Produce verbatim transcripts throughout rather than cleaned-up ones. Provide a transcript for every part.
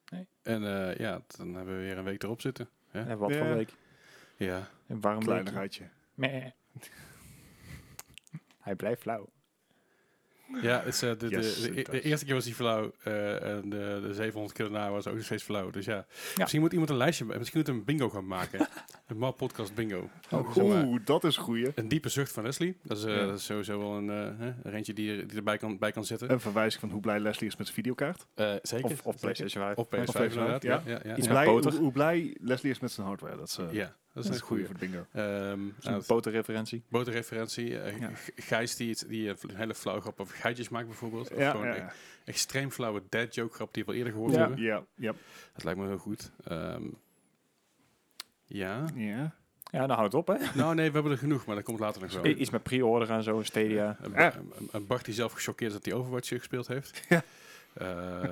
Nee. En uh, ja, dan hebben we weer een week erop zitten. Hè? En wat Ja. voor week? Ja. Een warm Kleinigheidje. weekje. Hij blijft flauw. Ja, het is, uh, de, Yes, de, de, it de does. eerste keer was hij flauw uh, en de, de zevenhonderd keer daarna was ook nog steeds flauw. Dus ja, Ja. misschien moet iemand een lijstje, misschien moet een bingo gaan maken. Een Map Podcast bingo. Oh, Zeg maar, Oeh, dat is een goeie. een diepe zucht van Leslie. Dat is, uh, Ja. dat is sowieso wel een, uh, hè, een eentje die, die erbij kan, bij kan zitten. Een verwijzing van hoe blij Leslie is met zijn videokaart. Uh, zeker. Of, of PlayStation vijf. Of P S Of vijf P S vijf, inderdaad. ja. Ja, ja, ja. Iets Hoe met blij, boter. hoe, hoe blij Leslie is met zijn hardware. Dat is, uh, Ja, dat is dat een is een goeie goede. voor de bingo. Um, Zo'n nou, boterreferentie. boterreferentie. Uh, Ja. G- Gijs die, het, die uh, een hele flauwe grap over geitjes maakt bijvoorbeeld. Of Ja, gewoon ja, een ja. extreem flauwe dad joke grap die we al eerder gehoord Ja. hebben. Ja, ja, Dat lijkt me heel goed. Um, ja. ja. Ja, dan houdt het op, hè? Nou nee, we hebben er genoeg, maar dat komt later nog wel. I- Iets met pre-order en zo, Stadia. Een, Ja. een, een Bart die zelf gechoqueerd is dat hij Overwatch gespeeld heeft. Ja. Uh,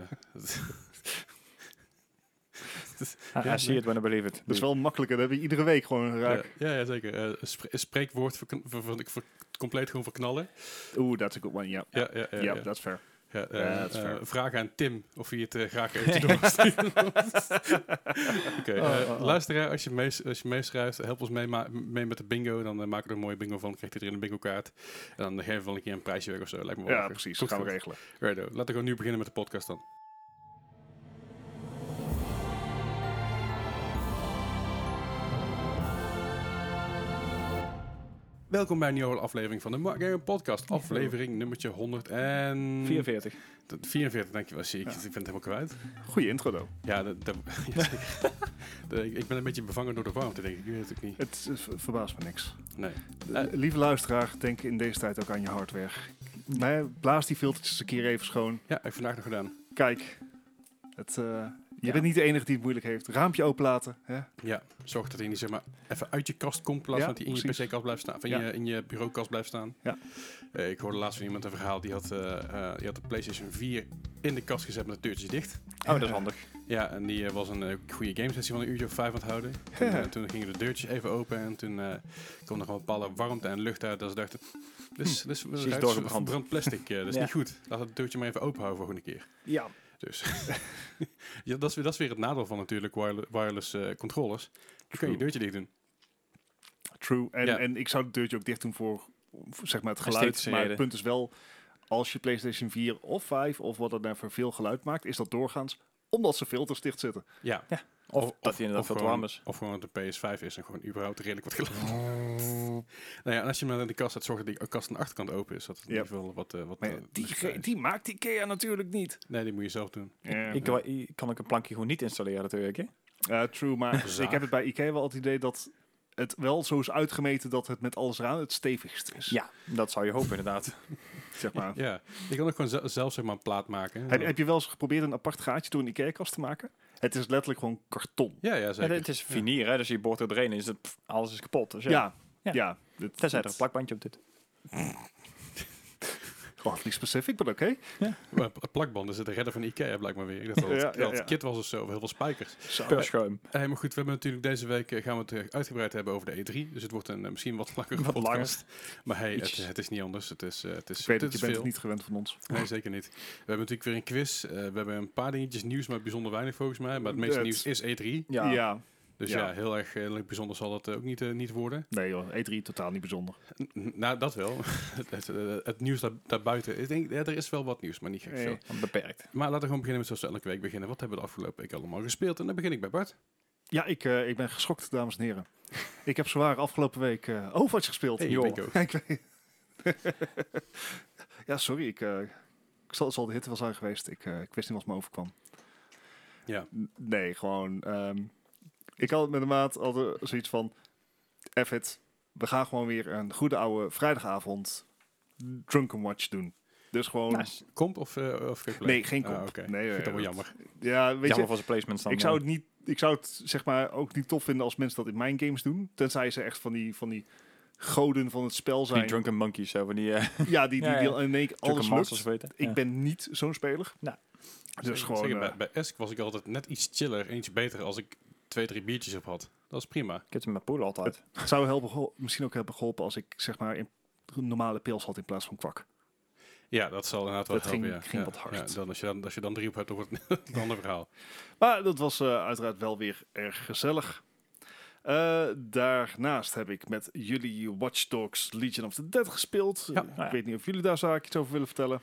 I, I see it when I believe it. Dat is wel makkelijker. Dat heb je iedere week gewoon uh, raak. ja, ja, zeker. Uh, een, spre- een spreekwoord voor, voor, voor, voor compleet gewoon verknallen. Oeh, that's a good one. Ja, Ja, ja, ja. ja, ja. that's fair. Ja, uh, Ja, dat is uh, fair. vragen aan Tim of hij het uh, graag eventjes doorstuurt. Oké, uh, Oh, oh, oh. luisteraar, als je, mees, als je meeschrijft, help ons mee, ma- mee met de bingo. Dan uh, maken we er een mooie bingo van. Krijgt iedereen een bingo kaart. En dan geven we wel een keer een prijsje weg of zo. Lijkt me wel Ja, lachen. precies. Goed Dat gaan we goed. regelen. Righto, laten we gewoon nu beginnen met de podcast dan. Welkom bij een nieuwe aflevering van de Mark Gamer Podcast. Aflevering nummertje honderd en... vierenveertig. vierenveertig, dankjewel. Zie ik, Ja. ik vind het helemaal kwijt. Goeie intro, though. Ja, de, de, ja, zeker. de, ik ben een beetje bevangen door de warmte, denk ik. Ik weet het ook niet. Het is- verbaast me niks. Nee. Uh, lieve luisteraar, denk in deze tijd ook aan je hardware. Nou ja, blaas die filtertjes een keer even schoon. Ja, heb ik vandaag nog gedaan. Kijk, het, uh, je Ja. bent niet de enige die het moeilijk heeft. Raampje openlaten. Hè? Ja, zorg dat hij niet zeg maar even uit je kast komt, in plaats Ja, van dat hij in je precies. P C-kast blijft staan, of in, Ja. je, in je bureaukast blijft staan. Ja. Uh, ik hoorde laatst van iemand een verhaal, die had, uh, uh, die had de PlayStation vier in de kast gezet met de deurtjes dicht. Oh, dat is handig. Ja, en die uh, was een uh, goede gamesessie van een uurtje of vijf aan het houden. Toen, uh, toen gingen de deurtjes even open en toen uh, kwam er gewoon een bepaalde warmte en lucht uit. Dat ze dachten, dus, dus, Precies ruikt doorgebrand. verbrand plastic, uh, dat is Ja. niet goed. Laat het deurtje maar even open houden volgende keer. Ja. Dus ja, dat, is weer, dat is weer het nadeel van natuurlijk wireless, wireless uh, controllers. Dan kun je je deurtje dicht doen. True. En, Ja. en ik zou het deurtje ook dicht doen voor, voor, zeg maar het geluid. Esthetische Maar het reden. punt is wel, als je PlayStation vier of vijf of wat het dan voor veel geluid maakt, is dat doorgaans omdat ze filters dicht zitten. Ja. Ja. Of, Of- dat hij inderdaad veel te gewoon, warm is. Of gewoon dat de P S vijf is en gewoon überhaupt redelijk wat geluid. nou ja, en als je hem in de kast zet, zorg dat die kast aan de achterkant open is. Dat het in Ja. ieder geval wat... Uh, wat Maar uh, die, luchtvrij is. die maakt Ikea natuurlijk niet. Nee, die moet je zelf doen. Ja, Ik, ja. ik kan ook een plankje gewoon niet installeren natuurlijk, hè? Uh, true, maar Zaag. ik heb het bij Ikea wel het idee dat het wel zo is uitgemeten dat het met alles eraan het stevigst is. Ja, dat zou je hopen inderdaad. Zeg maar. Ja, je kan ook gewoon ze- zelf zeg maar een plaat maken. Heb, heb je wel eens geprobeerd een apart gaatje door een Ikea-kast te maken? Het is letterlijk gewoon karton. Ja, ja, Ja, zeker. het is vinier, hè? Dus je boort er doorheen en is het, pff, alles is kapot. Dus ja. Ja, Ja. ja. dit- Tenzij er dit- een plakbandje op dit. Gewoon niet specifiek, maar oké. Maar pl- plakbanden zitten redden van Ikea blijkbaar weer. Ik dacht dat het, Ja, dat ja, het ja. kit was of zo, of heel veel spijkers. Zo. Perschuim. Hey, maar goed, we hebben natuurlijk deze week uh, gaan we het uh, uitgebreid hebben over de E drie. Dus het wordt een uh, misschien wat langere Wat podcast. Maar hey, het, Ietsjes. het is niet anders. Het is, uh, het is, Ik weet het dat is je bent veel. het niet gewend van ons. Nee, zeker niet. We hebben natuurlijk weer een quiz. Uh, we hebben een paar dingetjes nieuws, maar bijzonder weinig volgens mij. Maar het meeste Het- nieuws is E drie. Ja. Ja. Dus Ja. ja, heel erg heel erg bijzonder zal dat uh, ook niet, uh, niet worden. Nee joh, E drie totaal niet bijzonder. N- nou, dat wel. het, het, het nieuws daar, daarbuiten. Ik denk, ja, er is wel wat nieuws, maar niet gek veel. Nee. Beperkt. Maar laten we gewoon beginnen met zoals we elke week beginnen. Wat hebben we de afgelopen week allemaal gespeeld? En dan begin ik bij Bart. Ja, ik, uh, ik ben geschokt, dames en heren. Ik heb zwaar afgelopen week uh, Overwatch gespeeld. Hey, joh. Bingo. Ik weet- ja, sorry. Ik, uh, ik zal, zal de hitte wel zijn geweest. Ik, uh, ik wist niet wat me overkwam. Ja. N- Nee, gewoon... Um, ik had met de maat altijd zoiets van... F it, we gaan gewoon weer een goede oude vrijdagavond Drunken Watch doen. Dus gewoon... Nice. Comp of, uh, of gameplay? Nee, geen Ah, comp. oké. Nee, Ik vind dat wel dat- jammer. Ja, weet Jammer je, voor zijn placements dan. ik zou het niet... Ik zou het zeg maar ook niet tof vinden als mensen dat in mijn games doen. Tenzij ze echt van die, van die goden van het spel Die zijn. Drunken Monkeys, zo van die uh, Ja, die, die, Ja, die ja. in één keer Drunken alles Monsters lukt. weten. Ik Ja. ben niet zo'n speler. Nou. Dus Zeg- gewoon... zeg, eh, bij, bij Esk was ik altijd net iets chiller, eentje beter als ik twee, drie biertjes op had. Dat is prima. Ik heb het met poelen altijd. Het zou helpen, gehol- misschien ook hebben geholpen als ik zeg maar in normale pils had in plaats van kwak. Ja, dat zal inderdaad wel Dat ging- helpen, ja. ging Ja, wat hard. Ja, dan als, je dan, als je dan drie op hebt, dan wordt het een ander verhaal. Maar dat was uh, uiteraard wel weer erg gezellig. Uh, daarnaast heb ik met jullie Watch Dogs Legion of the Dead gespeeld. Ja. Ik ja. weet niet of jullie daar zaken iets over willen vertellen.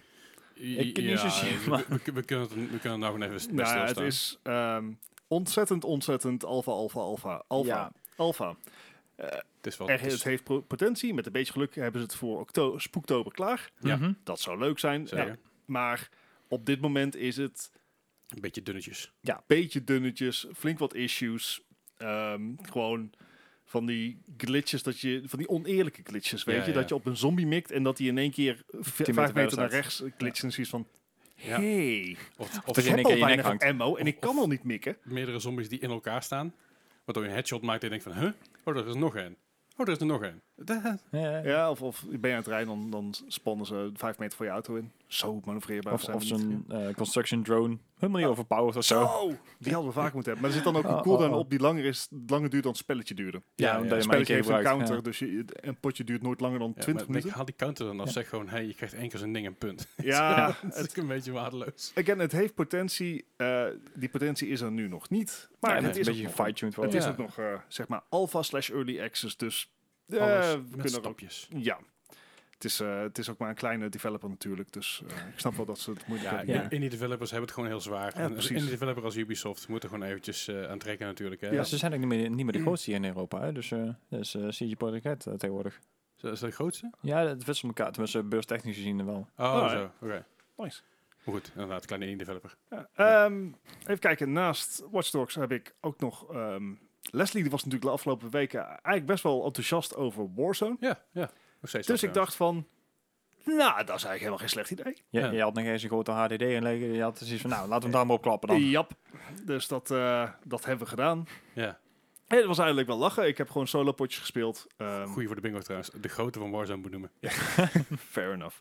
Ik niet zozeer, we, maar- we, we, we kunnen het, we kunnen er nou gewoon even bij Nou, het stilstaan. is um, ontzettend, ontzettend alpha, alpha, alpha, alpha, Ja. alpha. Het is wel... Er, het is- het heeft pro- potentie. Met een beetje geluk hebben ze het voor okto- spooktober klaar. Ja. Mhm. Dat zou leuk zijn. Zeker. Ja. Maar op dit moment is het Een beetje dunnetjes. een beetje dunnetjes, flink wat issues. Um, gewoon van die glitches, dat je, van die oneerlijke glitches, weet Ja, je. ja. Dat je op een zombie mikt en dat die in één keer v- meter vijf meter verder naar staat. rechts glitcht. En zoiets van, Ja. hey, Of, of dat ik je in heb één al keer je nek weinig hangt. ammo en Of- ik kan of- al niet mikken. meerdere zombies die in elkaar staan. Waardoor je een headshot maakt en je denkt van... Huh? Oh, er is er nog één. Oh, er is er nog één. Da- Ja, ja. Ja, of, of ben je aan het rijden, dan, dan spannen ze vijf meter voor je auto in. Zo manoeuvreerbaar Of, zijn of we niet. zo'n uh, construction drone. Helemaal niet overpowered of zo. Oh, die hadden we vaak moeten hebben. Maar er zit dan ook een Oh, cooldown oh, oh. op die langer is, langer duurt dan het spelletje duurde. Ja, Ja, omdat ja. je Het maar één spelletje keer heeft een gebruikt. counter, Ja. dus je, een potje duurt nooit langer dan Ja, twintig maar ik minuten. haal die counter dan af. Ja. Zeg gewoon... Hey, je krijgt één keer zo'n ding en punt. Ja, Het het, is een beetje waardeloos. again, het heeft potentie. Uh, die potentie is er nu nog niet. Maar Ja, het het is een ook beetje nog, gefine-tuned het worden. is Ja. ook nog uh, zeg maar alpha slash early access. Dus uh, Alles we met kunnen er ook, stapjes. ja. Het is, uh, het is ook maar een kleine developer natuurlijk. Dus uh, ik snap wel dat ze het moeilijk Ja, hebben. ja. indie developers hebben het gewoon heel zwaar. Ja, En precies. indie developer als Ubisoft moeten gewoon eventjes uh, aan trekken natuurlijk. Hè. Ja, ze zijn ook niet meer, niet meer de grootste hier in Europa. Hè? Dus uh, dat is uh, C G Projekt Red uh, tegenwoordig. Is dat is dat de grootste? Ja, het wisselt elkaar. Tenminste, beurstechnisch gezien wel. Oh, Oh, zo. Oké. Nice. Maar goed, inderdaad, kleine indie developer. Ja, um, even kijken, naast Watch Dogs heb ik ook nog... Um, Leslie die was natuurlijk de afgelopen weken eigenlijk best wel enthousiast over Warzone. Ja, ja. Nog steeds Dus wel, ik dacht van... Nou, dat is eigenlijk helemaal geen slecht idee. Je, Ja. je had nog eens een grote H D D inleggen. Je had zoiets van, nou, laten we hem daar maar op klappen dan. Jap. Dus dat, uh, dat hebben we gedaan. Ja. En het was eigenlijk wel lachen. Ik heb gewoon solo potjes gespeeld. Um, Goeie voor de bingo trouwens. De grootte van Warzone benoemen. Ja. Fair enough.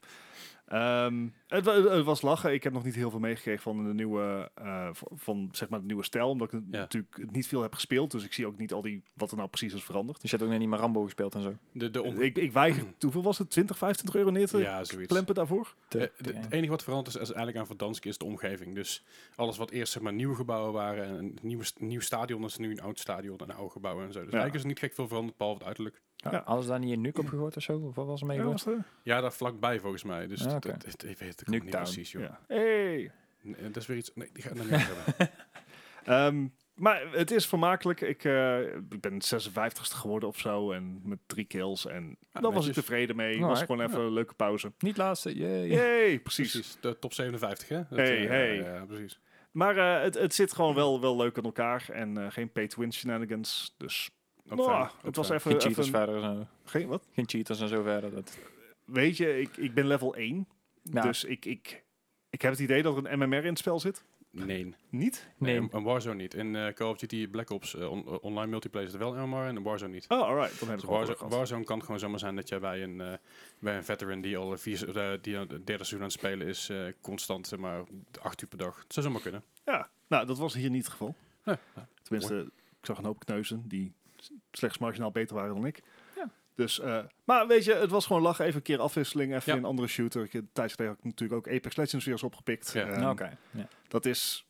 Um, het, wa- het was lachen. Ik heb nog niet heel veel meegekregen van de nieuwe, uh, van, van zeg maar de nieuwe stijl, omdat ik Ja. natuurlijk niet veel heb gespeeld. Dus ik zie ook niet al die wat er nou precies is veranderd. Dus je hebt ook nog niet meer Rambo gespeeld en zo. De, de on- Ik, ik weiger. Hoeveel was het? twintig, vijfentwintig euro neer te ja, zoiets. klempen daarvoor? Te- Eh, te- de- Het enige wat veranderd is, is eigenlijk aan Verdansk is de omgeving. Dus alles wat eerst zeg maar nieuwe gebouwen waren, en een nieuwe, st- nieuw stadion is nu een oud stadion en oude gebouwen en zo. Dus eigenlijk is er niet gek veel veranderd, behalve het uiterlijk. ja, ja. Hadden ze daar niet een nuke op gegooid of zo? Of wat was er mee Ja, gegooid? was er? Ja, daar vlakbij volgens mij. Dus Ah, het- oké. het- het- ik weet het ook niet Nuketown. precies, joh. Ja. Hey. Nee, dat is weer iets... Nee, die ga ik nog niet hebben. Um, maar het is vermakelijk. Ik, uh, ik ben zesenvijftigste geworden of zo. En met drie kills. En daar was ik netjes. tevreden mee. Het was Alright. gewoon even een leuke pauze. Niet laatste, yay. Yay, precies. Precies, de top zevenenvijftig, hè? Dat, Hey, eh, hey. Ja, ja, precies. Maar uh, het, het zit gewoon wel, wel leuk aan elkaar. En uh, geen pay-to-win shenanigans. Dus Ook nou, fijn, het ook was fijn. even... Geen cheaters even verder. Zo. geen, wat? Geen cheaters en zo verder. Dat. Weet je, ik, ik ben level één. Ja. Dus ik, ik, ik heb het idee dat er een M M R in het spel zit. Nee. Niet? Nee. Nee, een Warzone niet. In uh, Call of Duty Black Ops uh, on- uh, online multiplayer is er wel M M R en in Warzone niet. Oh, alright. Dan hebben Dus ze gewoon Warzone, gehad. Warzone kan gewoon zomaar zijn dat jij bij een, uh, bij een veteran die al vier, uh, die aan het derde seizoen aan het spelen is, uh, constant zeg maar acht uur per dag. Dat zou zomaar kunnen. Ja, nou, dat was hier niet het geval. Ja. Tenminste, ik zag een hoop kneuzen die s- slechts marginaal beter waren dan ik. Ja. Dus, uh, maar weet je, het was gewoon lachen. Even een keer afwisseling, even Ja. een andere shooter. Ik, een tijdje geleden had ik natuurlijk ook Apex Legends weer eens opgepikt. Ja. Ehm, Nou, Oké. Ja. Dat is...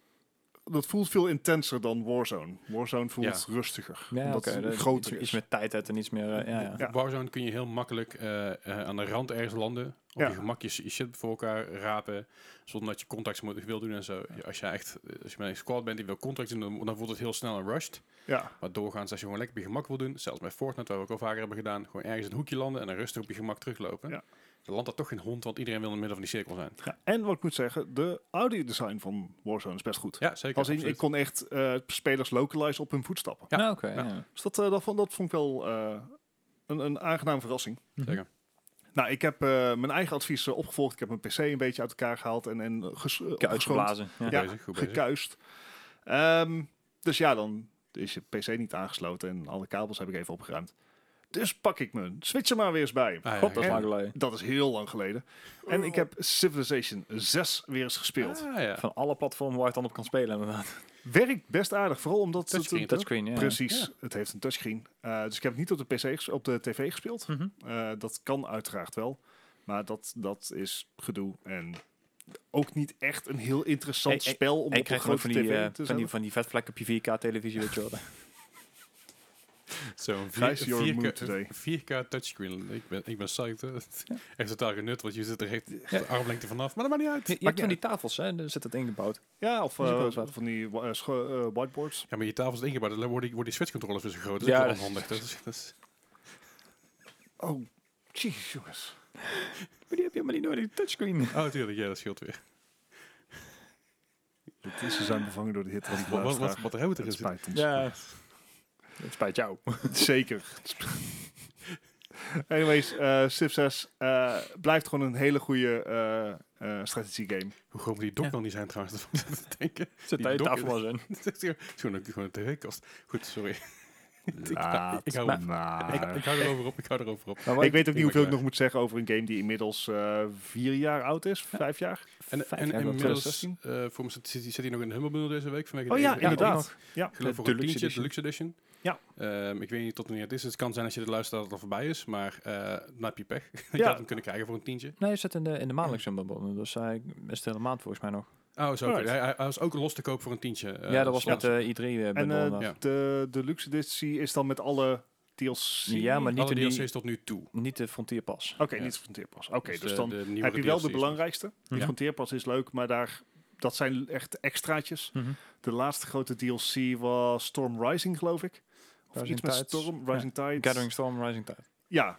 Dat voelt veel intenser dan Warzone. Warzone voelt Ja. rustiger. Ja, omdat oké. het Dat- groter iets, is. iets meer tijd uit en iets meer... uh, ja, ja. Ja. Warzone kun je heel makkelijk uh, uh, aan de rand ergens landen. Op Ja. je gemak je, je shit voor elkaar rapen. Zonder dat je contacts moet wil doen en zo. Ja, Als je echt, als je met een squad bent die wil contacts doen, dan, dan wordt het heel snel een rushed. Ja, Maar doorgaans als je gewoon lekker op je gemak wil doen, zelfs bij Fortnite, waar we ook al vaker hebben gedaan, gewoon ergens in een hoekje landen en dan rustig op je gemak teruglopen. Ja. Dan landt dat toch geen hond, want iedereen wil in het midden van die cirkel zijn. ja. En wat ik moet zeggen, de audiodesign van Warzone is best goed. Ja, zeker. Als in, absoluut. ik kon echt uh, spelers localize op hun voetstappen. Ja. Nou, oké. Ja. ja. Dus dat, uh, dat, vond, dat vond ik wel uh, een, een aangename verrassing. Zeker. Nou, ik heb uh, mijn eigen advies uh, opgevolgd. Ik heb mijn P C een beetje uit elkaar gehaald en, en ges, uh, Ke- opgeschoond, Uitgeblazen. Ja. Goed Ja, bezig, goed bezig. gekuist. Um, dus ja, dan is je P C niet aangesloten en alle kabels heb ik even opgeruimd. Dus pak ik mijn Switch er maar weer eens bij. Ah, ja, God, dat is En- lang geleden. Dat is heel lang geleden. En ik heb Civilization zes weer eens gespeeld. Ah, ja. Van alle platformen waar je het dan op kan spelen, inderdaad. Werkt best aardig, vooral omdat het... Touchscreen, het- Touchscreen, ja. Precies, Ja. het heeft een touchscreen. Uh, dus ik heb het niet op de P C, ges- op de tv gespeeld. Mhm. Uh, dat kan uiteraard wel. Maar dat, dat is gedoe. En ook niet echt een heel interessant Hey, spel om En je op een krijgt gewoon grote van die, tv eh, te van, die, zetten. van die vetvlekken op je vier K-televisie, weet je wel. Zo'n Gijs, you're vier mood K today. vier K touchscreen. Ik ben, ik ben psyched. Hè. Ja. Echt totaal genut, want je zit er echt Ja. de armlengte vanaf. Maar dat maakt niet uit. Je, je hebt van die tafels, hè, daar zit het ingebouwd. Ja, of Dat is ook wel eh, eens wat. van die wa- eh, scho- eh, whiteboards. Ja, maar je tafel is ingebouwd. Dan worden die, worden die switchcontrollers weer zo groot. Dat is Ja, ook wel dat is- onhandig. Dat is, dat is, Oh, jeez, jongens. Maar die heb je helemaal niet nodig, die touchscreen. oh, tuurlijk. Ja, dat scheelt weer. Het- Ze zijn bevangen door de hitte van de Wat, wat, wat, luisteraar. wat er hebben we Het erin zitten. spijt ons. Ja, het spijt jou. Zeker. Anyways, eh Civ zes eh, blijft gewoon een hele goede eh eh strategie game. Hoe groot moet die dok Ja. dan niet zijn trouwens? Dat vond ik te denken. Zit Die daar je dok- tafel was in. Het is gewoon een, gewoon een tv-kast. Goed, sorry. Ah, ik, hou, maar- ik, ik hou erover op. Ik hou erover op. Maar wat ik weet ook niet ik hoeveel ik ben nog moet zeggen over een game die inmiddels eh, vier jaar oud is. Vijf jaar? En, Vijf en jaar wel, inmiddels, twintig zestien. eh voor me zit, zit, zit hij nog in de Humble Bundle deze week. Vanwege Oh de ja, even- inderdaad. Ja. Ik geloof De voor een Deluxe tientje, Edition. Deluxe Edition. Ja. Ehm, ik weet niet tot wanneer het is. Het kan zijn als je dit luistert dat het al voorbij is. Maar eh dan heb je pech. je Ja. had hem kunnen krijgen voor een tientje. Nee, je zit in de, in de maandelijkse bundle, dus hij is de hele maand volgens mij nog. Oh, zo. Alright. Hij, hij hij was ook los te koop voor een tientje. eh, ja, dat was slot. met de I drie En bundle. eh, inderdaad. ja. de Deluxe Editie is dan met alle D L C? Ja, maar niet Alle de, D L C's die, tot nu toe. niet de Frontier Pas. Oké, Ja. niet van Frontierpas. Oké, dus de- dan de heb nieuwere je wel D L de C's. belangrijkste. De Ja. Frontierpas is leuk, maar daar, dat zijn echt extraatjes. Mhm. De laatste grote D L C was Storm Rising, geloof ik. Of Rising iets met Tides. Storm, Rising Tide. Gathering Storm, Rising Tide. Ja.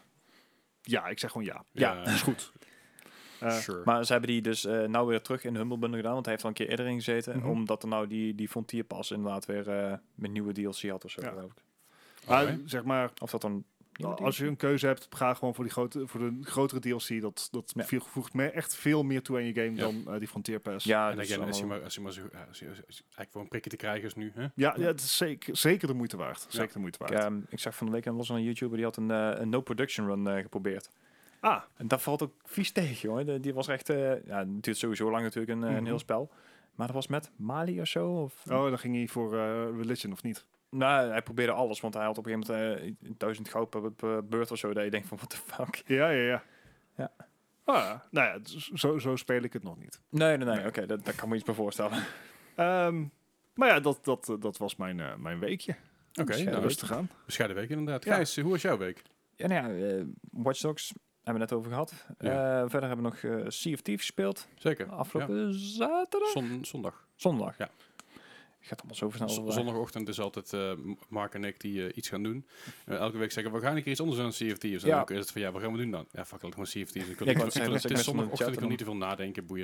Ja, ik zeg gewoon ja. Ja, is goed. Eh, Sure. Maar ze hebben die dus eh nou weer terug in de Humble Bundle gedaan, want hij heeft al een keer eerder in gezeten, Mhm. omdat er nou die, die Frontier Pas inderdaad weer eh met nieuwe D L C had of zo, Ja. geloof ik. maar Alright. zeg maar, Of dat dan... nieuwe als je D L C? een keuze hebt, ga gewoon voor, die grote, voor de grotere D L C. Dat, dat Ja. veel- voegt me echt veel meer toe aan je game Ja. dan eh, die Frontier Pass. Ja, En dat is again, als je allemaal- maar, als je maar zo, ja, als je, als je eigenlijk voor een prikje te krijgen is nu. Hè? Ja, ja, het is zeker, zeker de moeite waard. Ja. Zeker de moeite waard. Ja, ehm, ik zag van de week een los van een YouTuber, die had een, eh, een no-production run eh, geprobeerd. Ah, En dat valt ook vies tegen, joh. De- Die was echt... eh ja, het duurt sowieso lang natuurlijk, een, eh, Mhm. een heel spel. Maar dat was met Mali of zo, of... oh, dan ging hij voor eh, Religion, of niet? Nou, hij probeerde alles, want hij had op een gegeven moment eh, duizend goud per, per beurt of zo, dat je denkt van, what the fuck? Ja, ja, ja. Ja. Ah, ja. Nou ja, dus zo, zo speel ik het nog niet. Nee, nee, nee, oké, dat, dat kan me iets bij voorstellen. Ehm, maar ja, dat, dat, eh, dat was mijn, eh, mijn weekje. Oké, Ja, nou, dat Rustig aan. bescheiden week inderdaad. Ja. Gijs, hoe was jouw week? Ja, nou ja, eh, Watch Dogs hebben we net over gehad. Ja. Eh, verder hebben we nog eh, Sea of Thieves gespeeld, Zeker. afgelopen zaterdag? Zon- zondag. Zondag. Ja. Gaat allemaal zo snel. Z- voorbij. zondagochtend is altijd eh, M- Mark en ik die eh, iets gaan doen. Eh, elke week zeggen we gaan een keer iets anders doen dan Sea of Thieves. En Ja. dan is het van ja, wat gaan we doen dan? Ja, fuck, laat gewoon Sea of Thieves. Ik wil, Ja, ik ik wou wil- ik zeggen, wil- dat het ik is met zondagochtend, ik wil chat niet te veel nadenken, boeien.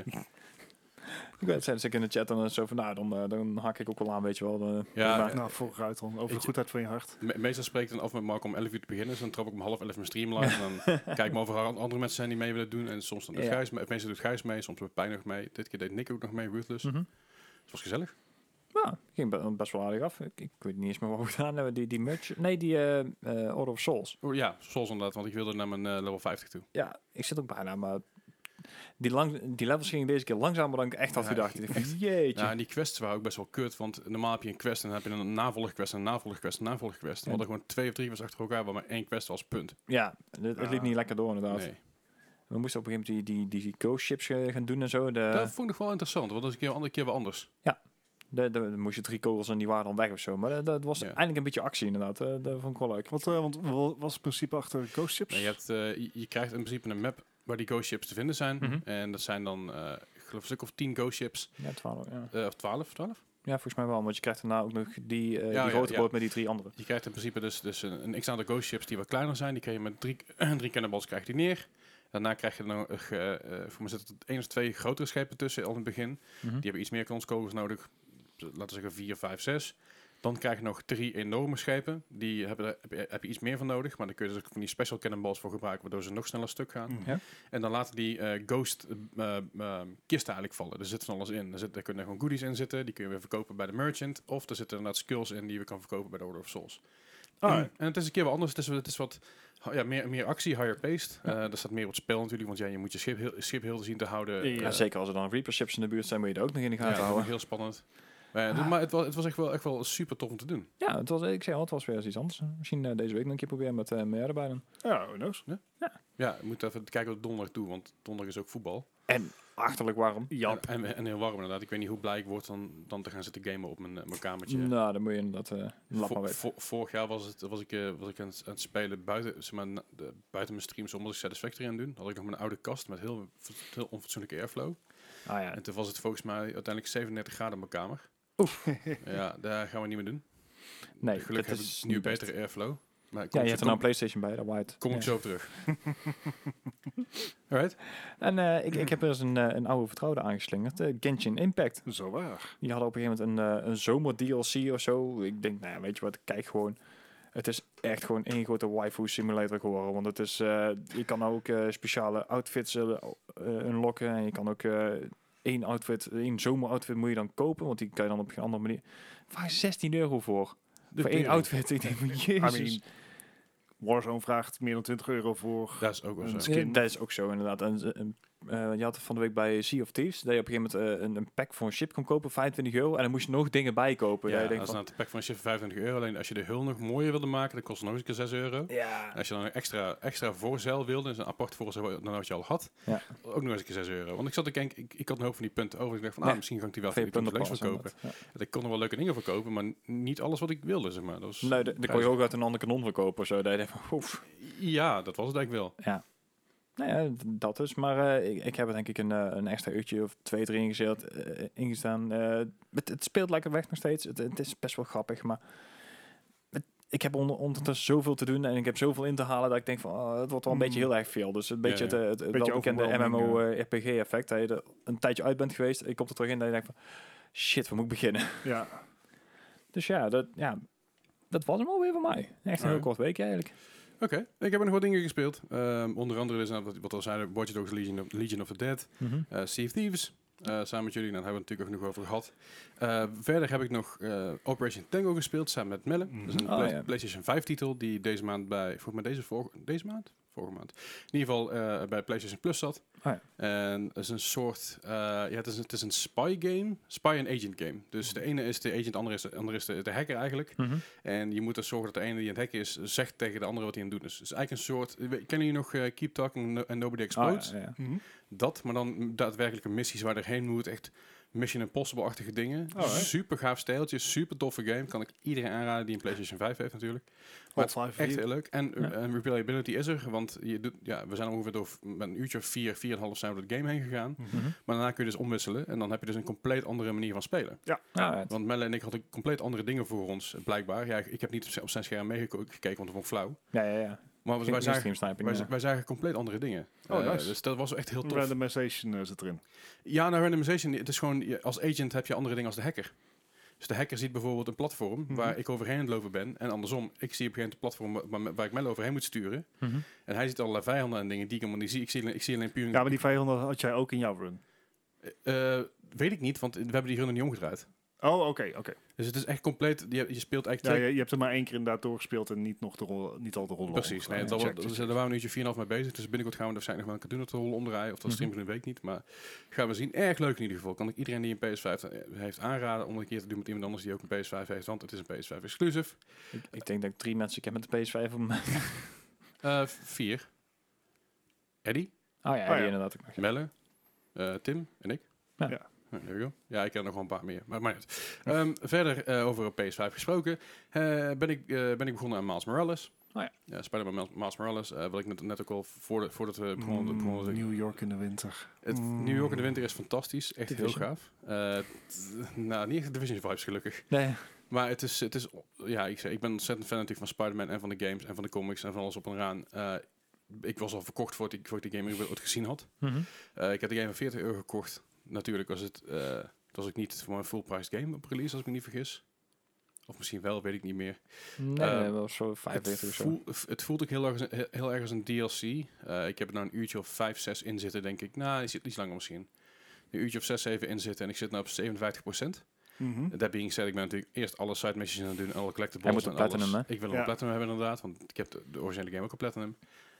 Ik weet het, ik in de chat en dan zo van, nou, dan, eh, dan hak ik ook wel aan, weet je wel. De, Ja, maar- Nou, vooruit dan. Over Ik- de goedheid van je hart. Me- meestal spreek ik dan af met Mark om elf uur te beginnen. Dus dan trap ik om half elf mijn stream live. En dan kijk ik me of er andere mensen zijn die mee willen doen. En soms dan doet Ja. Gijs mee. Meestal doet Gijs mee, soms doet Pijn nog mee. Dit keer deed Nick ook nog mee, Ruthless. Mhm. Het was gezellig. Ja, ging be- best wel aardig af. Ik, ik weet niet eens meer wat we gedaan hebben. Die, die merch... Nee, die eh eh, Order of Souls. Oh, ja, zoals inderdaad, want ik wilde naar mijn eh, level vijftig toe. Ja, ik zit ook bijna, maar... Die, lang, die levels gingen deze keer langzamer dan ik echt had Ja, gedacht. Ik dacht van, echt. jeetje. Ja, en die quests waren ook best wel kut. Want normaal heb je een quest en dan heb je een navolgquest, een navolgquest, een navolgquest. We Ja. hadden gewoon twee of drie was achter elkaar, waar maar één quest was, punt. Ja, het, het liep Ah. niet lekker door inderdaad. Nee. We moesten op een gegeven moment die, die, die ghost ships eh, gaan doen en zo. De, Dat vond ik nog wel interessant, want dat is een keer een andere keer wel anders. de, de, dan moest je drie kogels en die waren dan weg of zo. Maar dat, dat was Ja. eindelijk een beetje actie inderdaad. Eh, dat vond ik wel leuk. Wat, eh, want wat was het principe achter Ghost Ships? Nou, je, hebt, eh, je, je krijgt in principe een map waar die ghost ships te vinden zijn. Mhm. En dat zijn dan, eh, ik geloof een stuk of tien ghost ships. Ja, twaalf, ja. Eh, of twaalf, twaalf? Ja, volgens mij wel. Want je krijgt daarna ook nog die, eh, Ja, die ja, grote ja. boot met die drie andere. Je krijgt in principe dus, dus een, een x-aantal ghost ships die wat kleiner zijn. Die krijg je met drie, drie cannonballs krijg je die neer. Daarna krijg je nog, uh, uh, voor mij zitten er één of twee grotere schepen tussen al in het begin. Mhm. Die hebben iets meer kanskogels nodig. Laten we zeggen vier, vijf, zes. Dan krijg je nog drie enorme schepen. Die hebben, heb, je, heb je iets meer van nodig. Maar dan kun je dus ook van die special cannonballs voor gebruiken. Waardoor ze nog sneller stuk gaan. Mm. Ja. En dan laten die uh, ghost uh, uh, kisten eigenlijk vallen. Er zit van alles in. Er, zit, er kunnen gewoon goodies in zitten. Die kun je weer verkopen bij de merchant. Of er zitten inderdaad skills in die je kan verkopen bij de Order of Souls. Ah, en, en het is een keer wat anders. Het is, het is wat ja, meer, meer actie, higher paced. Ja. Uh, er staat meer op het spel natuurlijk. Want ja, je moet je schip heel, schip heel zien te houden. Ja, Uh, zeker als er dan Reaper ships in de buurt zijn, moet je er ook nog in de gaten ja, houden. heel spannend. Uh, dus, maar het was, het was echt wel, echt wel super tof om te doen. Ja, het was, ik zei al, het was weer eens iets anders. Misschien uh, deze week nog een keer proberen met uh, meer erbij dan. Ja, who knows. Ja, ja. ja ik moet even kijken wat donderdag toe, want donderdag is ook voetbal. En achterlijk warm. Ja. En, en, en heel warm inderdaad. Ik weet niet hoe blij ik word dan, dan te gaan zitten gamen op mijn, mijn kamertje. Nou, dan moet je inderdaad uh, lap maar weten. Vo, vorig jaar was, het, was ik, uh, was ik aan, het, aan het spelen buiten, zeg maar, de, buiten mijn stream, zonder ik Satisfactory aan doen. Had ik nog mijn oude kast met heel, heel onfatsoenlijke airflow. Ah, ja. En toen was het volgens mij uiteindelijk zevenendertig graden in mijn kamer. Oef. Ja, daar gaan we niet meer doen. Nee, gelukkig heb ik nu betere airflow. Maar ja, je hebt er nou een PlayStation bij, dat white. Kom ja. ik zo op terug. Alright. En uh, ik, ik heb er eens een, uh, een oude vertrouwde aangeslingerd, uh, Genshin Impact. Zo waar. Die hadden op een gegeven moment een, uh, een zomer-D L C of zo. Ik denk, nou ja, weet je wat, kijk gewoon. Het is echt gewoon één grote waifu simulator geworden. Want het is, uh, je kan ook uh, speciale outfits uh, uh, unlocken. En je kan ook uh, één outfit, één zomeroutfit moet je dan kopen. Want die kan je dan op een andere manier... Waar zestien euro voor? De voor één outfit. Ik denk van, jezus. I mean, Warzone vraagt meer dan twintig euro voor Dat is ook wel zo. skin. Ja, dat is ook zo, inderdaad. En, en, uh, je had het van de week bij Sea of Thieves, dat je op een gegeven moment uh, een, een pack voor een ship kon kopen, vijfentwintig euro, en dan moest je nog dingen bij kopen. Ja, dat je dat denkt is van, nou een pack van een ship voor vijfentwintig euro. Alleen als je de hul nog mooier wilde maken, dan kost het nog eens een keer zes euro. ja. En als je dan een extra, extra voorzeil wilde, dus een apart voorzeil dan wat je al had, Ja. ook nog eens een keer zes euro. Want ik zat te kijken, ik, ik had een hoop van die punten over. Ik dacht van, Ja. ah, misschien kan ik die wel Veel voor die punten vlees pas, verkopen. inderdaad. Ja. Ik kon er wel leuke dingen voor kopen, maar niet alles wat ik wilde, zeg maar. Dat was Nee, dan kon je ook uit een ander kanon verkopen of zo. Dat je denkt van, oef. Ja, dat was het eigenlijk wel. Ja. Nou ja, d- dat dus. Maar uh, ik, ik heb er denk ik een, uh, een extra uurtje of twee, drie ingezet, uh, ingestaan. Uh, het, het speelt lekker weg nog steeds. Het, het is best wel grappig, maar het, ik heb onder, ondertussen zoveel te doen en ik heb zoveel in te halen dat ik denk van, oh, het wordt wel een Mm. beetje heel erg veel. Dus een beetje Ja, ja. het, het, het Beetje welbekende M M overwhelming, O uh, R P G effect. Dat je er een tijdje uit bent geweest, ik kom er terug in dat je denkt van, shit, waar moet ik beginnen? Ja. Dus ja, dat, ja, dat was hem alweer voor mij. Echt een heel Alright. kort weekje eigenlijk. Oké, okay. Ik heb er nog wat dingen gespeeld. Um, onder andere dus, wat, wat al zeiden, Watch Dogs Legion of, Legion of the Dead, Mm-hmm. uh, Sea of Thieves, uh, samen met jullie. Nou, daar hebben we het natuurlijk ook nog over gehad. Uh, verder heb ik nog uh, Operation Tango gespeeld, samen met Melle. Mm-hmm. Dat is een Oh, Play- ja. PlayStation vijf titel, die deze maand bij, volgens mij deze, vorige, deze maand? Vorige maand. In ieder geval uh, bij PlayStation Plus zat. Oh, ja. En het is een soort, uh, ja, het is een, het is een spy game, spy en agent game. Dus de ene is de agent, de andere is de, andere is de, de hacker eigenlijk. Mm-hmm. En je moet er zorgen dat de ene die aan het hacken is, zegt tegen de andere wat hij aan het doen is. Dus eigenlijk een soort, kennen jullie nog uh, Keep Talking no- and Nobody Explodes? Oh, ja, ja. Mhm. Dat, maar dan daadwerkelijke missies waar je erheen moet, echt Mission Impossible-achtige dingen. Alright. Super gaaf stijltje, super toffe game. Kan ik iedereen aanraden die een PlayStation vijf heeft natuurlijk. All Maar five echt hier. heel leuk. En Ja. uh, replayability is er, want je doet, ja, we zijn ongeveer door met een uurtje of vier, vier en een half zijn we door het game heen gegaan. Mm-hmm. Maar daarna kun je dus omwisselen en dan heb je dus een compleet andere manier van spelen. Ja. Ah, ja. Want Melle en ik hadden compleet andere dingen voor ons, eh, blijkbaar. Ja, ik, ik heb niet op zijn- op zijn scherm meegekeken, want dat vond ik flauw. Ja, ja, ja. Maar wij Geen zagen, stream sniping, wij, ja. wij zagen compleet andere dingen. Oh, Eh, nice. Dus dat was echt heel tof. Randomization uh, zit erin. Ja, nou, randomization, het is gewoon, je- als agent heb je andere dingen als de hacker. Dus de hacker ziet bijvoorbeeld een platform Mhm. waar ik overheen aan het lopen ben. En andersom, ik zie op een gegeven moment een platform waar, waar- waar ik Melle overheen moet sturen. Mm-hmm. En hij ziet allerlei vijanden en dingen die ik helemaal niet zie. Ik zie, alleen- ik zie alleen puur... Ja, maar die vijfhonderd had jij ook in jouw run. Eh, weet ik niet, want we hebben die run nog niet omgedraaid. Oh, oké, oké. Dus het is echt compleet, je, je speelt Ja, eigenlijk... je, je hebt er maar één keer inderdaad doorgespeeld en niet nog de rol, niet al de rollen. Precies, nee, Ja, dat, check, was- check, dus, daar waren we een uurtje vier en een half mee bezig. Dus binnenkort gaan we er waarschijnlijk nog wel een Kaduna te rollen omdraaien. Of dat Mhm. streamen we nu weet ik niet. Maar gaan we zien. Erg leuk in ieder geval. Kan ik iedereen die een P S vijf heeft aanraden om een keer te doen met iemand anders die ook een P S vijf heeft. Want het is een P S vijf exclusive. Ik, ik denk dat ik drie mensen ik heb met de P S vijf om. Uh, vier. Eddie, Oh ja, Oh, die ja. inderdaad ook nog. Melle, uh, Tim en ik. Ja. Ja. Oh, there we go. Ja, ik ken er nog wel een paar meer. Maar, maar niet. Um, verder uh, over een P S vijf gesproken. Uh, ben, ik, uh, ben ik begonnen aan Miles Morales. Oh ja. Ja, Spider-Man Miles, Miles Morales. Uh, wat ik net, net ook al voordat, voordat we begonnen... Mm, begonnen New York in de winter. Het Mm. New York in de winter is fantastisch. Echt Division. heel gaaf. Uh, t- nou, niet echt Division vibes gelukkig. Nee. Maar het is, het is ja, ik, zeg, ik ben ontzettend fan natuurlijk van Spider-Man en van de games en van de comics en van alles op en eraan. Uh, ik was al verkocht voor ik, voor ik die game ooit gezien had. Mm-hmm. Uh, ik heb de game voor veertig euro gekocht. Natuurlijk was het, uh, was ik niet voor mijn full-priced game op release, als ik me niet vergis. Of misschien wel, weet ik niet meer. Nee, Uh, dat was zo Het, vijfenveertig of zo. voel, het voelt ook heel erg, als een- heel erg als een D L C. Uh, ik heb er nou een uurtje of vijf, zes in zitten, denk ik. Nou, die zit iets langer misschien. Een uurtje of zes, zeven in zitten en ik zit nu op zevenenvijftig procent. Mhm. Dat being said, ik ben natuurlijk eerst alle side missions aan het doen, alle collectibles. Hij moet een en alles. platinum, hè? Ik wil Ja. een platinum hebben inderdaad, want ik heb de, de originele game ook op platinum.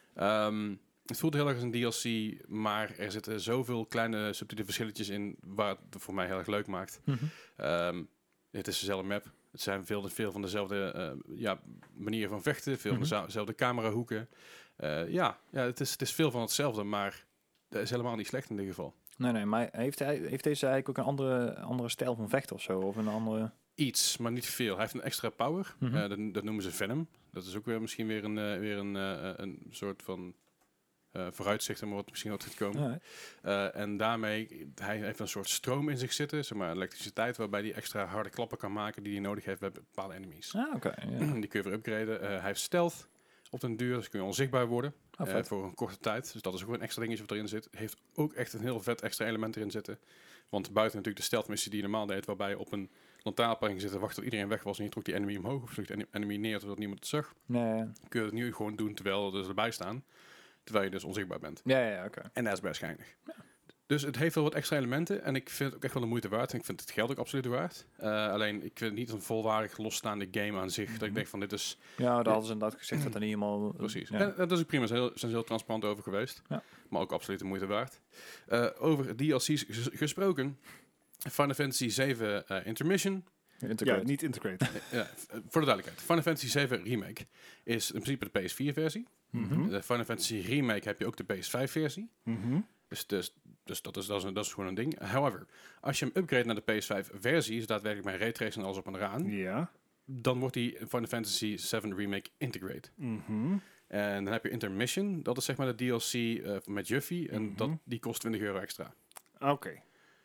Um, het voelt heel erg als een D L C, maar er zitten zoveel kleine subtiele verschilletjes in waar het voor mij heel erg leuk maakt. Mm-hmm. Um, Het is dezelfde map. Het zijn veel, veel van dezelfde uh, ja, manieren van vechten. Veel Mm-hmm. van dezelfde camerahoeken. Uh, ja, ja het, is, het is veel van hetzelfde, maar dat is helemaal niet slecht in dit geval. Nee, nee, maar heeft, hij, heeft deze eigenlijk ook een andere, andere stijl van vechten of zo? Of een andere... Iets, maar niet veel. Hij heeft een extra power. Mm-hmm. Uh, dat, dat noemen ze Venom. Dat is ook weer misschien weer een, uh, weer een, uh, een soort van uh, vooruitzicht om wat misschien ook te komen. Alright. Uh, en daarmee, hij heeft een soort stroom in zich zitten, zeg maar elektriciteit, waarbij hij extra harde klappen kan maken die hij nodig heeft bij bepaalde enemies. Ah, oké. Okay, yeah. Die kun je weer upgraden. Uh, hij heeft stealth op den duur, dus kun je onzichtbaar worden. Oh, uh, voor een korte tijd. Dus dat is ook een extra dingetje wat erin zit. Heeft ook echt een heel vet extra element erin zitten. Want buiten natuurlijk de stealth missie die je normaal deed, waarbij je op een lantaarnpaal ging zitten, wachten tot iedereen weg was en je trok die enemy omhoog of sloeg de enemy neer zodat niemand het zag. Nee. Kun je het nu gewoon doen terwijl er dus erbij staan. Terwijl je dus onzichtbaar bent. Ja, ja, oké. Okay. En dat is best geinig. Ja. Dus het heeft wel wat extra elementen en ik vind het ook echt wel de moeite waard. En ik vind het geld ook absoluut waard. Uh, alleen, ik vind het niet een volwaardig losstaande game aan zich. Mm-hmm. Dat ik denk van, dit is... Ja, dat hadden ze inderdaad gezegd dat er niet helemaal... Precies. Ja. En dat is ook prima. Ze zijn, zijn heel transparant over geweest. Ja. Maar ook absoluut de moeite waard. Uh, over D L C's ges- gesproken. Final Fantasy zeven uh, Intermission. Integrate. Ja, niet integrate. uh, uh, voor de duidelijkheid. Final Fantasy zeven Remake is in principe de P S vier versie. Mm-hmm. De Final Fantasy Remake heb je ook de P S vijf versie. Mm-hmm. Dus, dus, dus dat, is, dat, is een, dat is gewoon een ding. However, als je hem upgrade naar de P S vijf versie, dus daadwerkelijk met raytracing en alles op en eraan, Ja. dan wordt die Final Fantasy zeven Remake integrate. Mm-hmm. En dan heb je Intermission, dat is zeg maar de D L C uh, met Juffy, en Mm-hmm. dat, die kost twintig euro extra. Oké. Okay.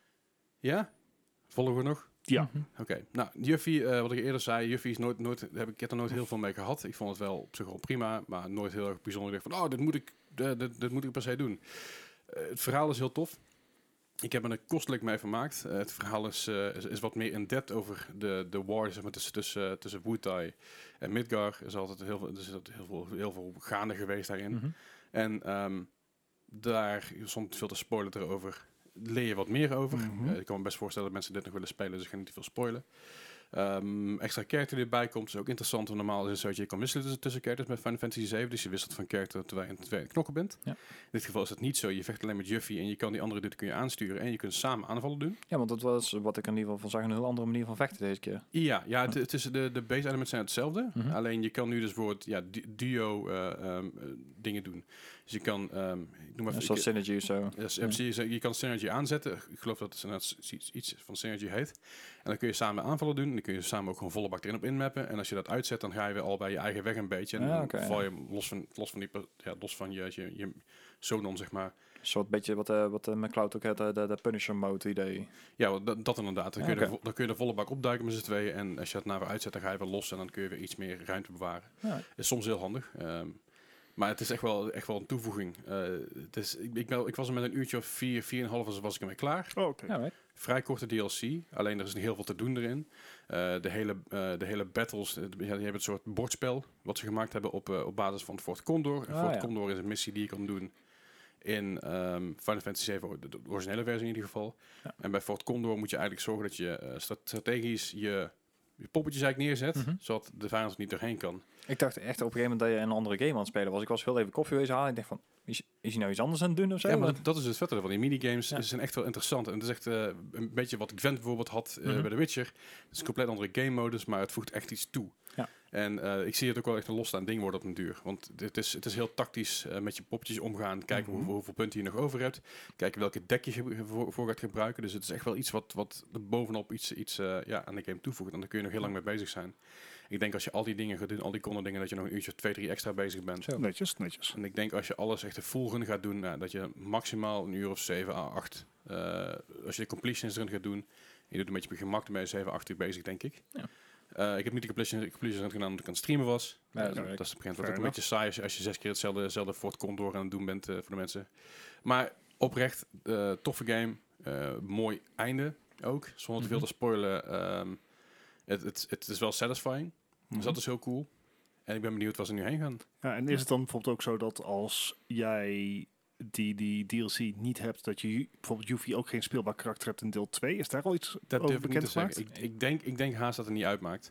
Ja? Volgen we nog? Ja. Mm-hmm. Oké. Okay. Nou, Juffy, uh, wat ik eerder zei, Juffy is nooit, nooit, heb ik, ik heb er nooit heel veel mee gehad. Ik vond het wel op zich wel prima, maar nooit heel erg bijzonder. Ik dacht van, oh, dit moet ik, uh, dit, dit moet ik per se doen. Uh, het verhaal is heel tof. Ik heb er een kostelijk mee vermaakt. Uh, het verhaal is, uh, is, is wat meer in depth over de, de war zeg maar, tussen, tussen, uh, tussen Wutai en Midgar. Er is altijd heel veel, er is altijd heel veel, heel veel gaande geweest daarin. Mm-hmm. En um, daar, zonder veel te spoilen erover, leer je wat meer over. Mm-hmm. Uh, ik kan me best voorstellen dat mensen dit nog willen spelen, dus ik ga niet te veel spoilen. Um, extra character die erbij komt is ook interessant. Want normaal is het zo dat je kan wisselen tussen, tussen characters met Final Fantasy zeven. Dus je wisselt van character terwijl je in twee knokken bent. Ja. In dit geval is dat niet zo. Je vecht alleen met Juffy en je kan die andere dude kun je aansturen. En je kunt samen aanvallen doen. Ja, want dat was wat ik in ieder geval van zag, een heel andere manier van vechten deze keer. Ja, ja het, het is de, de base elements zijn hetzelfde. Mm-hmm. Alleen je kan nu dus bijvoorbeeld ja, duo uh, um, uh, dingen doen. Dus je kan... Um, ik noem even, Ja, zoals Synergy of zo. Yes, ja. je, je kan Synergy aanzetten. Ik geloof dat het iets, iets van Synergy heet. En dan kun je samen aanvallen doen. En dan kun je samen ook gewoon volle bak erin op inmappen. En als je dat uitzet, dan ga je weer al bij je eigen weg een beetje. En ja, dan okay, val ja. je los van, los van, die, ja, los van je, je, je Sonon, zeg maar. Een soort beetje wat, uh, wat uh, McCloud ook had, uh, de, de Punisher mode idee. Ja, dat, dat inderdaad. Dan, Ja, kun je okay. de, dan kun je de volle bak opduiken met z'n tweeën. En als je dat nou weer uitzet, dan ga je weer los. En dan kun je weer iets meer ruimte bewaren. Ja. Is soms heel handig. Um, Maar het is echt wel, echt wel een toevoeging. Uh, het is, ik, ik, ben, ik was er met een uurtje of vier, vier en een half was, was ik ermee klaar. Oh, okay. Ja, right. Vrij korte D L C. Alleen er is niet heel veel te doen erin. Uh, de, hele, uh, de hele battles, uh, die hebben een soort bordspel. Wat ze gemaakt hebben op, uh, op basis van Fort Condor. En Ah, Fort ja. Condor is een missie die je kan doen in um, Final Fantasy zeven, de, de originele versie in ieder geval. Ja. En bij Fort Condor moet je eigenlijk zorgen dat je uh, strategisch je, je poppetjes eigenlijk neerzet. Mm-hmm. Zodat de vijand er niet doorheen kan. Ik dacht echt op een gegeven moment dat je een andere game aan het spelen was. Ik was heel even koffie wezen halen en ik dacht van, is, is hij nou iets anders aan het doen of zo? Ja, maar dat, dat is het vette van die minigames. Ja. Ze zijn echt wel interessant. En het is echt uh, een beetje wat Gwent bijvoorbeeld had uh, Mm-hmm. bij The Witcher. Het is een compleet andere game modus, maar het voegt echt iets toe. Ja. En uh, ik zie het ook wel echt een losstaand ding worden op een duur. Want het is, het is heel tactisch uh, met je poppetjes omgaan. Kijken Mm-hmm. hoeveel, hoeveel punten je nog over hebt. Kijken welke deck je ge- voor, voor gaat gebruiken. Dus het is echt wel iets wat, wat er bovenop iets, iets uh, ja, aan de game toevoegt. En daar kun je nog heel lang mee bezig zijn. Ik denk als je al die dingen gaat doen, al die konden dingen, dat je nog een uurtje of twee, drie extra bezig bent. Zo. Netjes, netjes. En ik denk als je alles echt de full run gaat doen, nou, dat je maximaal een uur of zeven à acht, uh, als je de completions run gaat doen, en je doet een beetje op je gemak, dan ben je zeven, acht uur bezig, denk ik. Ja. Uh, ik heb niet de completion, completion run gedaan omdat ik aan het streamen was. Ja, Uh, dat dat, werkt. dat is op een gegeven Fair moment ook een beetje saai als je, als je zes keer hetzelfde, hetzelfde Fort Condor aan het doen bent uh, voor de mensen. Maar oprecht, uh, toffe game, uh, mooi einde ook, zonder te Mm-hmm. veel te spoilen. Um, het, het, het is wel satisfying, Mm-hmm. dus dat is heel cool. En ik ben benieuwd waar ze nu heen gaan. Ja, en is het dan bijvoorbeeld ook zo dat als jij die, die D L C niet hebt, dat je bijvoorbeeld Yuffie ook geen speelbaar karakter hebt in deel twee? Is daar al iets Dat over durf ik niet bekend te zeggen. gemaakt? Ik, ik, denk, ik denk haast dat het niet uitmaakt.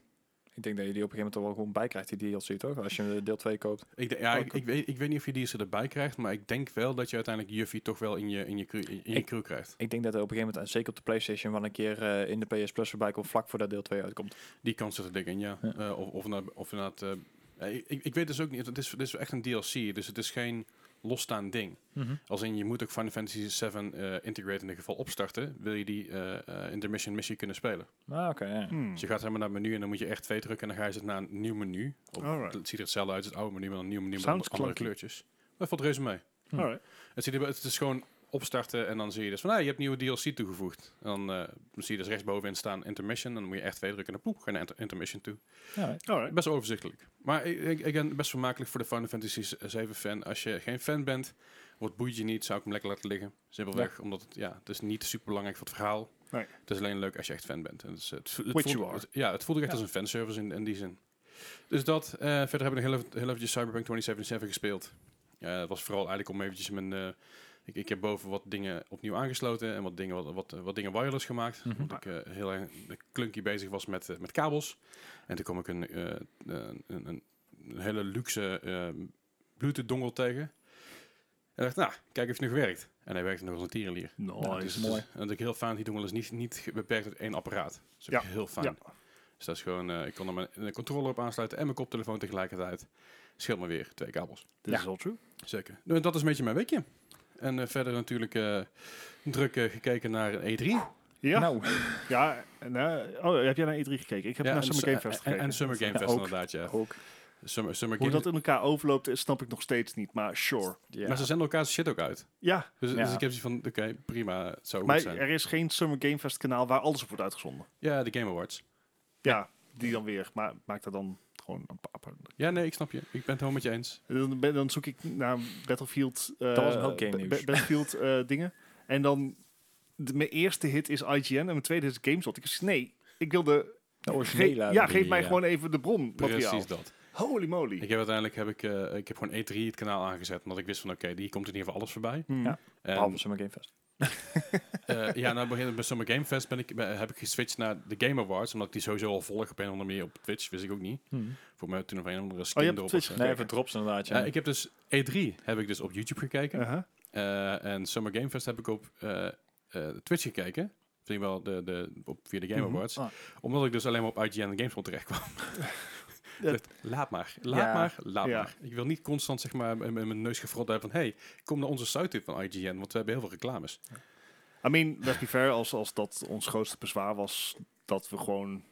Ik denk dat je die op een gegeven moment er wel gewoon bij krijgt, die D L C, toch? Als je deel twee koopt. Ik, denk- ja, ik, Oké. ik, weet, ik weet niet of je die ze erbij krijgt, maar ik denk wel dat je uiteindelijk Yuffie toch wel in je, in je, crew, in je Ik- crew krijgt. Ik denk dat er op een gegeven moment, en zeker op de PlayStation, wel een keer eh, in de P S Plus voorbij komt, vlak voordat deel twee uitkomt. Die kans zit er dik in, ja. Ja. Eh, of, of, inderdaad- of inderdaad... eh, eh, ik, ik weet dus ook niet, het is, het is echt een D L C, dus het is geen losstaand ding. Als in, je moet ook Final Fantasy zeven eh Integrate in ieder geval opstarten, wil je die eh eh, intermission missie kunnen spelen. Ah, oké, ja. Hmm. Dus je gaat helemaal naar het menu en dan moet je echt twee drukken en dan ga je naar een nieuw menu. Of, Alright. het ziet er hetzelfde uit als het oude menu, maar een nieuw menu met Sounds andere clunky. kleurtjes. Dat valt reuze mee. Hm. Alright. Het, ziet er, het is gewoon opstarten en dan zie je dus van, ah, je hebt nieuwe D L C toegevoegd. En dan, eh, dan zie je dus rechtsbovenin staan intermission en dan moet je echt twee drukken en dan poep, ga je naar inter- intermission toe. Ja, Alright. Best overzichtelijk. Maar ik, ik, ik ben best vermakelijk voor de Final Fantasy zeven fan. Als je geen fan bent, wat boeit je niet, zou ik hem lekker laten liggen. Simpelweg, omdat het, ja, het is niet super belangrijk voor het verhaal. Nee. Het is alleen leuk als je echt fan bent. En het, is, het, het Which voelt, you are. het- ja, het voelt ook echt Ja. als een fanservice in, in die zin. Dus dat. eh, verder heb ik nog heel, even- heel eventjes Cyberpunk twintig zevenenzeventig gespeeld. Ja, het was vooral eigenlijk om eventjes mijn... eh, ik, ik heb boven wat dingen opnieuw aangesloten en wat dingen, wat, wat, wat dingen wireless gemaakt. Mhm. Omdat ik eh, heel erg clunky bezig was met, eh, met kabels. En toen kwam ik een, eh, een, een, een hele luxe eh, Bluetooth dongle tegen. En dacht, nou, kijk of het nog werkt. En hij werkte nog als een tierenlier. Nice. Dus mooi. het is- En dat ik heel fijn, die dongle is niet, niet beperkt tot één apparaat. Dat is ook Ja. heel fijn. Ja. Dus dat is gewoon, eh, ik kon er mijn een controller op aansluiten en mijn koptelefoon tegelijkertijd. Scheelt me weer, twee kabels. This Ja. is all true. Zeker. Nou, dat is een beetje mijn weekje. En eh, verder natuurlijk eh, druk eh, gekeken naar E drie. Ja, Nou, ja. En, eh, oh, heb jij naar E drie gekeken? Ik heb Ja, naar en Summer su- Game Fest en, gekeken. en Summer Game Ja, Fest ook. inderdaad, ja. ook. Summer, Summer Hoe Game dat in elkaar overloopt, eh, snap ik nog steeds niet. Maar sure. Ja. Maar ze zenden elkaar shit ook uit. Ja, Dus, Ja. dus ik heb zoiets van, oké, prima, het zou maar goed zijn. er is geen Summer Game Fest kanaal waar alles op wordt uitgezonden. Ja, de Game Awards. Ja, die dan weer. Maar maak er dan gewoon een paar. Ja, nee, ik snap je. Ik ben het helemaal met je eens. Dan, ben- dan zoek ik naar Battlefield. eh, Dat was een hoop game ba- nieuws. ba- Battlefield eh, dingen. En dan de, mijn eerste hit is I G N en mijn tweede is GameSpot. Ik zeg nee, ik wil de. De Ge- originele. ja, geef mij ja. gewoon even de bron materiaal. Precies dat. Holy moly. Ik heb uiteindelijk heb ik, eh, ik heb gewoon E drie het kanaal aangezet, omdat ik wist van oké, die komt in ieder geval alles voorbij. Hmm. Ja. En, Behalve Summer Game Fest. eh, ja, nou begin bij Summer Game Fest ben ik, ben- heb ik geswitcht naar de Game Awards, omdat ik die sowieso al volg op een of andere manier op Twitch, wist ik ook niet. Voor mij toen nog een of andere skin Oh, je hebt erop Twitch of zo. Nee, even drops inderdaad. Ja. Ja, ik heb dus E drie heb ik dus op YouTube gekeken. Uh-huh. Eh, en Summer Game Fest heb ik op eh, eh, Twitch gekeken. Vind ik wel de, de, op, via de Game Mhm. Awards. Ah. Omdat ik dus alleen maar op I G N en GameSpot terecht kwam. Ja. Laat maar, laat Ja. maar, laat Ja. maar. Ik wil niet constant zeg maar met met mijn neus gefrot hebben van hey, kom naar onze site toe van I G N, want we hebben heel veel reclames. I mean, let's be fair, als, als dat ons grootste bezwaar was, dat we gewoon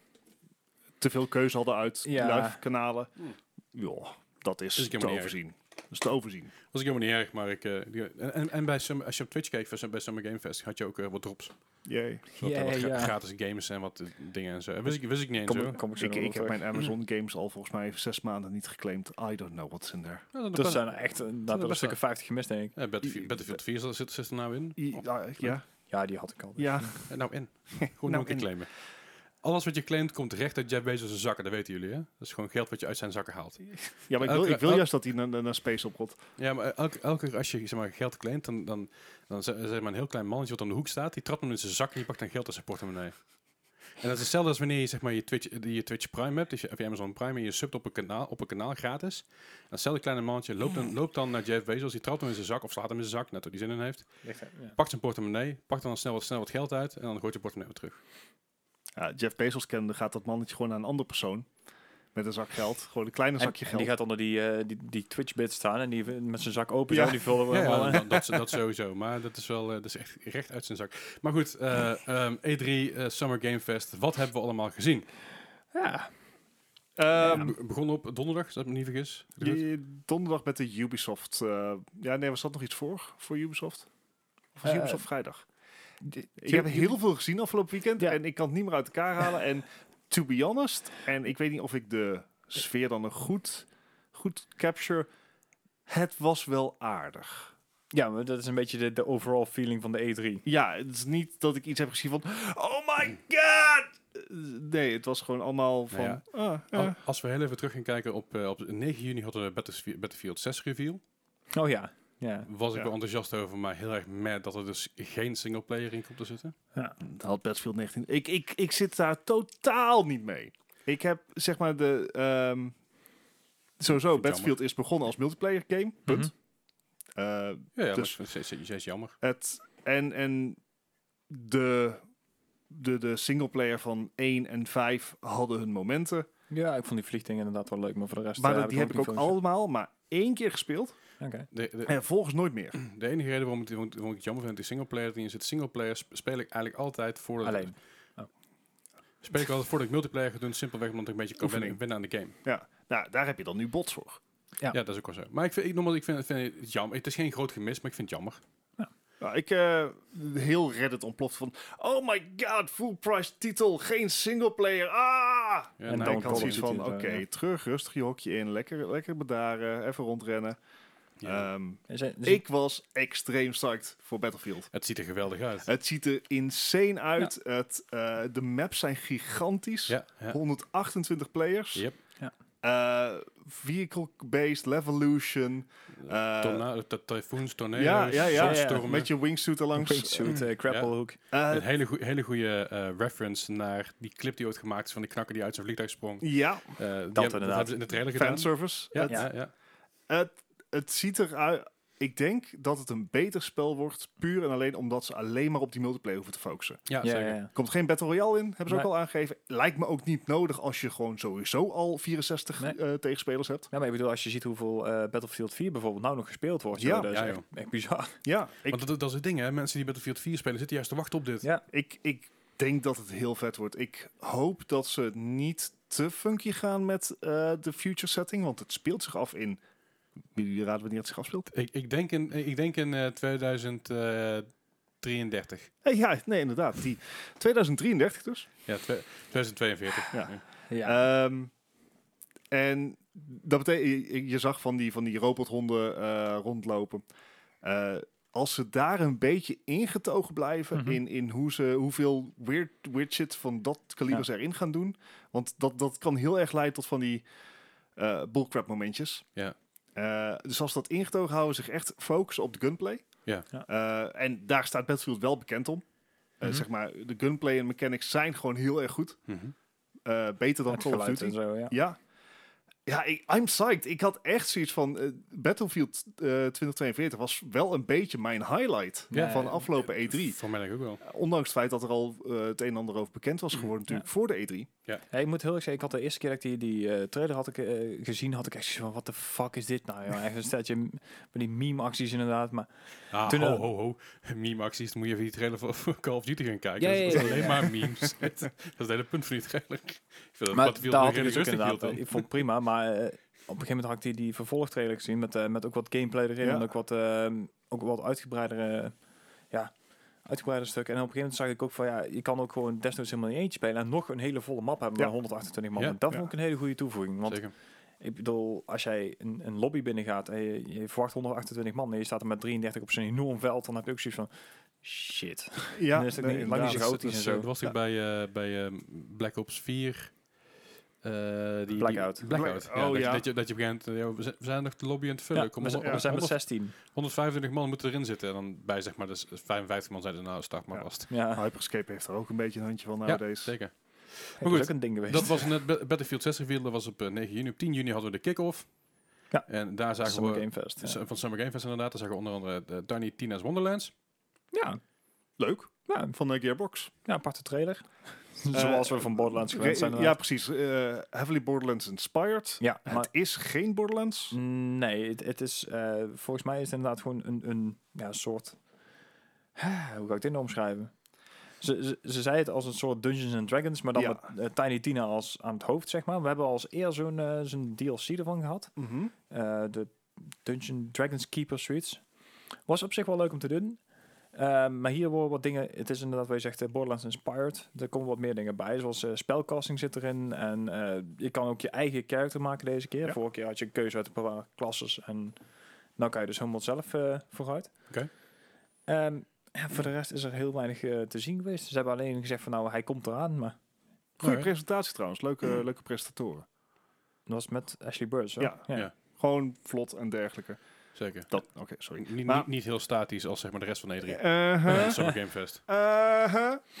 te veel keuze hadden uit Ja. live kanalen. Hmm. Ja, dat is Is ik te helemaal niet overzien. Dat is te overzien. Was ik helemaal niet erg, maar ik... eh, die- en en, en bij Summer, als je op Twitch keek voor- bij Summer Game Fest, had je ook eh, wat drops. Jee. Zodat er Ja, wat gra- ja. gratis games en wat eh, dingen en zo. En wist ik, wist ik niet eens Kom, zo. kom ik zo Ik, nog ik heb terug. mijn Amazon games al volgens mij zes maanden niet geclaimd. I don't know what's in there. Ja, dat, Dat dat zijn er echt, nou, dat best een stuk of vijftig gemist, denk ik. ja, Battlefield, Battlefield vier zit, zit, zit er nou in. I- Ja, ja, Ja, die had ik al. ja. Eh, nou in. Gewoon Nou nog een keer in. claimen. Alles wat je claimt komt recht uit Jeff Bezos' zakken, dat weten jullie hè? Dat is gewoon geld wat je uit zijn zakken haalt. Ja, maar ik wil, Elke- ik wil elk- juist dat hij naar, naar naar space oprot. Ja, maar elke, elke keer als je zeg maar, geld claimt, dan, dan, dan zeg zeg maar een heel klein mannetje wat aan de hoek staat, die trapt hem in zijn zak en die pakt dan geld uit zijn portemonnee. En dat is hetzelfde als wanneer je zeg maar je Twitch, die je Twitch Prime hebt, dus je, of je Amazon Prime en je subt op een kanaal, op een kanaal gratis. En datzelfde kleine mannetje loopt dan, loopt dan naar Jeff Bezos, die trapt hem in zijn zak of slaat hem in zijn zak, net wat hij zin in heeft. Ligt er, ja. Pakt zijn portemonnee, pakt dan snel wat, snel wat geld uit en dan gooit je portemonnee weer terug. Ja, Jeff Bezos kende, gaat dat mannetje gewoon naar een andere persoon. Met een zak geld. Gewoon een kleine En, zakje en geld. die gaat onder die, eh, die, die Twitch-bit staan en die met zijn zak open Ja. zo, die vullen we Ja, allemaal, ja, hè. dat, dat, dat sowieso. Maar dat is wel eh, dat is echt recht uit zijn zak. Maar goed, eh, ehm, E drie, eh, Summer Game Fest. Wat hebben we allemaal gezien? Ja. Ehm, Be- begon op donderdag, als ik me niet vergis. die- donderdag met de Ubisoft. eh, ja, nee, was dat nog iets voor? Voor Ubisoft? Of was Eh, Ubisoft vrijdag? Die- Ik heb heel veel gezien afgelopen weekend. Ja. En ik kan het niet meer uit elkaar halen. En to be honest, en ik weet niet of ik de sfeer dan een goed, goed capture. Het was wel aardig. Ja, maar dat is een beetje de, de overall feeling van de E drie. Ja, het is niet dat ik iets heb gezien van... Oh my god! Nee, het was gewoon allemaal van... Nou ah, Al- ja. Als we heel even terug gaan kijken, op, eh, op negen juni hadden we Battlefield, Battlefield zes reveal. Oh ja. Ja. Was ik Ja. wel enthousiast over, maar heel erg mad dat er dus geen singleplayer in komt te zitten. Dat had Battlefield negentien. Ik, ik, ik zit daar totaal niet mee. Ik heb, zeg maar, de... ehm, sowieso, het Battlefield is begonnen als multiplayer game. Punt. Eh, Ja, ja Dus- maar het is steeds- steeds jammer. het, en en de, de, de singleplayer van één en vijf hadden hun momenten. Ja, ik vond die vliegdingen inderdaad wel leuk, maar voor de rest... Maar eh, dat- die heb ik ook niet allemaal maar één keer gespeeld. veel- Oké. De, de, En vervolgens nooit meer. de enige reden waarom, het, waarom ik het jammer vind, is singleplayer erin zit. Singleplayer sp- speel ik eigenlijk altijd voordat... Alleen. Speel ik altijd voordat ik multiplayer ga doen, simpelweg omdat ik een beetje kan Oefening. winnen, winnen aan de game. Ja, nou, daar heb je dan nu bots voor. Ja. Ja, dat is ook wel zo. Maar ik vind, ik, nogmaals, ik vind, vind het jammer. Het is geen groot gemis, maar ik vind het jammer. Nou, ik eh heel Reddit ontploft van... Oh my god, full price titel, geen singleplayer. Ah! Ja, En nou, dan ik had Call zoiets of van, Duty oké, en zo, ja. terug, rustig je hokje in, lekker, lekker bedaren, even rondrennen. ja. Ehm, Is het- is ik was extreem psyched voor Battlefield. Het ziet er geweldig uit. Het ziet er insane uit. Het, eh, de maps zijn gigantisch. Ja, ja. honderdachtentwintig players. Yep. Eh, Vehicle-based, Levolution. Eh, Torna- t- Typhoons, tornado's, ja, ja, ja. zandstormen. Met je wingsuit erlangs. Wingsuit, eh, grapplehook. Eh, Een hele, goe- hele goede eh, reference naar die clip die ooit gemaakt is van die knakker die uit zijn vliegtuig sprong. ja, Eh, die hebben- inderdaad. dat hebben ze in de trailer gedaan. fanservice. Ja, Het, ja, ja. het, het ziet eruit... Ik denk dat het een beter spel wordt, puur en alleen omdat ze alleen maar op die multiplayer hoeven te focussen. Ja, Ja, zeker. ja, ja. Er komt geen Battle Royale in, hebben ze ook Nee. al aangegeven. Lijkt me ook niet nodig als je gewoon sowieso al vierenzestig Nee. eh, tegenspelers hebt. Ja, maar ik bedoel, als je ziet hoeveel eh, Battlefield vier bijvoorbeeld nou nog gespeeld wordt, Ja. joh, dat is Ja, echt, echt bizar. Ja, ik, Want dat, dat is het ding, hè. Mensen die Battlefield vier spelen zitten juist te wachten op dit. Ja, ik, ik denk dat het heel vet wordt. Ik hoop dat ze niet te funky gaan met eh, de future setting, want het speelt zich af in... Jullie raden wanneer het zich afspeelt? Ik, ik denk in, ik denk in eh, tweeduizend drieëndertig. Eh, ja, nee, inderdaad. Die tweeduizend drieëndertig dus. Ja, twe- tweeduizend tweeënveertig. Ja. ja. Ehm, en dat betekent, je, je zag van die, van die robothonden eh, rondlopen. Eh, als ze daar een beetje ingetogen blijven Mhm. in, in hoe ze, hoeveel weird, weird shit van dat kaliber ze erin gaan doen. Want dat, dat kan heel erg leiden tot van die eh bullcrap momentjes. Ja. Eh, dus als ze dat ingetogen houden, zich echt focussen op de gunplay. Ja. Ja. Eh, en daar staat Battlefield wel bekend om. Eh, Mhm. Zeg maar, de gunplay en mechanics zijn gewoon heel erg goed. Mhm. Eh, beter dan Het Call of geluid Duty. en zo, ja. Ja, ja ik, I'm psyched. Ik had echt zoiets van... eh, Battlefield eh twintig tweeënveertig was wel een beetje mijn highlight Ja, van ja. afgelopen E drie. Voor mij denk ik ook wel. Ondanks het feit dat er al eh, het een en ander over bekend was geworden natuurlijk voor de E drie. Ja, ik moet heel erg zeggen, ik had de eerste keer dat ik die, die eh, trailer had ik, eh, gezien, had ik echt zoiets van, wat de fuck is dit nou? Joh? Echt een steltje m- van die meme-acties inderdaad, maar... Ah, Toen, ho, eh, ho, ho. Meme-acties, dan moet je even die trailer voor, voor Call of Duty gaan kijken. Ja, dat, ja, is- dat ja, is alleen ja. maar memes. dat is het hele punt van die trailer. Ik vind dat Maar Battlefield daar nog had ik redelijk dus ook rustig inderdaad, hield dan. ik vond het prima, maar eh, op een gegeven moment had ik die, die vervolgtrailer gezien met, eh, met ook wat gameplay erin Ja. en ook wat, eh, ook wat uitgebreidere, ja, uitgebreidere stukken. En op een gegeven moment zag ik ook van, ja, je kan ook gewoon desnoods helemaal niet eentje spelen en nog een hele volle map hebben Ja. met honderdachtentwintig man. Ja. En dat Ja. vond ik een hele goede toevoeging, want Zeker. ik bedoel, als jij een, een lobby binnengaat en je, je verwacht honderdachtentwintig man en je staat er met drieëndertig op zo'n enorm veld, dan heb je ook zoiets van, shit. Ja, Dan is het niet- lang inderdaad. niet zo chaotisch Dat, en is, zo. eh, dat was ik bij, eh, bij eh, Black Ops vier. eh, die, Blackout. Die, Blackout. Black- ja, oh, dat, ja. Je, dat, je, dat je begint, eh, ja, we zijn- we zijn nog de lobby aan het vullen. Ja, Kom we, op, zijn, we honderd- zijn met zestien. honderdvijfentwintig man moeten erin zitten. En dan bij zeg maar dus vijfenvijftig man zijn er nou start maar Ja. vast. Ja, Hyperscape heeft er ook een beetje een handje van Ja, nowadays. zeker. dat goed, is ook een ding geweest. Dat was net Ba- Battlefield zes reveal. Dat was op eh, negen juni. Op tien juni hadden we de kick-off. Ja. En daar zagen Summer we Game Fest. s- Ja. van Summer Game Fest inderdaad. Daar zagen we onder andere uh, Tiny Tina's Wonderlands. Ja, Leuk. ja, Van de Gearbox. ja, aparte trailer. Zoals we van Borderlands gewend zijn. ja, inderdaad. precies. Eh, heavily Borderlands inspired. Ja, maar Het is geen Borderlands. nee, het, het is eh, volgens mij is het inderdaad gewoon een, een ja, soort. Hoe ga ik dit nou omschrijven? Ze, ze, ze zei het als een soort Dungeons and Dragons, maar dan Ja. met eh, Tiny Tina als aan het hoofd, zeg maar. We hebben als eer zo'n eh, zo'n D L C ervan gehad. Mhm. Eh, de Dungeon Dragons Keeper Suites. Was op zich wel leuk om te doen. Uh, maar hier worden wat dingen... Het is inderdaad wat je zegt, uh, Borderlands Inspired. Er komen wat meer dingen bij. Zoals uh, spelcasting zit erin. En uh, je kan ook je eigen character maken deze keer. Ja. Vorige keer had je een keuze uit een paar klasses. En nou kan je dus helemaal zelf uh, vooruit. Oké. Um, ja, voor de rest is er heel weinig uh, te zien geweest. Ze hebben alleen gezegd van nou, hij komt eraan. Maar Goede Alright. presentatie trouwens. Leuke, leuke presentatoren. dat was met Ashley Burch. Zo. Ja. Ja. Gewoon vlot en dergelijke. Zeker. Dat, oké, sorry. Niet, Maar- niet, niet heel statisch als zeg maar de rest van E drie. Uh-huh. Uh, Summer Game Fest. Uh-huh.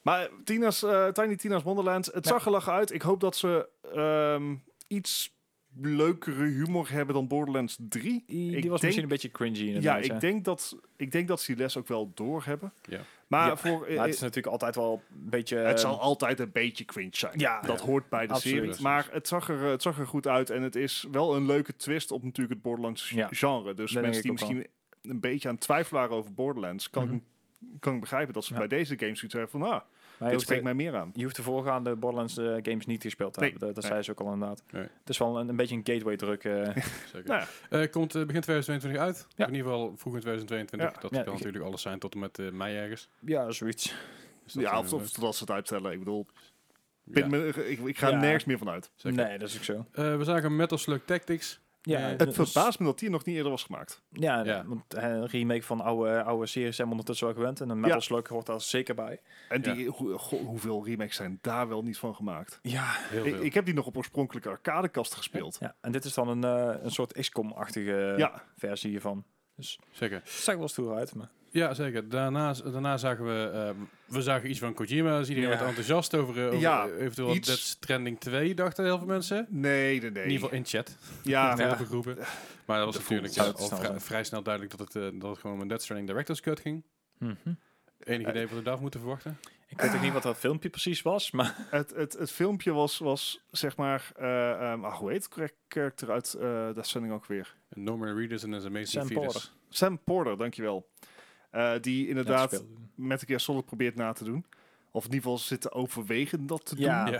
Maar Tina's, uh, Tiny Tina's Wonderland, het Ja. zag er lachen uit. Ik hoop dat ze um, iets leukere humor hebben dan Borderlands drie. Die, die Ik was denk- misschien een beetje cringy Ja, inderdaad. ik denk, dat, ik denk dat ze die les ook wel doorhebben. Ja. Maar Ja, voor, Maar het is natuurlijk altijd wel een beetje... het zal eh, altijd een beetje cringe zijn. Ja. Dat Ja. hoort bij de Absoluut. serie. Maar het zag, er, het zag er goed uit. En het is wel een leuke twist op natuurlijk het Borderlands Ja. genre. Dus Dat mensen die denk ik ook misschien een beetje aan het twijfelen waren over Borderlands... kan, Mhm. ik, kan ik begrijpen dat ze Ja. bij deze games zoiets hebben van... Ah, maar je dit hoeft, spreekt de, mij meer aan. je hoeft de voorgaande Borderlands eh, games niet gespeeld te Nee. hebben. Dat, dat Nee. zei ze ook al inderdaad. Nee. Het is wel een, een beetje een gateway druk. eh. Zeker. Nou ja. Eh, komt eh, begin tweeduizend tweeëntwintig uit. Ja. In ieder geval vroeg in tweeduizend tweeëntwintig. Ja. Dat Ja, kan ik- natuurlijk alles zijn tot en met eh, mei ergens. ja, zoiets. Dus dat, Ja, eh, of, of totdat ze het uitstellen. Ik bedoel, ja, pin me- ik, ik ga Ja. nergens meer van uit. zeker. Nee, dat is ook zo. Eh, we zagen Metal Slug Tactics. Ja, Eh, het Het is- verbaast me dat die nog niet eerder was gemaakt. Ja, Ja. want eh, een remake van oude, oude series zijn we ondertussen wel gewend. En een Metal Ja. Slug hoort daar zeker bij. En Ja. die, hoe- goh, hoeveel remakes zijn daar wel niet van gemaakt? Ja, Heel Ik, veel. ik heb die nog op oorspronkelijke arcadekast gespeeld. ja. En dit is dan een, eh, een soort X COM-achtige Ja, versie hiervan. Dus Zeker. het zag er wel stoer uit. Maar... Ja, zeker. Daarna, daarna zagen we, eh, we zagen iets van Kojima. Dus iedereen Ja. werd enthousiast over, eh, over Ja, eh, eventueel iets- Death Stranding twee, dachten heel veel mensen. nee, nee, nee. In ieder geval in chat. Ja, In Ja. heel veel groepen. Maar dat was Dat natuurlijk voelt- eh, zou al te snel vrij, zijn. vrij snel duidelijk dat het, eh, dat het gewoon een Death Stranding Director's Cut ging. Mhm. Enig idee wat we daar moeten verwachten? Ik weet ook niet wat dat filmpje precies was, maar... het, het, het filmpje was, was zeg maar... eh um, ah, hoe heet het karakter uit uh, Death Stranding ook weer? Norman Reedus en zijn Amazing Sam Fetus. Porter. Sam Porter, dankjewel. Uh, die inderdaad Ja, speelde. Metal Gear Solid probeert na te doen. Of in ieder geval zit te overwegen dat te Ja. doen. Ja.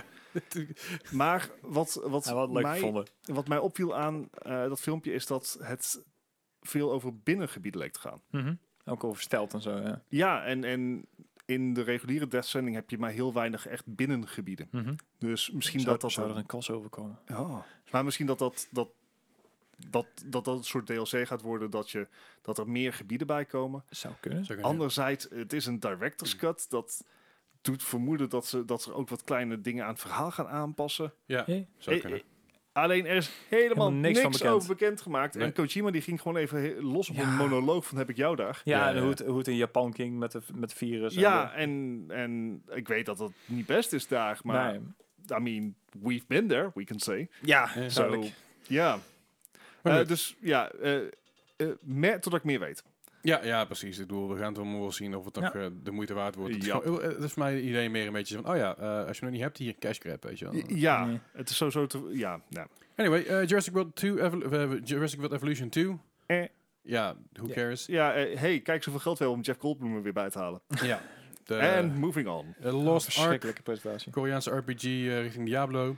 Maar wat, wat, Ja, wat leuk mij, gevonden. wat mij opviel aan uh, dat filmpje is dat het veel over binnengebieden leek te gaan. Mhm. Ook over stelt en zo, ja. Ja, en, en in de reguliere Death Stranding heb je maar heel weinig echt binnengebieden. Mhm. Dus misschien Zou, dat dat... zou er een crossover komen. Oh. Maar misschien dat dat, dat, dat, dat dat een soort D L C gaat worden, dat, je, dat er meer gebieden bij komen. Zou kunnen. Zou kunnen. Anderzijds, het is een director's cut. Dat doet vermoeden dat ze, dat ze ook wat kleine dingen aan het verhaal gaan aanpassen. Ja, Hey. zou Eh, kunnen. eh, Alleen er is helemaal Helemaal niks niks, van bekend. over bekend gemaakt. Nee. En Kojima die ging gewoon even he- los op Ja. een monoloog van heb ik jou daar. Ja, Ja, en ja. Hoe, het, hoe het in Japan ging met, de, met virus. en Ja, de- en, en ik weet dat het niet best is daar, maar Nee. I mean, we've been there, we can say. Ja, Ja, So, duidelijk. ja. Maar Eh, goed. dus ja, eh eh, meer, totdat ik meer weet. Ja, ja, precies. Ik bedoel, we gaan het wel wel zien of het nog Ja. eh, de moeite waard wordt. Het, is Ja. gewoon- het is voor mij het idee meer een beetje van, oh ja, eh, als je hem nog niet hebt, hier cash grab, weet je wel. Ja, Nee. het is sowieso te... Ja, nou. Anyway, eh, Jurassic World two, Evol- eh, Jurassic World Evolution two. Eh. Ja, who Ja. cares? Ja, eh, hey, kijk zoveel geld we hebben om Jeff Goldblum er weer bij te halen. Ja. De En moving on. eh, Lost Ark, Verschrikkelijke presentatie. Koreaanse R P G eh, richting Diablo.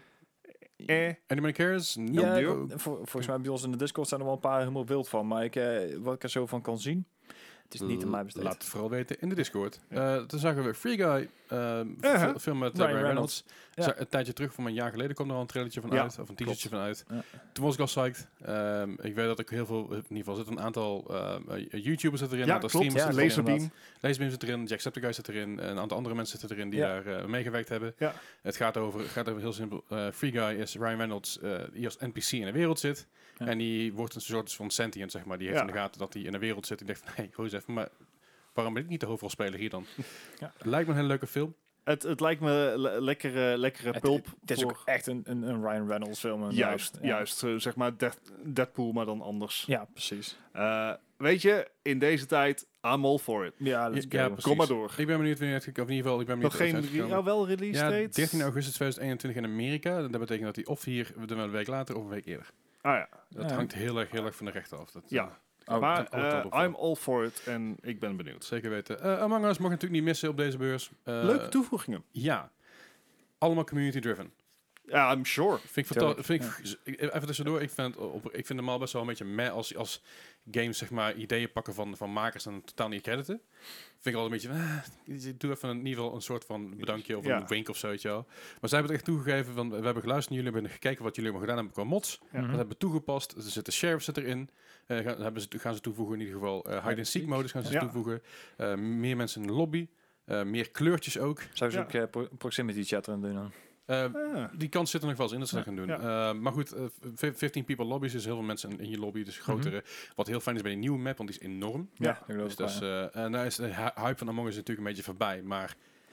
Eh. Anybody cares? Ja, No. voor, volgens mij bij ons in de Discord zijn er wel een paar helemaal wild van. Maar ik, eh, wat ik er zo van kan zien, het is niet aan mij besteed. Laat het vooral weten in de Discord. Ja. Eh, toen zagen we Free Guy, eh, Uh-huh. fil- film met eh, Ryan Ryan Reynolds. Reynolds. Ja. Za- Een tijdje terug, van een jaar geleden, kwam er al een trailertje van Ja, uit. Of een teasertje van uit. Ja. Toen was ik al psyched. Ehm, ik weet dat ik heel veel, in ieder geval zit een aantal eh, YouTubers zit erin, een Ja, aantal klopt. streamers Ja, zit erin. Laserbeam. Laserbeam. Laserbeam zit erin, Jacksepticeye zit erin, en een aantal andere mensen zitten erin die Ja. daar eh, meegewerkt hebben. Ja. Het gaat over, het gaat over heel simpel. eh, Free Guy is Ryan Reynolds, eh, die als N P C in de wereld zit. Ja. En die wordt een soort van sentient, zeg maar. Die heeft Ja. in de gaten dat hij in de wereld zit. Die denkt van, hé, hey, hoor eens even, maar waarom ben ik niet de hoofdrolspeler hier dan? Ja. Lijkt me een hele leuke film. Het, het lijkt me le- lekkere, lekkere Het, pulp. het is voor- ook echt een, een, een Ryan Reynolds film. inderdaad. Juist, Ja. juist. eh, zeg maar Death- Deadpool, maar dan anders. Ja, precies. Eh, weet je, in deze tijd, I'm all for it. Ja, let's Ja, go. precies. Kom maar door. Ik ben benieuwd wanneer het of in ieder geval, ik ben Nog benieuwd geen, of het uitgekomen. ja, wel release Ja, date? dertien augustus tweeduizend eenentwintig in Amerika. Dat betekent dat hij of hier dan wel een week later of een week eerder. Ah ja. Dat Ja. hangt heel erg, heel erg van de rechten af. Dat, Ja. eh, Oh, maar dat- dat- eh, dat opvallen. I'm all for it en ik ben benieuwd. Zeker weten. Eh Among Us mag natuurlijk niet missen op deze beurs. Eh, Leuke toevoegingen. Ja. Allemaal community-driven. Ja, I'm sure. Vind ik Tuurlijk, fantastisch. Vind ik, Even tussendoor. Ik vind, op, ik vind normaal best wel een beetje meh als, als games zeg maar ideeën pakken van, van makers en totaal niet crediten. Vind ik altijd een beetje, eh, doe even in ieder geval een soort van bedankje of Ja. een wink of zo, weet je wel. Maar zij hebben het echt toegegeven van, we hebben geluisterd naar jullie, we hebben gekeken wat jullie hebben gedaan hebben qua mods. Ja. Mhm. Dat hebben we toegepast. Er zitten sheriffs zit erin. Eh, gaan, hebben ze, gaan ze toevoegen in ieder geval. Uh, hide and seek modus gaan ze Ja. toevoegen. Uh, meer mensen in de lobby. Uh, meer kleurtjes ook. Zou ze Ja. ook eh, pro- proximity chat erin doen dan? Uh, Ah. die kans zit er nog wel eens in dat ze dat gaan doen. Ja. Uh, maar goed, uh, vijftien people lobby's is heel veel mensen in, in je lobby. Dus grotere. Wat heel fijn is bij die nieuwe map, want die is enorm. Ja, ik geloof Dus, het dus wel, ja. uh, en daar is de hy- hype van Among Us natuurlijk een beetje voorbij. Maar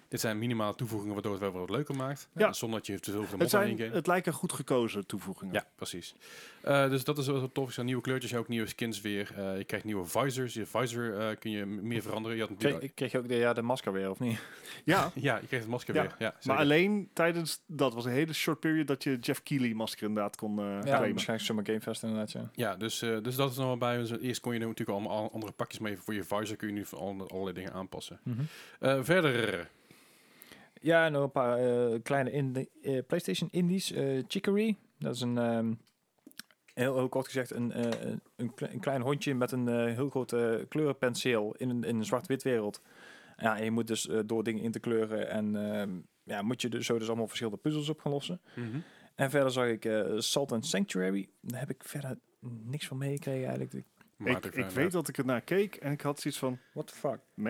Dit zijn minimale toevoegingen waardoor het wel wat leuker maakt. Ja. Uh, zonder dat je te veel van de Het, mod in zijn, game. het lijken goed gekozen toevoegingen. Ja, precies. Uh, dus dat is wel tof. Er zijn nieuwe kleurtjes, ook nieuwe skins weer. Uh, je krijgt nieuwe visors. Je visor uh, kun je m- meer veranderen. Je had natuurlijk... Kreeg, kreeg je ook de, ja, de masker weer, of niet? Ja, Ja, je krijgt het masker Ja, weer. Ja, maar zeker. alleen tijdens, dat was een hele short period dat je Jeff Keighley masker inderdaad kon uh, Ja, claimen. waarschijnlijk Summer Game Fest inderdaad, ja. Ja, dus, uh, dus dat is nog wel bij. Dus eerst kon je er natuurlijk allemaal al- andere pakjes mee. Voor je visor kun je nu voor alle, allerlei dingen aanpassen. Mm-hmm. Uh, verder... Ja, en nog een paar uh, kleine indie, uh, PlayStation indies. Uh, Chicory, dat is een, um, heel, heel kort gezegd, een, uh, een, kle- een klein hondje met een uh, heel groot uh, kleurenpenseel in een, in een zwart-wit wereld. Ja, en je moet dus uh, door dingen in te kleuren en uh, ja, moet je dus zo dus allemaal verschillende puzzels op gaan lossen. Mm-hmm. En verder zag ik uh, Salt and Sanctuary. Daar heb ik verder niks van meegekregen eigenlijk. Ik, ik weet dat ik er naar keek en ik had zoiets van, What the fuck? meh?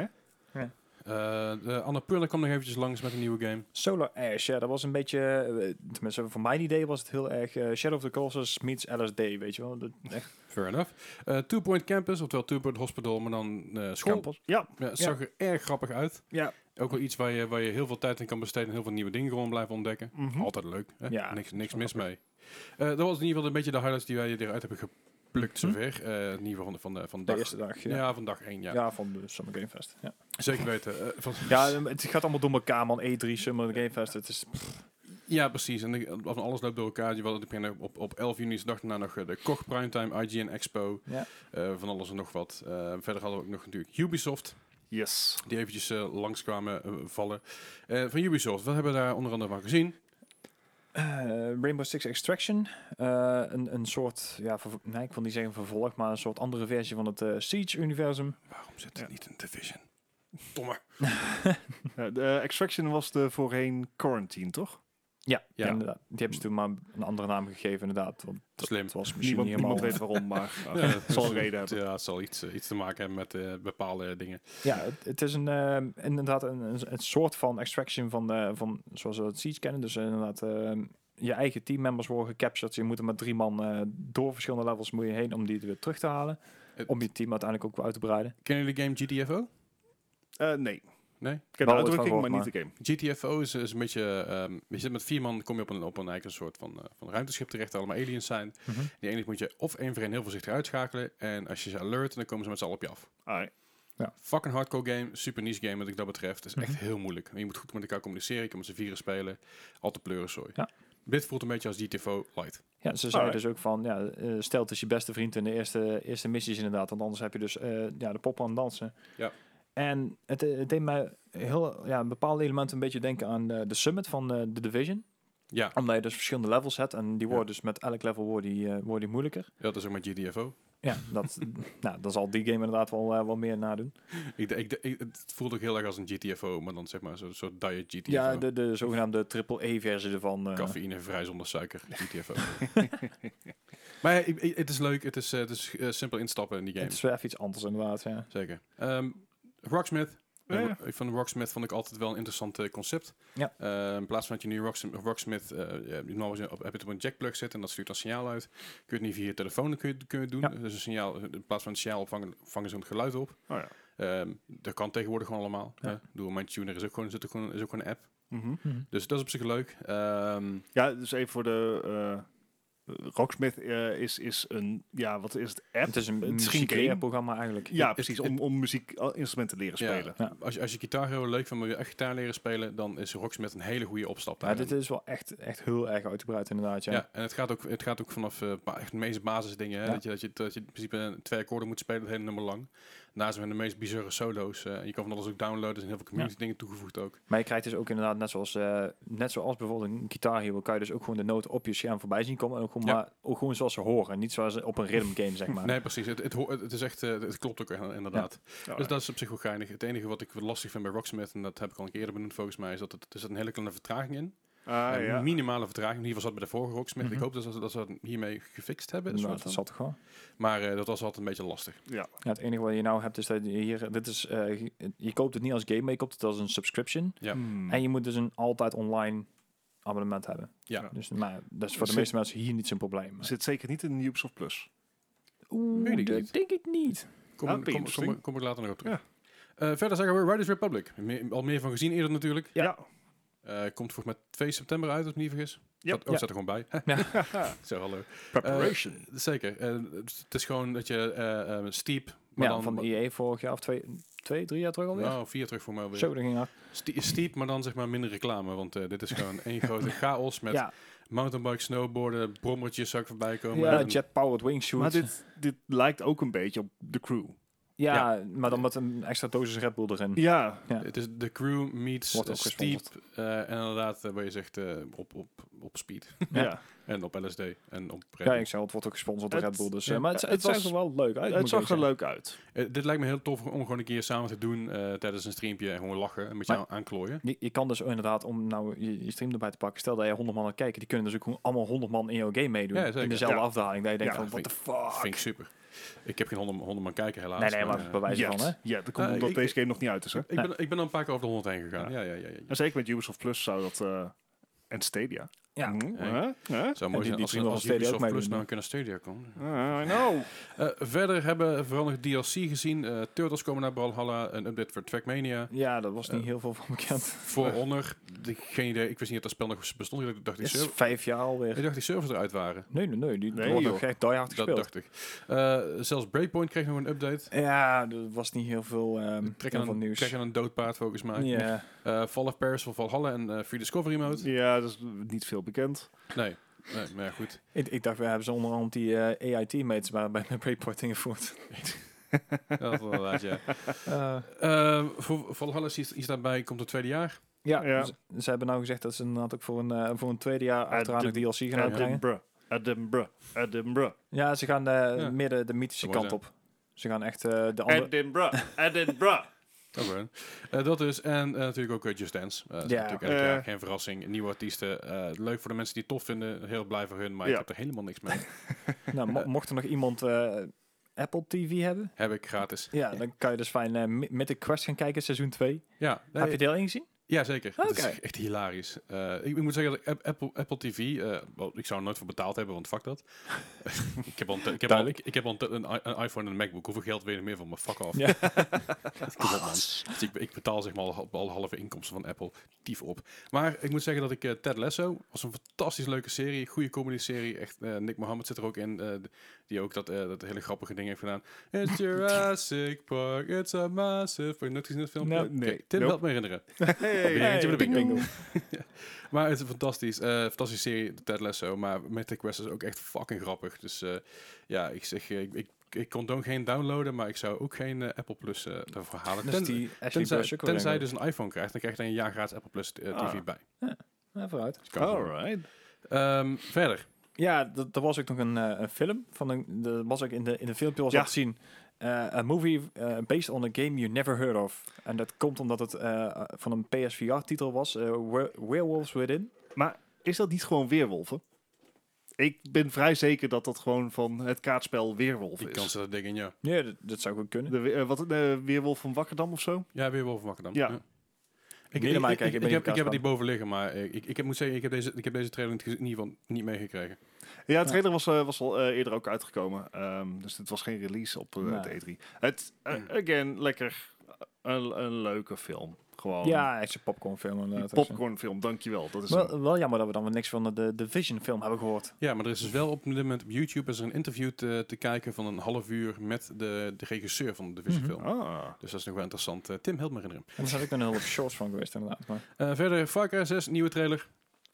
Uh, de Annapurna kwam nog eventjes langs met een nieuwe game. Solar Ash, ja, dat was een beetje, uh, tenminste voor mijn idee was het heel erg uh, Shadow of the Colossus meets L S D, weet je wel. Dat, echt Fair enough. Uh, Two Point Campus, oftewel Two Point Hospital, maar dan uh, school. campus. Ja, Ja, het zag er erg grappig uit. Ja. Ook wel iets waar je, waar je heel veel tijd in kan besteden en heel veel nieuwe dingen gewoon blijven ontdekken. Mhm. Altijd leuk. Hè? Ja, niks niks dat mis is mee. Uh, dat was in ieder geval een beetje de highlights die wij eruit hebben geplukt Mhm. zover. Uh, in ieder geval van de, van de, van de De dag. eerste dag, Ja. ja. van dag één, ja. Ja, van de Summer Game Fest. Ja, Zeker weten. Uh, van, ja het gaat allemaal door elkaar, man. E drie, Summer Game Fest. Het is, ja, precies. En ik- van alles loopt door elkaar. Je wilde op, op, op elf juni is de dag daarna nog uh, de Koch Primetime, I G N Expo. ja. Uh, van alles en nog wat. Uh, verder hadden we ook nog natuurlijk Ubisoft. yes. Die eventjes uh, langskwamen uh, vallen. Uh, van Ubisoft, wat hebben we daar onder andere van gezien? Uh, Rainbow Six Extraction. Uh, een, een soort, ja, verv- nee, ik wil niet zeggen vervolg, maar een soort andere versie van het uh, Siege-universum. Waarom zit het Ja. niet in Division? Domme. Uh, de Extraction was de voorheen Quarantine, toch? Ja, Ja. ja, inderdaad. Die hebben ze toen maar een andere naam gegeven, inderdaad. Want dat, Slim. Het was misschien Niemand, niet helemaal... niemand weet waarom, maar Ja, uh, het zal een reden hebben. Ja, het zal iets, uh, iets te maken hebben met uh, bepaalde dingen. Ja, het, het is een, uh, inderdaad een, een, een soort van extraction van, uh, van zoals we het Siege kennen. Dus uh, inderdaad, uh, je eigen teammembers worden gecaptured. Je moet er met drie man uh, door verschillende levels moet je heen om die weer terug te halen. Het, Om je team uiteindelijk ook weer uit te breiden. Kennen jullie de game G T F O? Uh, nee. Nee? Ik ken Wel de ooit van uitdrukking, maar gehoord, niet de game. G T F O is, is een beetje... Um, je zit met vier man, kom je op een, op een eigen soort van, uh, van ruimteschip terecht, allemaal aliens zijn. Mm-hmm. Die ene moet je of één voor één heel voorzichtig uitschakelen. En als je ze alert, dan komen ze met z'n allen op je af. Alright. Fucking hardcore game, super niche game wat ik dat betreft. Het is echt Mhm. heel moeilijk. Je moet goed met elkaar communiceren, je kan met z'n vieren spelen. Altijd pleurensooi. Ja. Dit voelt een beetje als G T F O light. Ja, ze zeiden Alright. dus ook van, ja, uh, stel het is je beste vriend in de eerste, eerste missies inderdaad. Want anders heb je dus uh, ja, de poppen aan het dansen. Ja. En het, uh, het deed mij heel, ja, een bepaalde elementen een beetje denken aan uh, de Summit van uh, The Division. Ja, Omdat je dus verschillende levels hebt. En die Ja. worden dus met elk level worden die, uh, worden die moeilijker. dat is ook met G T F O. Ja, dat, nou, dat zal die game inderdaad wel, uh, wel meer nadoen. Ik, ik, ik, het voelt ook heel erg als een G T F O, maar dan zeg maar zo'n soort diet G T F O. Ja, de, de zogenaamde triple E versie ervan. Uh, Cafeïne vrij zonder suiker, G T F O. Maar ja, ik- ik- het is leuk, het is, uh, het is uh, simpel instappen in die game. het is wel even iets anders inderdaad, ja. Zeker. Um, Rocksmith. Ja, ja. Uh, van Rocksmith vond ik altijd wel een interessant uh, concept. Ja. Uh, in plaats van dat je nu Rocks Rocksmith, uh, ja, normaal is- op, heb je het op een jackplug zitten en dat stuurt dan signaal uit. Kun je het niet via je telefoon kun je, kun je het doen. Ja. Dus een signaal, in plaats van een signaal opvangen, vangen ze een geluid op. Oh ja. Um, dat kan tegenwoordig gewoon allemaal. Ja. Ja. Doe mijn tuner is ook gewoon, zit ook gewoon, is ook gewoon een app. Mhm. Dus dat is op zich leuk. Um, Ja, dus even voor de... uh, Rocksmith uh, is, is een... Ja, wat is het? App? Het is een Het is geen muziekleerprogramma eigenlijk. Ja, het- precies. het- Om, om muziekinstrumenten te leren ja, spelen. Ja. Als, je, als je gitaar heel leuk vindt, maar je echt gitaar leren spelen, dan is Rocksmith een hele goede opstap. Ja, daarin. dit is wel echt, echt heel erg uitgebreid inderdaad, ja. Ja. en het gaat ook, het gaat ook vanaf uh, ba- echt de meest basisdingen. Hè? Ja. Dat, je, dat, je, dat je in principe twee akkoorden moet spelen, het hele nummer lang. Daarna zijn we de meest bizarre solo's. Uh, je kan van alles ook downloaden, er zijn heel veel community dingen toegevoegd ook. Maar je krijgt dus ook inderdaad, net zoals, uh, net zoals bijvoorbeeld een Guitar Hero, kan je dus ook gewoon de noten op je scherm voorbij zien komen. En ook gewoon, Ja. maar, ook gewoon zoals ze horen. Niet zoals op een rhythm game, zeg maar. Nee, precies. Het, het, ho- het is echt, uh, het klopt ook uh, inderdaad. Ja, Dus dat is op zich wel geinig. Het enige wat ik lastig vind bij Rocksmith, en dat heb ik al een keer eerder benoemd volgens mij, is dat het, er zit een hele kleine vertraging in. Ah, Een ja. minimale vertraging. In ieder geval zat bij de vorige Rocksmith. Mhm. Ik hoop dat ze, dat ze dat hiermee gefixt hebben. een Nou, soort dat van. zat toch wel. Maar uh, dat was altijd een beetje lastig. Ja. Ja, het enige wat je nou hebt is dat je hier, dit is, uh, je, je koopt het niet als game, maar je koopt het als een subscription. Ja. Hmm. En je moet dus een altijd online abonnement hebben. Ja. Dus maar, dat is voor de Zit- meeste mensen hier niet zo'n probleem. Zit zeker niet in Ubisoft Plus. Oeh, Weet ik dat niet. denk ik niet. Kom, Ah, kom, ben je kom, kom, interesting. kom ik later nog op terug. Uh, verder zeggen we Riders Republic. Me- al meer van gezien eerder natuurlijk. Ja. Uh, komt volgens mij twee september uit, als ik me niet vergis. Yep. Zat, oh, Ja. staat er gewoon bij. Ja. Zo, hallo. Preparation. Uh, zeker. Uh, het is gewoon dat je uh, uh, Steep... Maar ja, dan, van E A vorig jaar of twee, twee drie jaar terug alweer. Nou, vier terug voor mij alweer. Zo, dat ging hard. Ste- Steep, maar dan zeg maar minder reclame. Want uh, dit is gewoon één grote chaos met Ja, mountainbike, snowboarden, brommertjes zou ik voorbij komen. ja En- jet-powered wingsuit. Maar dit, dit lijkt ook een beetje op The Crew. ja, maar dan met een extra dosis Red Bull erin. Ja, Ja. Het is de crew meets Wordt uh, ook Steep. gesponsord. Uh, en inderdaad, uh, waar je zegt, uh, op, op, op speed. ja. Ja. En op L S D. En op Red Ja, Bull. ik zei, het wordt ook gesponsord door Het- Red Bull. Dus, ja, uh, maar het, het het, zag was- er wel leuk uit. Het moet zag ik er zeggen. leuk uit. Uh, dit lijkt me heel tof om gewoon een keer samen te doen uh, tijdens een streampje en gewoon lachen. Een beetje Maar- aan- aanklooien. Je, je kan dus inderdaad, om nou je, je stream erbij te pakken, stel dat je honderd man aan het kijken, die kunnen dus ook gewoon allemaal honderd man in jouw game meedoen. Ja, zeker. in dezelfde Ja. afdaling. Dat je denkt Ja, van, what the vind fuck? Vind ik super. Ik heb geen honderd, honderd man kijken helaas. Nee, nee, maar uh, bij wijze Ja, van, hè? ja, dat komt Uh, omdat ik- deze game nog niet uit is. Hè? ik, ben, ik ben al een paar keer over de honderd heen gegaan. Ja, ja, ja. ja, ja. En zeker met Ubisoft Plus zou dat... uh, en Stadia. Ja. Mhm, Ja. huh? Huh? Zou mooi die- zijn die als, vrienden als van Stadia ook Ubisoft Plus meedoen. nou kunnen Stadia komen. Ah, I know. Uh, verder hebben we vooral nog D L C gezien. Uh, Turtles komen naar Brawlhalla. Een update voor Trackmania. Ja, dat was niet Uh, heel veel van bekend. For Honor. De, geen idee. Ik wist niet dat dat spel nog bestond. Ik dacht die, Het is server, vijf jaar alweer. ik dacht die servers eruit waren. Nee, nee, nee. Die Nee, wordt joh. ook echt die hard Dat gespeeld. dacht ik. Uh, zelfs Breakpoint kreeg nog een update. Ja, er was niet heel veel, um, Trek heel aan veel een, nieuws. trek aan een doodpaard volgens mij. Ja. Uh, Fall of Paris voor Valhalla en uh, Free Discovery Mode. Ja, dat is niet veel bekend. Nee. Nee, maar ja, goed. Ik, ik dacht, we hebben ze onderhand die uh, A I teammates bij, bij mijn Breakpoint ingevoerd. Dat wel inderdaad, ja. Uh, Uh, voor Valhalla is, is daarbij, komt het tweede jaar. ja, Ja. Ze, ze hebben nou gezegd dat ze inderdaad ook voor een, uh, voor een tweede jaar achteraan nog D L C gaan uitbrengen. Edinburgh. Edinburgh. Edinburgh. Ja, ze gaan uh, Ja. meer de, de mythische Dat moet kant op. Ze gaan echt uh, de andere... Edinburgh. Edinburgh. Oké. Uh, dat dus. En uh, natuurlijk ook uh, Just Dance. Uh, dat is Ja. natuurlijk elk Eh. jaar geen verrassing. Nieuwe artiesten. Uh, leuk voor de mensen die het tof vinden. Heel blij voor hun. Maar Ja. ik heb er helemaal niks mee. nou, mo- mocht er nog iemand uh, Apple T V hebben, Heb ik gratis. ja, dan kan je dus fijn uh, Mi- Mythic Quest gaan kijken, seizoen twee. Ja, nee, Heb je die al ingezien? ja zeker. Het Oké. is echt hilarisch. Uh, ik, ik moet zeggen dat ik Apple, Apple T V, uh, well, ik zou er nooit voor betaald hebben, want fuck dat. ik heb al, een te- ik heb al, Duidelijk. ik, ik heb al een, te- een, i- een iPhone en een MacBook. Hoeveel geld wil je meer van me? Fuck off. Ja. Kom op, man. Dus ik, ik betaal zeg maar al, al halve inkomsten van Apple dief op. Maar ik moet zeggen dat ik uh, Ted Lasso was een fantastisch leuke serie, goede comedy serie. Echt, uh, Nick Mohammed zit er ook in, uh, die ook dat, uh, dat hele grappige ding heeft gedaan. It's Jurassic Park, it's a massive. Heb je nooit gezien dat filmpje? No, nee. Oké, Tim, Nope. help me herinneren. Hey. Weer eentje voor de bingo. bingo. Maar het is een fantastisch, uh, fantastische serie, Ted Lasso. Maar Mythic Quest is ook echt fucking grappig. Dus uh, ja, ik zeg, uh, ik, ik, ik kon dan geen downloaden, maar ik zou ook geen uh, Apple Plus uh, ervoor halen. Dus Ten- die Ashley tenzij Burch ook weer tenzij je in. dus een iPhone krijgt, dan krijg je er een jaar gratis Apple Plus uh, T V Ah. bij. Ja, vooruit. Dus kan gewoon. Alright. Ehm, verder. Ja, d- er was ook nog een, uh, een film. Van een, de was ook in de, in de filmpje was Ja. al te zien. Uh, a movie uh, based on a game you never heard of. En dat komt omdat het uh, van een P S V R-titel was. Uh, Were- Werewolves Within. Maar is dat niet gewoon Weerwolven? Ik ben vrij zeker dat dat gewoon van het kaartspel Weerwolf Die is. kans dat dingen, ja. Ja, dat, dat zou goed kunnen. De, we- eh, wat, de Weerwolf van Wakkerdam of zo? Ja, weer wel wakker dan. Ja. Ik, Niet ik, naar mij ik, kijken, ik, ik ben ik niet heb, ik heb op het niet boven liggen, maar eh, ik, ik heb, moet zeggen, ik heb deze, ik heb deze trailer in ieder geval niet meegekregen. Ja, de trailer was, eh, was al eh, eerder ook uitgekomen. Ehm, dus het was geen release op eh, Nee. de E drie. Het, eh, again, lekker een, een leuke film. Gewoon Ja, echt een popcornfilm. een inderdaad. popcornfilm, dankjewel. Dat is een- Wel, wel jammer dat we dan weer niks van de, de Division film hebben gehoord. Ja, maar er is dus wel op dit moment op YouTube is er een interview te, te kijken van een half uur met de, de regisseur van de Division Mhm. film. ah. Dus dat is nog wel interessant. Uh, Tim, help me herinneren. En daar zijn ook nog een hele hoop shorts van geweest inderdaad. Maar Uh, verder, Far Cry zes, nieuwe trailer.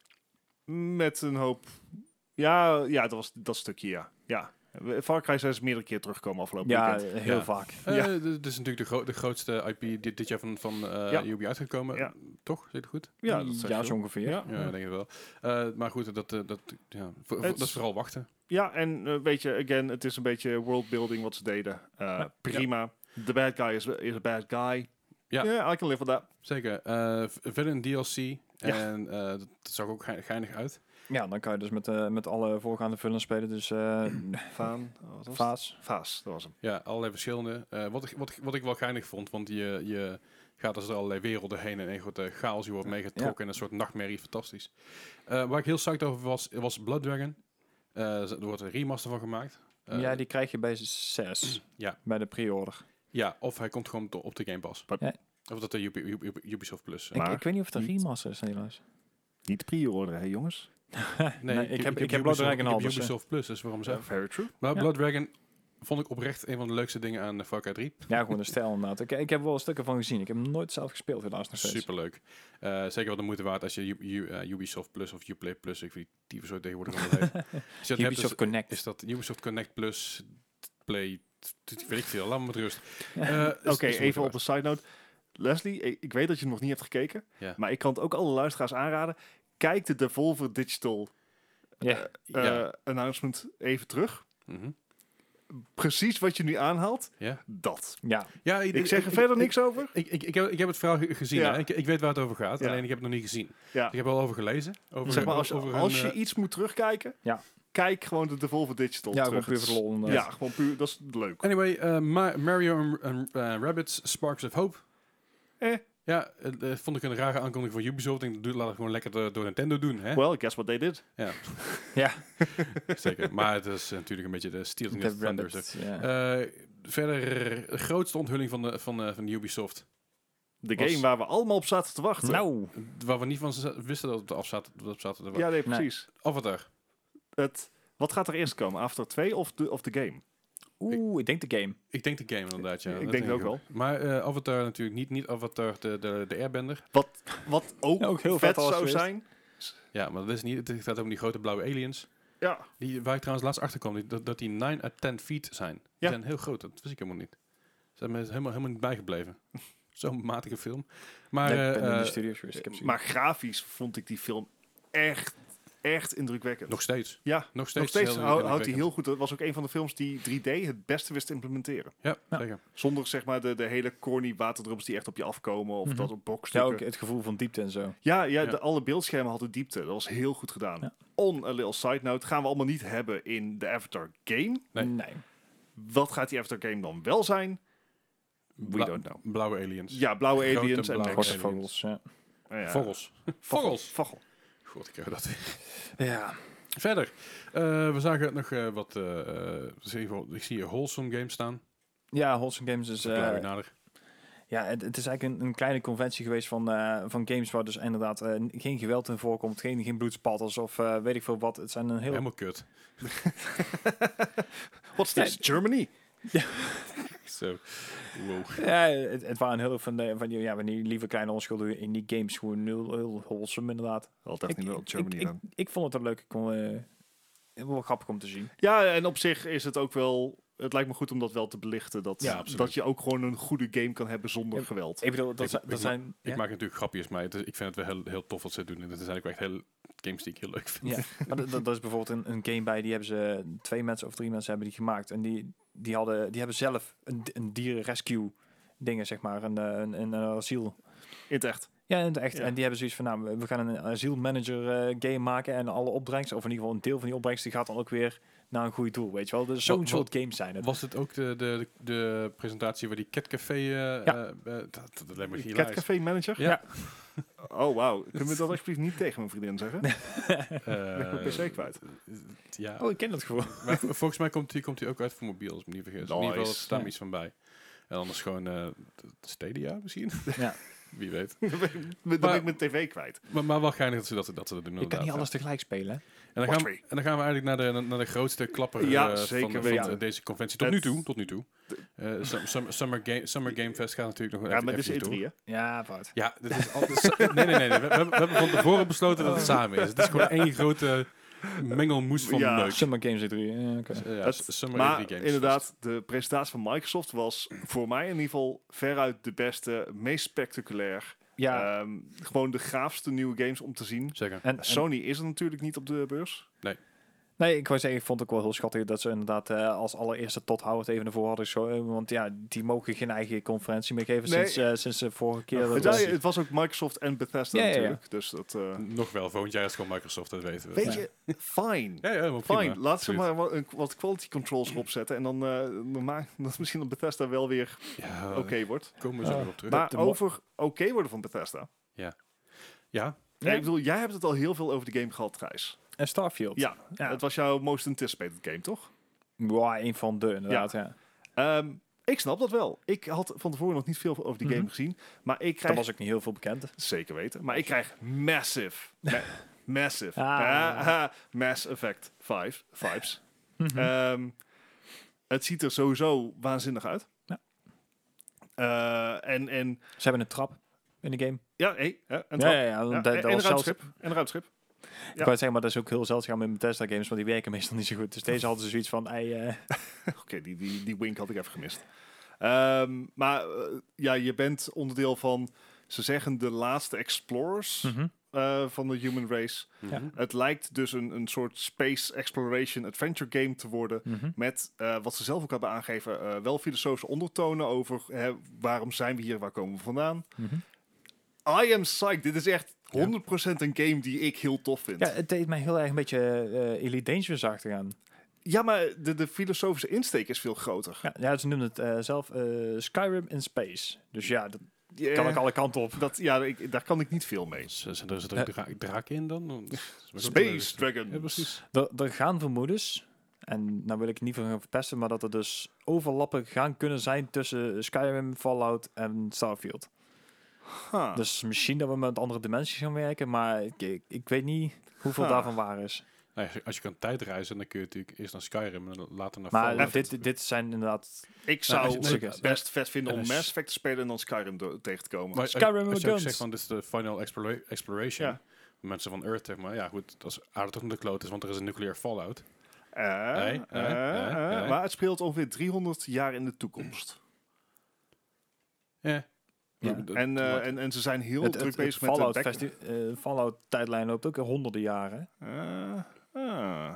Met een hoop... Ja, ja dat was dat stukje, ja. ja. Far Cry zes is meerdere keer teruggekomen afgelopen ja, weekend. heel Ja. vaak. Uh, Ja. d- Dit is natuurlijk de, gro de grootste I P dit, dit jaar van, van uh, Ja. U B uitgekomen. Ja. Toch? Zit het goed? Ja, dat zeg ja je zo wel. ongeveer. Ja. Ja, ik denk het wel. Uh, maar goed, dat, uh, dat, ja, voor- voor- Het- dat is vooral wachten. Ja, en uh, weet je, again, het is een beetje worldbuilding wat ze deden. Uh, Ja. prima. The bad guy is, is a bad guy. Ja. Yeah, I can live with that. Zeker. Uh, v- verder een D L C. Ja. En uh, dat, dat zag ook gein- geinig uit. Ja, dan kan je dus met, uh, met alle voorgaande films spelen. Dus uh, Vaan. oh, wat was het? Vaas. Vaas, dat was hem. Ja, allerlei verschillende. Uh, wat, ik, wat, ik- wat ik wel geinig vond, want je, je gaat dus door allerlei werelden heen en een grote chaos. Je wordt meegetrokken in een soort nachtmerrie. Fantastisch. Uh, waar ik heel psyched over was, was Blood Dragon. Uh, er wordt een remaster van gemaakt. Uh, ja, die krijg je bij zes. Ja. Bij de pre-order. Ja, of hij komt gewoon to- op de Game Pass. Wat? Ja. Of dat de Ubi- Ubi- Ubisoft Plus. Ik, uh, Maar ik weet niet of het een niet- remaster is, helaas. Niet pre-orderen, hè jongens? Nee, ik heb- ik heb Blood Dragon ik al, heb dus, Ubisoft Plus, dus waarom zeg? very true. Maar Ja. Blood Dragon vond ik oprecht een van de leukste dingen aan Far Cry drie. Ja, gewoon de stijl inderdaad. Ik, ik heb wel stukken van gezien. Ik heb hem nooit zelf gespeeld, helaas nog steeds. Superleuk. Uh, zeker wat de moeite waard als je U- U- uh, Ubisoft Plus of Uplay Plus, ik weet die zo tegenwoordig nog wel heet. Als je dat hebt, Ubisoft is, Connect. is dat Ubisoft Connect Plus, Play, t- t- weet ik veel, laat me met rust. Ja. Uh, Oké, is- is de moeite even op waard. een side note. Leslie, ik, ik weet dat je hem nog niet hebt gekeken. Ja. Maar ik kan het ook alle luisteraars aanraden. Kijk de Devolver Digital Ja. eh, Ja. announcement even terug. Mhm. Precies wat je nu aanhaalt, Ja. dat. Ja, Ja, Ik zeg er verder niks over. Ik, ik, ik, heb, ik heb het verhaal ge- gezien. Ja. Hè? Ik, ik weet waar het over gaat. Ja. Alleen ik heb het nog niet gezien. Ja. Ik heb er wel over gelezen. Over, Zeg maar, als, je- over als hun, je eh, iets moet terugkijken, Ja. kijk gewoon de Devolver Digital ja terug. gewoon puur Het voor is- de lol. inderdaad. Ja, gewoon puur, dat is leuk. Anyway, eh, Ma- Mario en en, eh, Rabbids Sparks of Hope. Eh. Ja, eh, eh, vond ik een rare aankondiging voor Ubisoft. Ik denk, doe- laat het gewoon lekker door, door Nintendo doen. Hè? Well, guess what they did. Ja, Ja. zeker. Maar het is natuurlijk een beetje de stealing De of thunder. Rabbit, zo. ja. Eh, verder, de grootste onthulling van, de, van, eh, van Ubisoft. De Was- game waar we allemaal op zaten te wachten. nou, Waar we niet van z- wisten dat we op zaten, dat we op zaten te wachten. Ja, nee, Nee. precies. Avatar. Het, wat gaat er eerst komen? After twee of de, of de game? oeh, ik denk de game. Ik denk de game inderdaad, ja. Ik Dat denk het ook wel. Maar eh, Avatar natuurlijk niet. Niet Avatar de, de, de Airbender. Wat, wat ook, Ook heel vet vet als zou geweest. zijn. Ja, maar dat is niet. Het gaat om die grote blauwe aliens. Ja, Die, waar ik trouwens laatst achter kwam. die- Dat, dat die nine à ten feet zijn. Die Ja. zijn heel groot. Dat wist ik helemaal niet. Ze zijn me helemaal, helemaal niet bijgebleven. Zo'n matige film. Maar, Nee, ik ben in eh, de eh, studios geweest. Ik heb ze maar grafisch vond ik die film echt, echt indrukwekkend. nog steeds. ja, Nog nog steeds, steeds heel hou- houdt hij indrukwekkend. heel goed. Dat was ook een van de films die drie D het beste wist te implementeren. Ja, Ja. zeker. Zonder zeg maar de, de hele corny waterdruppels die echt op je afkomen. Of Mhm. dat op ja, brokstukken. ook het gevoel van diepte en zo. Ja, ja, Ja. De, alle beeldschermen hadden diepte. Dat was heel goed gedaan. Ja. On a little side note. Gaan we allemaal niet hebben in de Avatar game. Nee. Nee. Wat gaat die Avatar game dan wel zijn? We Bla- don't know. Blauwe aliens. Ja, blauwe Grote aliens en blauwe mechs. Korte vogels, ja. Oh ja. Vogels. Vogel. Vogels. Vogel. Goed, ik heb dat weer. Ja. Verder. eh, we zagen nog eh, wat... eh, eh, zie je- ik zie hier Wholesome Games staan. Ja, Wholesome Games is... Verklaar eh, weer nader. ja, het, het is eigenlijk een, een kleine conventie geweest van, eh, van games waar dus inderdaad eh, geen geweld in voorkomt, geen, geen bloedspatters of eh, weet ik veel wat. Het zijn een heel... Helemaal kut. What's this? Germany? Zo. Wow. Ja, het, het waren heel van, de, van, die, ja, van die lieve kleine onschuldige in die games gewoon heel, heel wholesome inderdaad. Altijd Ik, niet wel ik, Germany ik, dan. ik vond het een leuk. Ik kon, eh, wel grappig om te zien. Ja, en op zich is het ook wel... Het lijkt me goed om dat wel te belichten. Dat, Ja, absoluut. dat je ook gewoon een goede game kan hebben zonder Ja. geweld. Ik bedoel, dat, Ik- zijn- ik dat ma- zijn... Ik ja? maak natuurlijk grapjes, maar het is- ik vind het wel heel, heel tof wat ze doen. En het is eigenlijk wel echt heel games die ik heel leuk vind. Ja, maar dat, dat- dat is bijvoorbeeld een, een game bij, die hebben ze, twee mensen of drie mensen hebben die gemaakt. En die, die, hadden, die hebben zelf een, een dierenrescue dingen, zeg maar, een, eh, een, een, een asiel. In het echt. Ja, in het echt. Ja. En die hebben zoiets van, nou, we gaan een asielmanager eh game maken en alle opbrengsten, of in ieder geval een deel van die opbrengsten, die gaat dan ook weer naar een goed doel, weet je wel. Dus zo'n Wat- soort games zijn het. Was het ook de, de, de presentatie waar die Catcafé... eh Ja. eh, eh, dat, dat lijkt me Cat hilarisch. Café Manager? Ja. Oh, wauw. Kunnen we dat alsjeblieft niet tegen mijn vriendin zeggen? Eh, Leg mijn P C kwijt. Ja. Oh, ik ken dat gewoon. Maar v- volgens mij komt hij komt die ook uit voor mobiel, als ik me niet vergis. In ieder geval, er Nice. staat me Ja. iets van bij. En anders gewoon eh Stadia misschien? Ja. Wie weet. Dan ben Maar- ik mijn tv kwijt. Maar, maar wel geinig dat ze dat, dat ze dat doen. Je kan inderdaad, niet ja. alles tegelijk spelen. hè? En dan, gaan we, Watch me. en dan gaan we eigenlijk naar de, naar de grootste klapper Ja, eh, zeker van, weten. van deze conventie. Tot Het- nu toe. Tot nu toe. Eh, Sum- Sum- Summer, Game, Summer Game Fest gaat natuurlijk nog Ja, even, maar dit is E eventjes drie, door. hè? Ja, fout. Ja, dit is altijd... nee, nee, nee. nee. We, we, hebben- we hebben van tevoren besloten dat het samen is. Het is gewoon één grote mengelmoes van Ja. neuk. Summer Games E drie. Ja, oké. Eh, ja, Het- Summer Maar E drie Games inderdaad, de presentatie van Microsoft was voor mij in ieder geval veruit de beste, meest spectaculair. Ja, Ehm, gewoon de gaafste nieuwe games om te zien. Fest. Zeker. en, en- Sony is er natuurlijk niet op de beurs. nee, ik wou zeggen, ik vond het ook wel heel schattig dat ze inderdaad eh, als allereerste Todd Howard even ervoor hadden. Zo, eh, want ja, die mogen geen eigen conferentie meer geven Nee. sinds, eh, sinds de vorige keer. dat Het, was- ja, het was ook Microsoft en Bethesda Ja, ja, ja. natuurlijk. Dus dat, eh, Nog wel. Volgend jaar is het gewoon Microsoft, dat weten we. weet je, fine. Ja, ja, maar Fine, prima. laat ze Absoluut. maar wat, een- wat quality controls erop zetten. En dan, eh dan maak, dat misschien dat Bethesda wel weer Ja, oké wordt. komen we zo Ja. nog op terug. Maar de mo- over oké worden van Bethesda. Ja, Ja, ik bedoel, jij hebt het al heel veel over de game gehad, Gijs. En Starfield. Ja, Ja. het was jouw most anticipated game, toch? Wow, een van de, inderdaad, ja. Ehm, Ik snap dat wel. Ik had van tevoren nog niet veel over die Mhm. game gezien. Maar ik Er krijg... was ook niet heel veel bekend. Zeker weten. Maar ik krijg massive. ma- massive. Ah. Ah, ah, Mass Effect vijf vibes. Mhm. Ehm, het ziet er sowieso waanzinnig uit. Ja. Eh, en, en Ze hebben een trap in de game. ja, hey, hè, een Ja, trap. ja, ja. Ja, dat, en, dat en een was zelfs, ruimteschip. En een ruimteschip. ik wou zeggen, maar dat is ook heel zeldzaam in Bethesda games, want die werken meestal niet zo goed. Dus deze hadden ze zoiets van, ey, eh, Oké, die, die, die wink had ik even gemist. Ehm, maar eh, ja, je bent onderdeel van, ze zeggen, de laatste explorers mhm. eh, van de human race. Mhm. Het lijkt dus een, een soort space exploration adventure game te worden. Mhm. Met, eh, wat ze zelf ook hebben aangegeven, eh, wel filosofische ondertonen over hè, waarom zijn we hier, waar komen we vandaan. Mhm. I am psyched. Dit is echt honderd procent een game die ik heel tof vind. Ja, Ja, het deed mij heel erg een beetje eh, Elite Dangerous-achtig aan. maar de, de filosofische insteek is veel groter. Ja, ja, ze noemen het eh, zelf eh, Skyrim in Space. Dus ja, dat Ja, kan ook alle kanten op. dat, ja, ik, daar kan ik niet veel mee. Dus, eh, Zijn er, zit er ook dra draken in dan? Space Dragons. Ja, precies. Er, er gaan vermoedens, en nou wil ik niet van gaan verpesten, maar dat er dus overlappen gaan kunnen zijn tussen Skyrim, Fallout en Starfield. Huh. Dus misschien dat we met andere dimensies gaan werken, maar ik, ik, ik weet niet hoeveel Ha. daarvan waar is. Nou, ja, als je kan tijdreizen, dan kun je natuurlijk eerst naar Skyrim en dan later naar Maar Fallout. dit, dit zijn inderdaad... Ik Nou, zou als je- het nee, best vet vinden om eh, Mass Effect te spelen en dan Skyrim do- tegen te komen. Maar Skyrim als with je ook guns. zegt van dit is de final explora- exploration. Ja. Mensen van Earth, zeg maar. Ja, goed, dat is aardig toch de kloot is, want er is een nuclear fallout. Eh, Nee, eh, nee, eh, nee, nee. Maar het speelt ongeveer driehonderd jaar in de toekomst. Ja. Ja. Dat- En, dat- eh, en, en ze zijn heel Het, druk het, het bezig met de Fallout, back- festi- eh, Fallout tijdlijn loopt ook al honderden jaren. Eh, ah.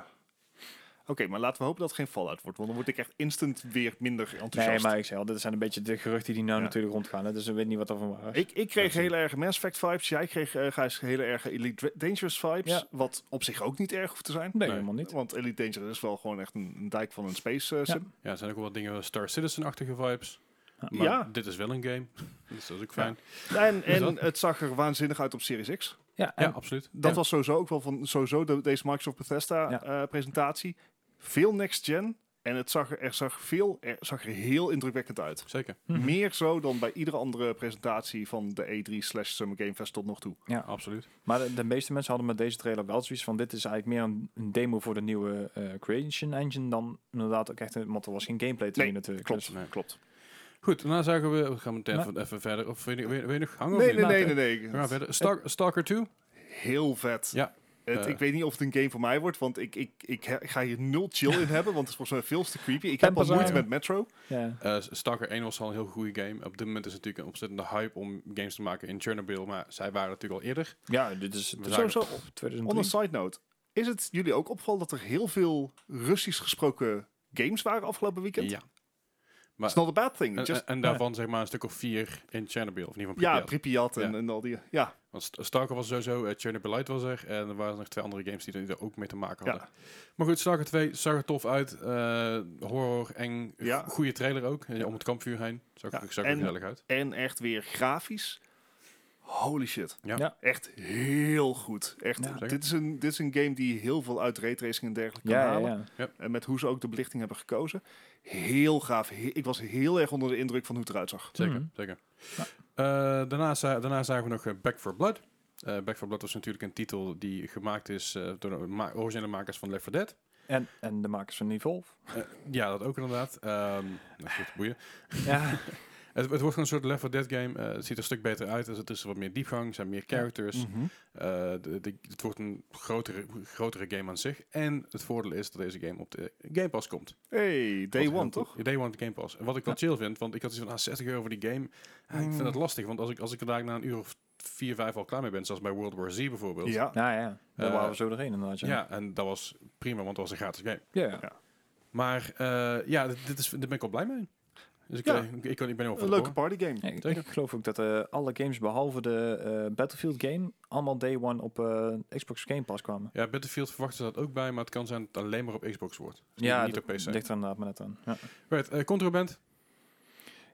Oké, maar laten we hopen dat het geen Fallout wordt, want dan word ik echt instant weer minder enthousiast. Nee, maar ik zei al, dit zijn een beetje de geruchten die nou Ja. natuurlijk rondgaan. Hè, dus we weten niet wat er van waar is. Ik, ik kreeg Ja, heel erg Mass Effect vibes. Jij kreeg, uh, Gijs, hele erg Elite Dangerous vibes. Ja. Wat op zich ook niet erg hoeft te zijn. Nee, Nee. helemaal niet. Want Elite Dangerous is wel gewoon echt een, een dijk van een space uh, sim. ja, er zijn ook wel wat dingen, Star Citizen-achtige vibes. Maar Ja. dit is wel een game. Dus dat is ook fijn. En, en dat? het zag er waanzinnig uit op Series X. Ja, Ja, en absoluut. Dat Ja. was sowieso ook wel van sowieso de, deze Microsoft Bethesda Ja. eh, presentatie. Veel next gen. En het zag er, er zag veel, er zag er heel indrukwekkend uit. Zeker. Mhm. Meer zo dan bij iedere andere presentatie van de E drie slash Summer Game Fest tot nog toe. Ja. Absoluut. Maar de, de meeste mensen hadden met deze trailer wel zoiets van... dit is eigenlijk meer een, een demo voor de nieuwe eh, Creation Engine... dan inderdaad ook echt... een- want er was geen gameplay te Nee, zien natuurlijk. Klopt, Dus- Nee. klopt. Goed, daarna zagen we... We gaan meteen Maar- even, even verder. Of wil je, wil je- wil je nog hangen? Nee, of nee, niet? nee, Nou, nee, We nee. gaan verder. Stalk, Stalker twee. Heel vet. Ja. Het, Eh. ik weet niet of het een game voor mij wordt, want ik, ik, ik, he- ik ga hier nul chill in hebben, want het is volgens mij veel te creepy. Ik heb al Pampers moeite aan. met Metro. Ja. Eh, Stalker één was al een heel goede game. Op dit moment is het natuurlijk een ontzettende hype om games te maken in Chernobyl. Maar zij waren natuurlijk al eerder. ja, dit is, dit We is zagen- Sowieso, op tweeduizend on a drie. side note, is het jullie ook opgevallen dat er heel veel Russisch gesproken games waren afgelopen weekend? Ja. Maar, It's not a bad thing. en, Just, en, en daarvan zeg maar een stuk of vier in Chernobyl. Of in ieder geval ja, Pripyat. Pripyat en, Ja. en al die... Ja, Want St- Stalker was sowieso, uh, Chernobylite was er. En er waren nog twee andere games die er, die er ook mee te maken hadden. ja. Maar goed, Stalker twee zag er tof uit. Eh, horror, eng, Ja. g- goede trailer ook. Eh, om het kampvuur heen. Zag, Ja, er- zag er en- gezellig uit. En echt weer grafisch. Holy shit. Ja. Ja. Echt heel goed. Echt, Ja. Zeker. dit, is een, dit is een game die heel veel uit raytracing en dergelijke kan Ja, ja, halen. ja. En met hoe ze ook de belichting hebben gekozen. Heel gaaf. He- ik was heel erg onder de indruk van hoe het eruit zag. Zeker, Mhm. zeker. Ja. Eh, daarna, za- daarna zagen we nog eh, Back for Blood. Eh, Back for Blood was natuurlijk een titel die gemaakt is eh, door de ma- originele makers van Left four Dead. En, en de makers van Evolve. Eh, ja, dat ook inderdaad. Ehm nou goed, boeien. Ja, Het, het wordt gewoon een soort Left four Dead game. Eh, het ziet er een stuk beter uit. Dus het is wat meer diepgang, er zijn meer characters. Mhm. Eh, de, de- het wordt een grotere, grotere game aan zich. En het voordeel is dat deze game op de Game Pass komt. Hey, day Wat heel one cool- toch? Day one op de Game Pass. En wat ik wel chill vind, want ik had zoiets van ah, zestig euro voor die game. Ja, ik vind Mm. het lastig, want als ik, als ik er daar na een uur of vier, vijf al klaar mee ben, zoals bij World War Z bijvoorbeeld. Ja. nou ja, daar Eh, waren we zo doorheen inderdaad. Ja. Ja, en dat was prima, want het was een gratis game. ja. Ja. Maar eh, ja, dit, dit is, daar ben ik al blij mee. Dus ik, Ja. eh, ik, ik, kan- ik ben heel Een veel leuke party game. Ja, ik, Zeker. ik geloof ook dat eh, alle games behalve de eh, Battlefield game allemaal day one op eh, Xbox Game Pass kwamen. Ja, Battlefield verwachten ze dat ook bij, maar het kan zijn dat het alleen maar op Xbox wordt. Dus Ja, niet dat op P C. ligt er inderdaad maar net aan. Ja, Right, eh, Contraband.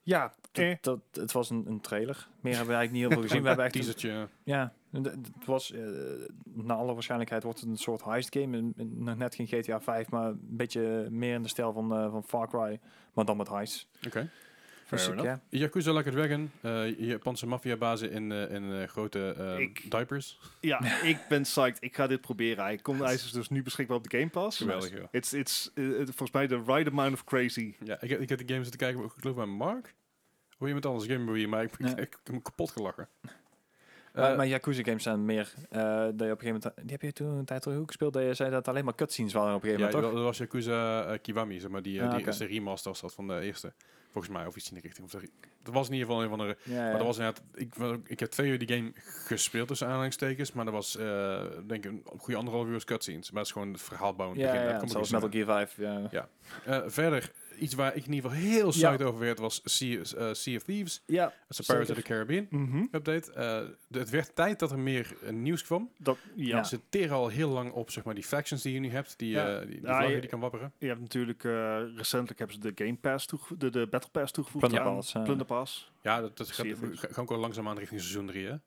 Ja, d- Eh. dat, het was een, een trailer. Meer hebben we eigenlijk niet heel veel gezien. We hebben echt een- Teasertje. ja, d- d- het was, eh, naar alle waarschijnlijkheid wordt het een soort heist game. En- en Nog net geen G T A vijf, maar een beetje meer in de stijl van, eh, van Far Cry. Maar dan met heist. Oké. Fair Dus ik- enough. ja. Yakuza Like a Dragon. eh Japanse maffiabazen in, eh, in eh, grote eh, Ik- diapers. Ja, ik ben psyched. Ik ga dit proberen. Hij, komt, hij is dus nu beschikbaar op de Game Pass. Geweldig, joh. It's, it's, eh, volgens mij de right amount of crazy. Ja, ik, heb- ik heb de game zitten kijken, maar ik geloof bij Mark. Of iemand anders, Game Boy, maar ik, ik, Ja. ik, ik heb me kapot gelachen. Maar, Eh, maar Yakuza games zijn meer, eh, dat je op een gegeven moment, die heb je toen een tijd terug ook gespeeld, dat je zei dat het alleen maar cutscenes waren op een ja, gegeven moment, dat was Yakuza eh, Kiwami, zeg maar, die, eh, Ah, die oké. is de remaster was dat van de eerste. Volgens mij, of iets in de richting. Of de re- dat was in ieder geval een van de... toch? Ja, ja. Maar dat was inderdaad, ik, ik heb twee uur die game gespeeld tussen aanhalingstekens, maar dat was eh, denk ik een goede anderhalf uur cutsscenes. Maar het is gewoon het verhaalbouw in het ja, begin. ja, Daar kom ik zoals niet Metal aan. Gear vijf. Ja. Ja. Eh, verder, iets waar ik in ieder geval heel Ja. psyched over werd, was Sea, eh, Sea of Thieves. Ja, Dat is een Pirates of zeker. the Caribbean mhm. update. Eh, de- het werd tijd dat er meer eh, nieuws kwam. dat, ja. Ja. Ze teren al heel lang op, zeg maar, die factions die je nu hebt, die, Ja. eh, die, die Ja, vlaggen je- die je kan wapperen. Je hebt natuurlijk eh, recentelijk hebben ze de Game Pass toegevoegd, de, de Battle Pass toegevoegd Plunder aan Pass, eh. Plunder Pass. Ja, dat, dat gaat, Sea of Thieves. ga- gaan ook al langzaamaan richting seizoen drie, hè?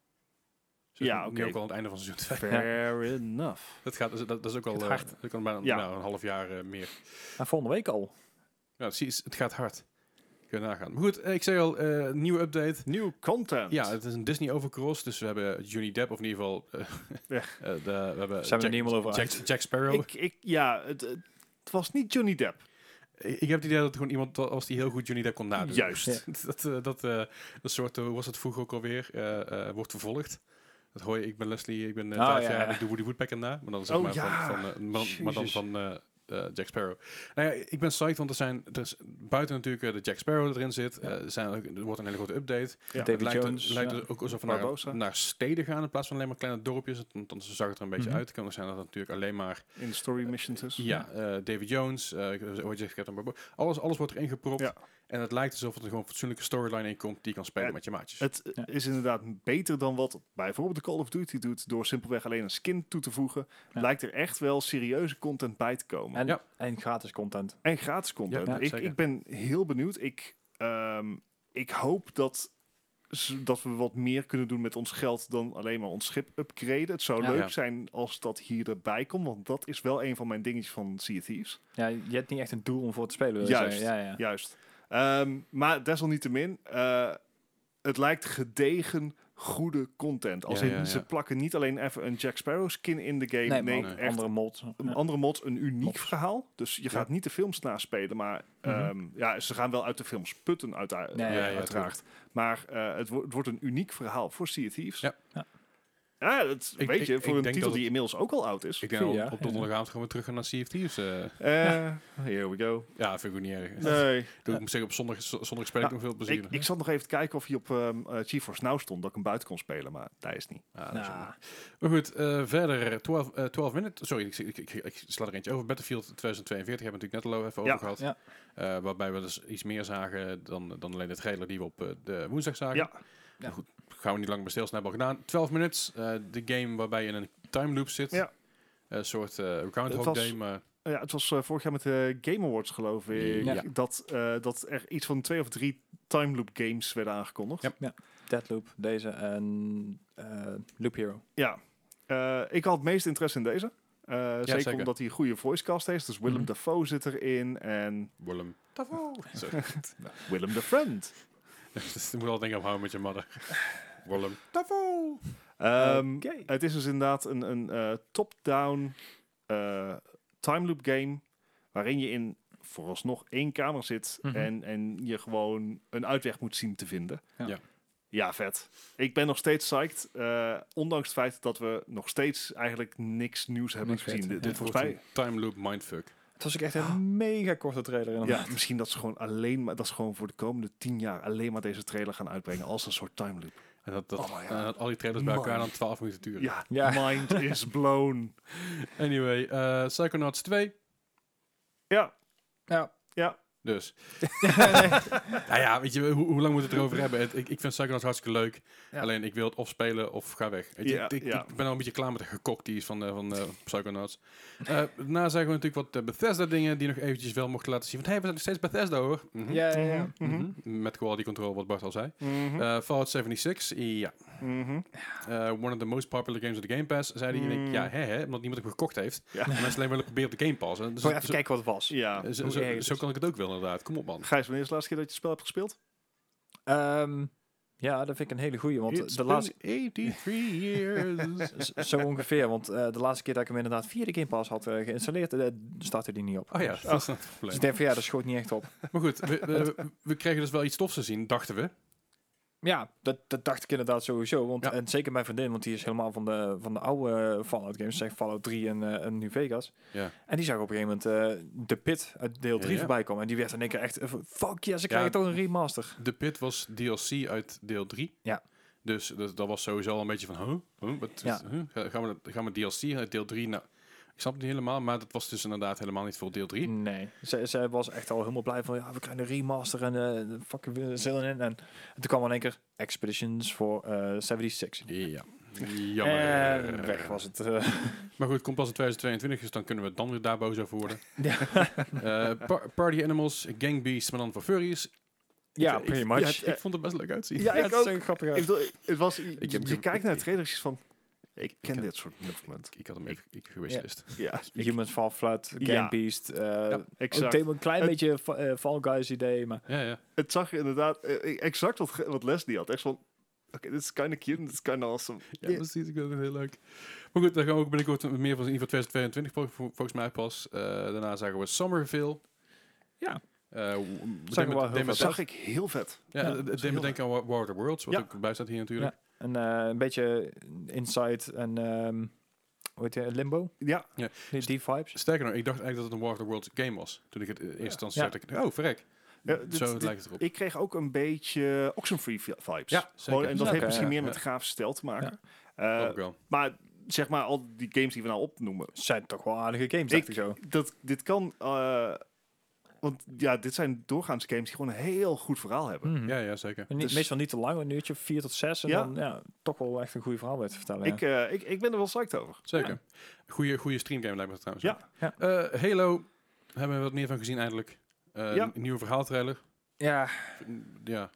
Ja, Nu oké. ook al aan het einde van seizoen twee. Fair enough. Dat, gaat, dat, dat is ook al Het eh, hard. dat kan bijna Ja. nou, een half jaar eh, meer. Maar volgende week al. Ja, het, is- het gaat hard. Kun je nagaan. Maar goed, eh, ik zeg al, eh, nieuwe update. Nieuw content. Ja, het is een Disney overcross, dus we hebben Johnny Depp, of in ieder geval, eh, Ja. eh, de, we hebben Zijn we Jack, er niet helemaal over Jack, uit. Jack Sparrow. ik, ik, ja het, het was niet Johnny Depp. Ik, ik heb het idee dat het gewoon iemand was die heel goed Johnny Depp kon nadoen. Juist. Ja. dat, eh, dat, eh, dat soort, eh, hoe was het vroeger ook alweer, eh, eh, wordt vervolgd. Dat hoor je, ik ben Leslie, ik ben uh, Oh, vijf ja, jaar, ja. ik doe Woody Woodpecker na. Maar dan zeg Oh, maar ja. van, van, eh, maar, maar dan Jezus. van eh, eh, Jack Sparrow. Nou ja, ik ben psyched, want er zijn, er is buiten natuurlijk eh, de Jack Sparrow erin zit, Ja. eh, er, zijn, ook- er wordt een hele grote update. Ja. David het lijkt, er- Jones. lijkt ja. er ook alsof we Barbosa. naar, naar steden gaan in plaats van alleen maar kleine dorpjes. Want dan zag het er een beetje Mhm. uit. Het kan ook zijn dat het natuurlijk alleen maar... In de story missions is. Ja, eh, David Jones, uh, Captain Barbosa. Alles, alles wordt erin gepropt. Ja. En het lijkt alsof er gewoon een fatsoenlijke storyline in komt die je kan spelen Ja, met je maatjes. Het Ja. is inderdaad beter dan wat bijvoorbeeld de Call of Duty doet, door simpelweg alleen een skin toe te voegen. Ja. Lijkt er echt wel serieuze content bij te komen. En, Ja. en gratis content. En gratis content. Ja, ja, ik, zeker. ik ben heel benieuwd. Ik, ehm, ik hoop dat, z- dat we wat meer kunnen doen met ons geld dan alleen maar ons schip upgraden. Het zou Ja. leuk Ja. zijn als dat hier erbij komt, want dat is wel een van mijn dingetjes van Sea of Thieves. Ja, je hebt niet echt een doel om voor te spelen. wil je Juist. zeggen. Ja, ja. Juist. Ehm, maar desalniettemin, eh, het lijkt gedegen goede content. Als Ja, in, ja, ja. ze plakken niet alleen even een Jack Sparrow skin in de game. Nee, Nee, maar echt andere mods. een Ja. andere mod, een uniek Mods. verhaal. Dus je gaat niet de films naspelen, maar Mhm. ehm, ja, ze gaan wel uit de films putten, uit, Ja, ja, ja, uiteraard. Maar eh, het, wo- het wordt een uniek verhaal voor Sea of Thieves. Ja. Ja. Ja, dat Ik- weet ik- je, ik voor een denk titel dat die inmiddels ook al oud is. Ik denk Ja, op, op ja. donderdagavond gaan we terug gaan naar Sea of Thieves. eh. Eh, here we go. ja, vind ik ook niet erg. Nee. Doe, ik moet zeggen, op zondag, zondag speel ik Ja, nog veel plezier. Ik, ik zat nog even te kijken of hij op um, uh, GeForce Now stond, dat ik hem buiten kon spelen, maar dat is niet. Ja, dat is Nou, jammer. Maar goed, eh, verder, twaalf, eh, twaalf minuten. Sorry, ik, ik, ik, ik sla er eentje over. Battlefield tweeduizend tweeënveertig hebben we natuurlijk net al even Ja. over gehad. Ja. Eh, waarbij we dus iets meer zagen dan, dan alleen de trailer die we op eh, de woensdag zagen. Ja. Ja. Goed, gaan we niet lang bij stilstaan, hebben we al gedaan. twaalf minutes, eh, de game waarbij je in een time loop zit. Ja. Een soort uh, Groundhog Het was- Day, maar Ja, het was uh, vorig jaar met de Game Awards, geloof ik, Ja. dat, uh, dat er iets van twee of drie time loop games werden aangekondigd. Ja. Deadloop, deze en eh, Loop Hero. Ja. Uh, ik had het meest interesse in deze. Uh, zeker, zeker. omdat hij een goede voicecast heeft. Dus Willem Mhm. Dafoe zit erin en Willem Dafoe. Sorry. Willem the Friend. Dus je moet al denken op How Met Your Mother. Willem Dafoe. Um, Oké. Het is dus inderdaad een, een uh, top-down uh, time loop game waarin je in vooralsnog één kamer zit Mhm. en, en je gewoon een uitweg moet zien te vinden. Ja. Ja. Ja, vet. Ik ben nog steeds psyched, uh, ondanks het feit dat we nog steeds eigenlijk niks nieuws hebben Niks gezien. weten. Dit, Ja, dit Dit volgens wordt mij, een time loop mindfuck. Het was ook echt een mega korte trailer. inderdaad. ja, misschien dat ze gewoon alleen maar, dat ze gewoon voor de komende tien jaar alleen maar deze trailer gaan uitbrengen als een soort time loop. En dat, dat, Oh my God. en dat al die trailers bij elkaar Man. dan twaalf minuten duren. Ja, Ja. mind is blown. Anyway, uh, Psychonauts twee. Ja, Ja. ja. Dus. nou ja, weet je, hoe, hoe lang moeten we het erover hebben? Het, ik, ik vind Psychonauts hartstikke leuk. Ja. Alleen, ik wil het of spelen of ga weg. Weet je, Ja, ik, ik, ja. ik ben al een beetje klaar met de gekokties van, uh, van uh, Psychonauts. Uh, daarna zagen we natuurlijk wat uh, Bethesda-dingen die nog eventjes wel mochten laten zien. Want hey, we zijn nog steeds Bethesda, hoor. Mm-hmm. Ja, ja, ja. Mm-hmm. Met quality control, wat Bart al zei. Mhm. Uh, Fallout zevenenzestig, ja. Mhm. Uh, one of the most popular games of the Game Pass, zei hij. En ik, Mm. ja, hè, hè, omdat niemand hem gekocht heeft. Ja. En mensen alleen willen proberen op de Game Pass. En dus, Gewoon even zo, kijken wat het was. Ja. zo, hoe zo, erg het zo is. kan ik het ook wel, inderdaad. Kom op, man. Gijs, wanneer is de laatste keer dat je het spel hebt gespeeld? Ehm, ja, dat vind ik een hele goeie. Want It's de laatste, been eighty-three years. z- zo ongeveer. Want uh, de laatste keer dat ik hem inderdaad via de Game Pass had uh, geïnstalleerd, uh, startte die niet op. Oh ja, Dus, dat is het dus probleem. ik denk van ja, dat schoot niet echt op. Maar goed, we, we, we kregen dus wel iets tofs te zien, dachten we. Ja, dat, dat dacht ik inderdaad sowieso. Want, Ja. En zeker mijn vriendin, want die is helemaal van de, van de oude Fallout games. Zeg Fallout drie en, uh, en New Vegas. Ja. En die zag op een gegeven moment uh, de Pit uit deel drie Ja, ja. voorbij komen. En die werd in één keer echt, uh, fuck ja, ze Ja, krijgen toch een remaster. The Pit was D L C uit deel drie. Ja. Dus dat, dat was sowieso al een beetje van, huh? huh? Wat, Ja. huh? Ga- Gaan, we, gaan we D L C uit deel drie? Nou, ik snap het niet helemaal, maar dat was dus inderdaad helemaal niet voor deel drie. Nee, zij, zij was echt al helemaal blij van, ja, we krijgen een remaster en uh, fucking uh, zin in. En, en toen kwam in één keer Expeditions voor uh, zevenenzestig. Ja. Jammer. En weg was het. Uh. Maar goed, komt pas in twintig tweeëntwintig, dus dan kunnen we dan weer daar boos over worden. ja, Uh, par- Party Animals, Gang Beasts, maar dan voor furries. ja Ik- pretty ik, much. ja, het- ik vond het best leuk uitzien. Ja, ik het is ook. zo grappig. Ik bedoel, het was, je, Ik heb- je ik- kijkt ik- naar het trailertjes van, ik ken heb- dit soort movement. Ik had hem even ik gewishlist. Ja, ik- Humans Fall Flat, Game Ja. Beast. Uh, Ja, ook exact. thema- een klein Het- beetje fa- uh, Fall Guys idee, maar Ja, ja. Het zag je inderdaad eh, exact wat, wat Leslie had. Echt van, oké, dit is kind of cute, dit is kind of awesome. Ja, precies. Ik vind het heel leuk. Maar goed, daar gaan we ook binnenkort meer van in voor twintig tweeëntwintig vol- vol- volgens mij pas. Uh, daarna zagen we Somerville. Ja. Uh, w- Zagen we wel heel deed veel me- Dat zag ik heel vet. Ja, Ja, het- dat het is deed me heel denken aan Wa- War of the Worlds, wat Ja. ook bij staat hier natuurlijk. en uh, een beetje Inside en um, hoe heet die, Limbo, Ja, die, die vibes. Sterker nog, ik dacht eigenlijk dat het een War of the Worlds game was. Toen ik het in eerste instantie Ja. zag, dacht ik, oh, verrek. Ja, dit- Zo dit- lijkt het erop. ik kreeg ook een beetje Oxenfree vi- vibes. Ja, Gewoon, zeker. en dat Oké, heeft misschien ja, meer ja. met de grafische stijl te maken. Ja. Eh, Ook wel. maar zeg maar, al die games die we nou opnoemen. Zijn toch wel aardige games, dacht ik, zo. Dat, dit kan... eh, want ja, dit zijn doorgaans games die gewoon een heel goed verhaal hebben. Mhm. Ja, ja, zeker. En niet, Dus- meestal niet te lang, een uurtje, vier tot zes. En Ja. dan ja, toch wel echt een goede verhaal weer te vertellen. Ik, eh, ik, ik ben er wel psyched over. Zeker. Goeie, goeie streamgame lijkt me dat trouwens. Ja. ook. Uh, Halo, hebben we wat meer van gezien eindelijk. Uh, Ja. Een nieuwe verhaaltrailer. ja. Ja.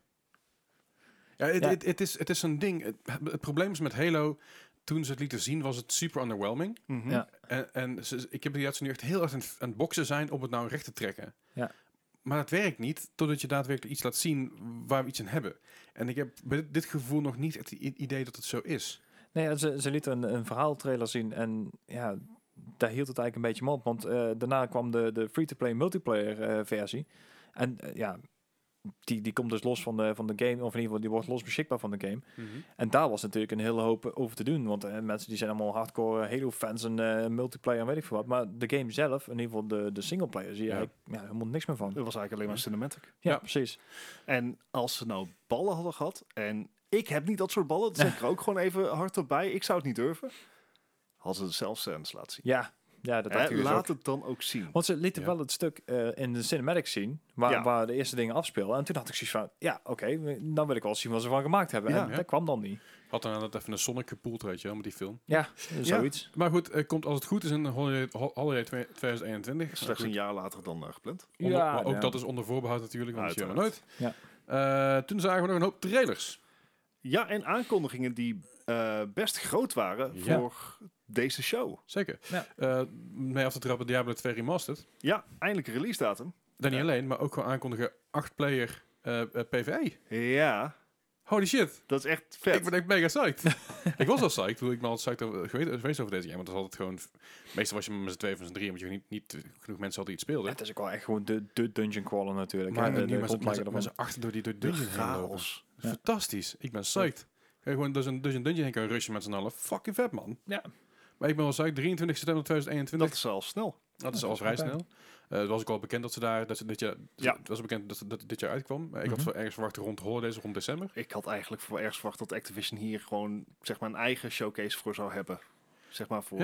Ja, het, Ja. het, het is, het is een ding. Het, het probleem is met Halo, toen ze het lieten zien, was het super underwhelming. Mhm. Ja. En, en ze, ik heb het idee dat ze nu echt heel erg aan, het- aan het boksen zijn om het nou recht te trekken. Ja. Maar dat werkt niet, totdat je daadwerkelijk iets laat zien waar we iets aan hebben. En ik heb bij dit, dit gevoel nog niet het i- idee dat het zo is. Nee, ja, ze, ze lieten een, een verhaaltrailer zien en ja, daar hield het eigenlijk een beetje op. Want eh, daarna kwam de, de free-to-play multiplayer eh, versie. En eh, ja, die, die komt dus los van de, van de game, of in ieder geval die wordt los beschikbaar van de game. En daar was natuurlijk een hele hoop over te doen. Want eh, mensen die zijn allemaal hardcore Halo-fans en eh, multiplayer en weet ik veel wat. Maar de game zelf, in ieder geval de, de singleplayer, zie je Ja. eigenlijk ja, helemaal niks meer van. Dat was eigenlijk alleen maar cinematic. Ja, Ja. precies. En als ze nou ballen hadden gehad, en ik heb niet dat soort ballen, dat zeg ik er ook gewoon even hardop bij. Ik zou het niet durven. Hadden ze de zelfscènes laten zien. Ja, ja dat Hè, dacht ik dus ook. laat het dan ook zien. Want ze lieten Ja. wel het stuk eh, in de cinematics zien, waar, Ja. waar de eerste dingen afspelen. En toen had ik zoiets van, ja, oké, we- dan wil ik wel zien wat ze van gemaakt hebben. Ja. En Ja. dat kwam dan niet. Had dan net even een Sonic gepoeld, weet je wel, met die film. Ja, zoiets. Maar goed, het komt als het goed is in Holiday, Ho- Holiday twintig eenentwintig. Slechts Maar een goed, jaar later dan uh, gepland. onder- Ja, maar ook ja. dat is onder voorbehoud natuurlijk, want dat zie je maar nooit. Uiteraard. Eh, toen zagen we nog een hoop trailers. Ja, en aankondigingen die eh, best groot waren Ja. voor deze show. Zeker. Ja. Eh, mee af te trappen Diablo twee Remastered. Ja, eindelijk een release datum. Dan niet Ja. alleen, maar ook gewoon aankondigen acht player eh, eh, PvE. Ja, Holy shit. dat is echt vet. Ik ben echt mega psyched. ik was al psyched. Toen ik me al psyched over, geweest, geweest over deze game. Want dat is altijd gewoon... Meestal was je met z'n twee of met z'n drieën. Want je niet, niet genoeg mensen hadden die het Ja, speelden. het is ook wel echt gewoon de, de dungeon crawler natuurlijk. Maar hè, de, nu de met z'n- met grondlegger z'n- met ervan. z'n achter door die door de dungeon heen lopen. chaos. Ja. Fantastisch. Ik ben psyched. Kan je gewoon dus een, dus een dungeon heen kunnen rushen met z'n allen. Fucking vet, man. Ja. Maar ik ben wel psyched. drieëntwintig september tweeduizend eenentwintig. Dat is al snel. Dat is Ja, al dat vrij is wel snel. Eh Het was ook al bekend dat ze daar... Dat ze dit jaar, Ja. Het was bekend dat, ze- dat het dit jaar uitkwam. Maar ik had Mhm. voor ergens verwacht rond holidays, rond december. Ik had eigenlijk voor ergens verwacht dat Activision hier gewoon zeg maar een eigen showcase voor zou hebben. Zeg maar voor. Ja.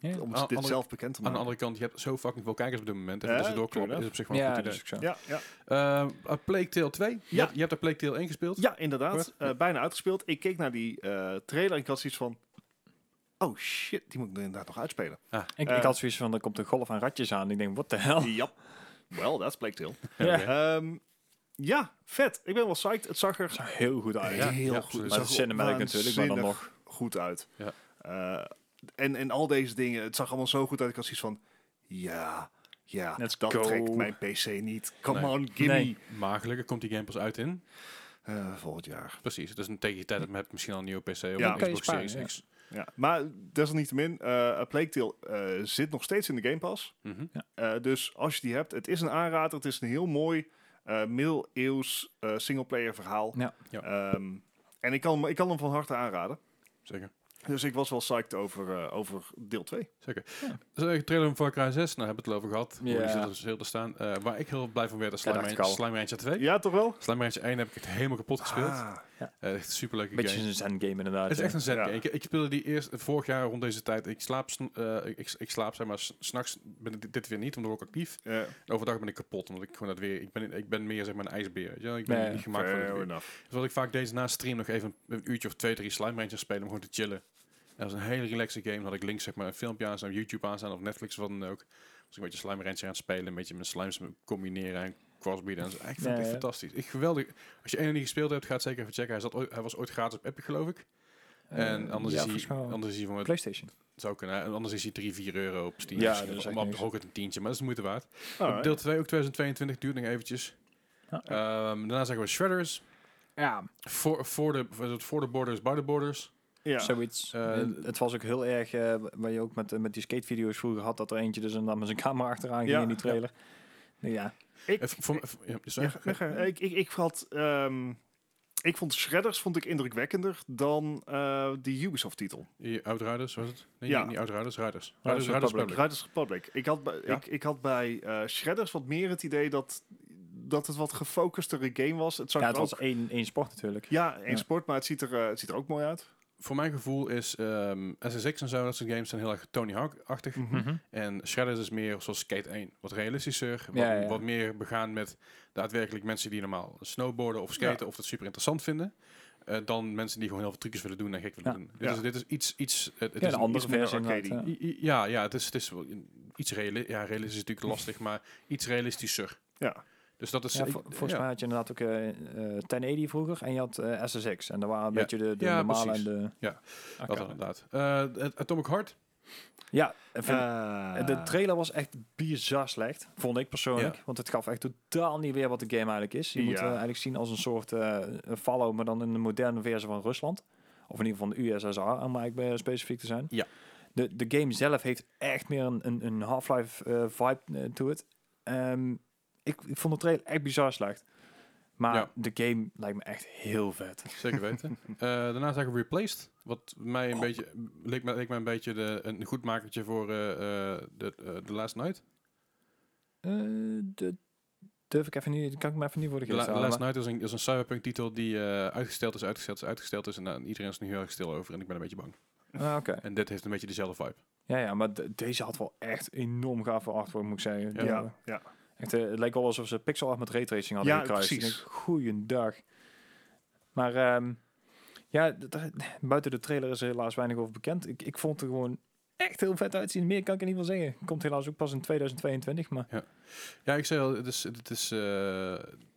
Ja. om Aan- dit andere- zelf bekend te Aan de maken. andere kant, je hebt zo fucking veel kijkers op dit moment. En Ja, dat ze doorkloppen true is op zich wel een Ja, goed dat idee. is ook zo. Ja, ja. Uh, uh, Plague Tale twee. Je, Ja. hebt, je hebt daar Plague Tale één gespeeld. ja, inderdaad. Goed. Eh, bijna uitgespeeld. Ik keek naar die eh, trailer en ik had zoiets van... Oh shit, die moet ik inderdaad nog uitspelen. Ik, Eh. ik had zoiets van, er komt een golf aan ratjes aan. Ik denk, what the hell? Ja. Well, that's Plague Tale. Ja. Oké. Ehm, ja, vet. Ik ben wel psyched. Het zag er Het zag heel goed uit. Ja, heel ja, goed. absoluut. Het Maar zag het cinematic er natuurlijk, maar dan waanzinnig nog. goed uit. Ja. Eh, en, en al deze dingen, het zag allemaal zo goed uit. Ik had zoiets van, ja, ja, Let's dat go. trekt mijn P C niet. Come Nee. on, gimme. Nee. Maar gelukkig komt die game pas uit in. Eh, volgend jaar. Precies. Dus een tegen die tijd dat je misschien al een nieuwe P C of Ja. een Kan je Xbox sparen, Series X. Ja. Maar desalniettemin, eh A Plague Tale eh, zit nog steeds in de Game Pass. Mhm. Eh, dus als je die hebt, het is een aanrader. Het is een heel mooi eh middeleeuws eh singleplayer verhaal. Ja. Ja. Ehm, en ik kan, hem- ik kan hem van harte aanraden. Zeker. Dus ik was wel psyched over, eh, over deel twee. Zeker. Ja. Dus een trailer van Far Cry zes, nou hebben we het al over gehad. Ja. Hoe die zit er dus heel te staan. Eh, waar ik heel blij van werd, is Ja, Slime, dacht ik Rancher, al. Slime Rancher twee. Ja, toch wel? Slime Rancher één heb ik het helemaal kapot gespeeld. Ah, Eh, echt een superleuke Beetje game. een zen game inderdaad. Het is echt een zen Ja. game. Ik, ik speelde die eerst vorig jaar rond deze tijd. Ik slaap, sn- eh, ik, ik slaap zeg maar, s- s'nachts ben ik dit weer niet, omdat ik ook actief. ja, En overdag ben ik kapot, omdat ik gewoon dat weer... Ik ben, ik ben meer zeg maar een ijsbeer, weet je wel. Ik ben Nee, niet gemaakt voor fair het weer. enough. Dus wat ik vaak deze na stream nog even een uurtje of twee, drie Slime Rancher spelen om gewoon te chillen. En dat was een hele relaxe game. Dan had ik links zeg maar een filmpje aan staan, YouTube aan staan of Netflix of wat dan ook. Was ik een beetje Slime Rancher aan het spelen, een beetje met slimes combineren en crossbreeden. En zo. Ik vind het Ja, echt ja. fantastisch. Ik geweldig. Als je één en die gespeeld hebt, ga het zeker even checken. Hij, zat ooit, hij was ooit gratis op Epic, geloof ik. En anders, ja, is hij, volgens mij wel. anders is hij van het PlayStation. zou kunnen. En anders is hij drie, vier euro op Steam. Ja, Misschien dat is of- echt of niks. hooguit een tientje, maar dat is de moeite waard. Alright. Deel twee, ook twintig tweeëntwintig, duurt nog eventjes. Ja. Ehm, daarna zeggen we Shredders. Ja, For, for, the, was het for the Borders, by the Borders. Ja. zoiets. Eh, En het was ook heel erg, eh, waar je ook met, eh, met die skatevideo's vroeger had, dat er eentje dus inderdaad met zijn camera achteraan ging Ja, in die trailer. Nee, ja. Ik, Eh, voor, voor- ja, sorry. ja, ga- ga- ik, ik, ik, had, ehm, ik vond Shredders vond ik indrukwekkender dan eh die Ubisoft-titel. Die Outriders, was het? Nee, Ja. niet, niet Outriders, Riders. Riders Riders, Riders Republic. Republic. Riders Republic. Ik had bij, Ja. ik, ik had bij eh, Shredders wat meer het idee dat, dat het wat gefocustere game was. Het zag Ja, er het was ook, één, één sport natuurlijk. ja, één Ja. sport, maar het ziet, er, eh, het ziet er ook mooi uit. Voor mijn gevoel is ehm S S X en zo, dat soort games zijn heel erg Tony Hawk-achtig. Mhm. En Shredders is meer zoals Skate één. Wat realistischer, wat, Ja, ja. wat meer begaan met daadwerkelijk mensen die normaal snowboarden of skaten Ja. of dat super interessant vinden. eh, dan mensen die gewoon heel veel trucjes willen doen en gek willen Ja. doen. Dit, Ja. is, dit is iets... iets het, het Ja, is een een andere iets minder versie arcade. inderdaad, ja. I- I- Ja, ja, het is, het is wel een- iets realistisch. Ja, realistisch is natuurlijk lastig, maar iets realistischer. Ja. Dus dat is... Ja, ik- vo- volgens ja. mij had je inderdaad ook eh eh tien eighty vroeger en je had eh S S X. En daar waren een Ja. beetje de, de Ja, normale precies. en de... Ja, dat arcade. inderdaad. Eh, het Atomic Heart. Ja, ik vind- Eh, de trailer was echt bizar slecht, vond ik persoonlijk. Ja. Want het gaf echt totaal niet weer wat de game eigenlijk is. Je moet Ja. eh, eigenlijk zien als een soort eh een follow, maar dan in de moderne versie van Rusland. Of in ieder geval de U S S R, om eigenlijk bij specifiek te zijn. Ja. De, de game zelf heeft echt meer een, een, een Half-Life eh, vibe eh, to it. Ehm, ik, ik vond de trailer echt bizar slecht. Maar Ja. de game lijkt me echt heel vet. Zeker weten. Eh, daarna zeggen we Replaced. Wat mij een Oh. beetje... Leek mij, leek mij een beetje de, een goed makertje voor eh, eh, de eh, The Last Night. Eh, de, durf ik even niet, kan ik me even niet voor de The, geest La- The halen. Last maar- Night is een, is een cyberpunk titel die eh, uitgesteld is, uitgesteld is, uitgesteld is. En nou, iedereen is er nu heel erg stil over. En ik ben een beetje bang. Ah, oké. En dit heeft een beetje dezelfde vibe. Ja, ja, maar de- deze had wel echt enorm gaaf voor artwork, moet ik zeggen. Ja. Die Ja, hadden- ja. Echt, eh, het leek wel alsof ze pixel art met raytracing hadden Ja, gekruist. precies. Ik denk, goeiedag. Maar ehm, ja, d- d- buiten de trailer is er helaas weinig over bekend. Ik, ik vond het er gewoon echt heel vet uitzien. Meer kan ik in ieder geval zeggen. Komt helaas ook pas in tweeduizend tweeëntwintig, maar... Ja, ik zei al, het is... Het is eh,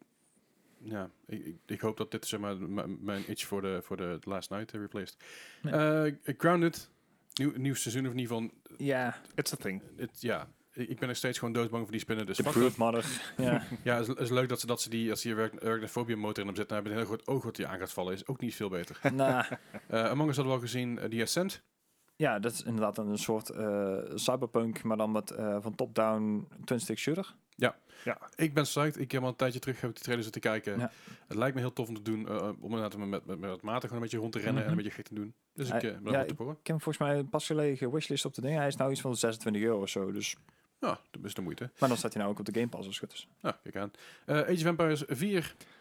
ja, ik, ik, ik hoop dat dit zeg maar m- mijn itch voor de, voor de Last Night uh, replaced. Ja. Eh, Grounded. Nieuw, nieuw seizoen of in ieder geval... Ja, It's a thing. Het, ja, ik ik ben nog steeds gewoon doodbang voor die spinnen. Dus de fuck Brood it. Mother. Ja. Ja, het is, het is leuk dat ze, dat ze die, als die Arachnophobia motor in hem zetten, hebben een heel groot oog wat die aan gaat vallen. Is ook niet veel beter. nou, Eh Among Us hadden we al gezien, eh, The Ascent. ja, dat is inderdaad een soort eh, cyberpunk, maar dan met eh, van top-down twin-stick shooter. Ik ben psyched. Ik heb al een tijdje terug heb ik die trailer zitten kijken. Ja. Het lijkt me heel tof om te doen. eh, om inderdaad met, met, met, met maten gewoon een beetje rond te rennen Mhm. en een beetje gek te doen. Dus ik Hij- eh, ben ja, er goed op hoor. Ik heb hem volgens mij pas gelegen wishlist op de ding. Hij is nou iets van zesentwintig euro of zo. Dus. Ja, dat is de moeite. Maar dan staat hij nou ook op de Game Pass als het goed is. Nou, kijk aan. Eh, Age of Empires vier.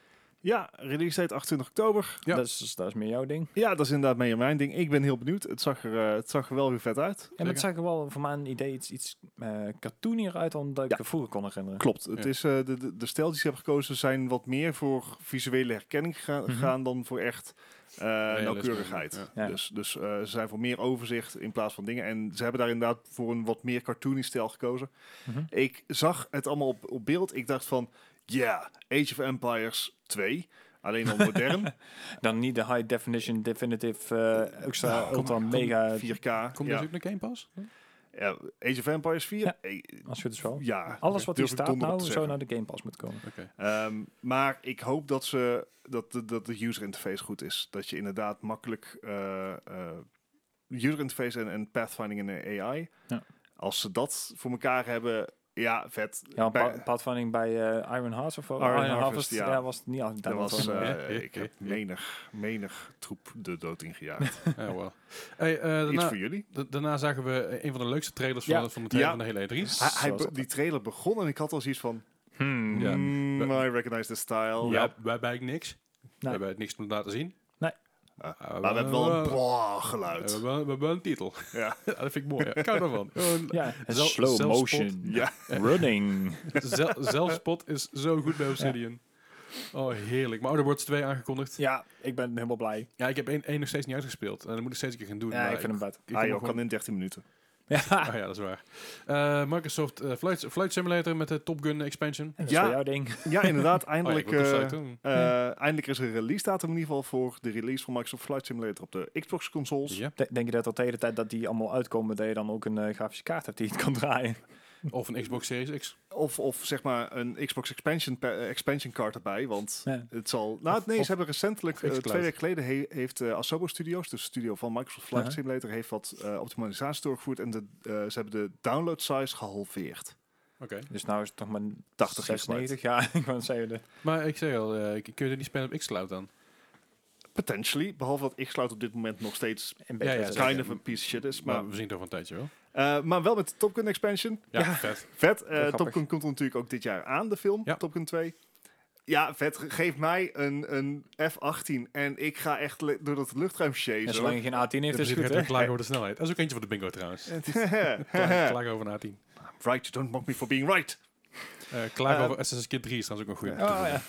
Ja, release date achtentwintig oktober. Ja. Dat, is, dat is meer jouw ding. Ja, dat is inderdaad meer mijn ding. Ik ben heel benieuwd. Het zag er, uh, het zag er wel weer vet uit. En ja, het zag er wel voor mijn idee iets, iets uh, cartoonier uit dan dat ik Ja. er vroeger kon herinneren. Klopt. Het Ja. is, uh, de, de, de stijl die ze hebben gekozen zijn wat meer voor visuele herkenning ga- Mhm. gaan dan voor echt uh, nauwkeurigheid. Ja. Ja. Dus, dus uh, ze zijn voor meer overzicht in plaats van dingen. En ze hebben daar inderdaad voor een wat meer cartoony stijl gekozen. Mhm. Ik zag het allemaal op, op beeld. Ik dacht van, ja, yeah, Age of Empires twee. Alleen al modern. Dan niet de high definition, definitive, uh, extra, Nou, ultra, kom- mega. vier K. Komt ja. deze ook naar Game Pass? Ja, Age of Empires vier. Ja. eh, Als je het wel. ja, Alles wat hier durf ik staat donder op nou, te zou zeggen. naar de Game Pass moeten komen. Oké. Ehm, maar ik hoop dat ze dat de, dat de user interface goed is. Dat je inderdaad makkelijk uh, uh, user interface en, en pathfinding in de A I. Ja. Als ze dat voor elkaar hebben, ja, vet. Ja, Bij- pa pathfinding bij uh, Iron Harvest of Iron Iron, Harvest, Harvest, ja. ja. was het niet altijd. dat was, uh, uh, Ja, ja, ik ja, heb ja. menig, menig troep de dood ingejaagd. Ja, wel. Hey, uh, Iets daarna, voor jullie? da- daarna zagen we een van de leukste trailers Ja. van, van, het hele, Ja. van de hele E drie. Hij, hij Zoals be- dat. die trailer begon en ik had al zoiets van, Hmm. Ja. mm, We- I recognize the style. Ja, wij hebben eigenlijk niks. We Nee. hebben niks te laten zien. Nee. Ah, Uh, maar we hebben wel een boah we geluid. hebben wel- we hebben wel een titel. Ja. Ja, dat vind ik mooi. Ja. Ik hou ervan. Gewoon- Ja, en Zel- slow zelfspot. motion. Ja. Running. Zel- Zelfspot is zo goed bij Obsidian. Oh, heerlijk. Maar Outer Worlds twee aangekondigd. Ja, ik ben helemaal blij. Ja, ik heb één, één nog steeds niet uitgespeeld. En dat moet ik steeds een keer gaan doen. Ja, maar ik vind hem vet. ik kom Ah er joh, gewoon- kan in dertien minuten. Ja, Ah, ja, dat is waar. Uh, Microsoft uh, Flight, Flight Simulator met de Top Gun expansion. dat is Ja. voor jouw ding. Ja, inderdaad. Oh, ja, Eindelijk, ik wil het eh, toch doen. eh, eindelijk is er een release datum in ieder geval voor de release van Microsoft Flight Simulator op de Xbox consoles. Ja. De- Denk je dat tot de hele tijd dat die allemaal uitkomen, dat je dan ook een uh, grafische kaart hebt die het kan draaien? Of een Xbox Series X. Of, of zeg maar een Xbox expansion, pa- eh, expansion card erbij, want Ja. het zal... Nou, nee, of- ze hebben recentelijk, of eh, xCloud. twee weken geleden, he- heeft uh, Asobo Studios, dus de studio van Microsoft Flight Uh-huh. Simulator, heeft wat uh, optimalisatie doorgevoerd en de, uh, ze hebben de download size gehalveerd. Oké. Dus nou is het toch maar tachtig zesennegentig. Ja, ik wou het zeggen. De, Maar ik zeg al, uh, kun je er niet spelen op xCloud dan? Potentially, behalve dat xCloud op dit moment nog steeds een Ja, ja, beetje zeker. kind of a piece of shit is, Maar, maar, we zien het over een tijdje wel. uh, maar wel met de Top Gun expansion. Ja, Ja. vet. Vet. Uh, grappig. Top Gun komt er natuurlijk ook dit jaar aan, de film. Ja. Top Gun twee. Ja, vet. Ge- Geef mij een, een F achttien en ik ga echt le- door dat luchtruim En chasen. zolang je geen A tien heeft, is het goed, hè? Klagen over de snelheid. Dat is ook eentje voor de bingo trouwens. hoor. Klagen, klagen over een A tien. Right, don't mock me for being right. Uh, klagen Uh, over Assassin's Creed drie is trouwens ook een goede. Oh, ja.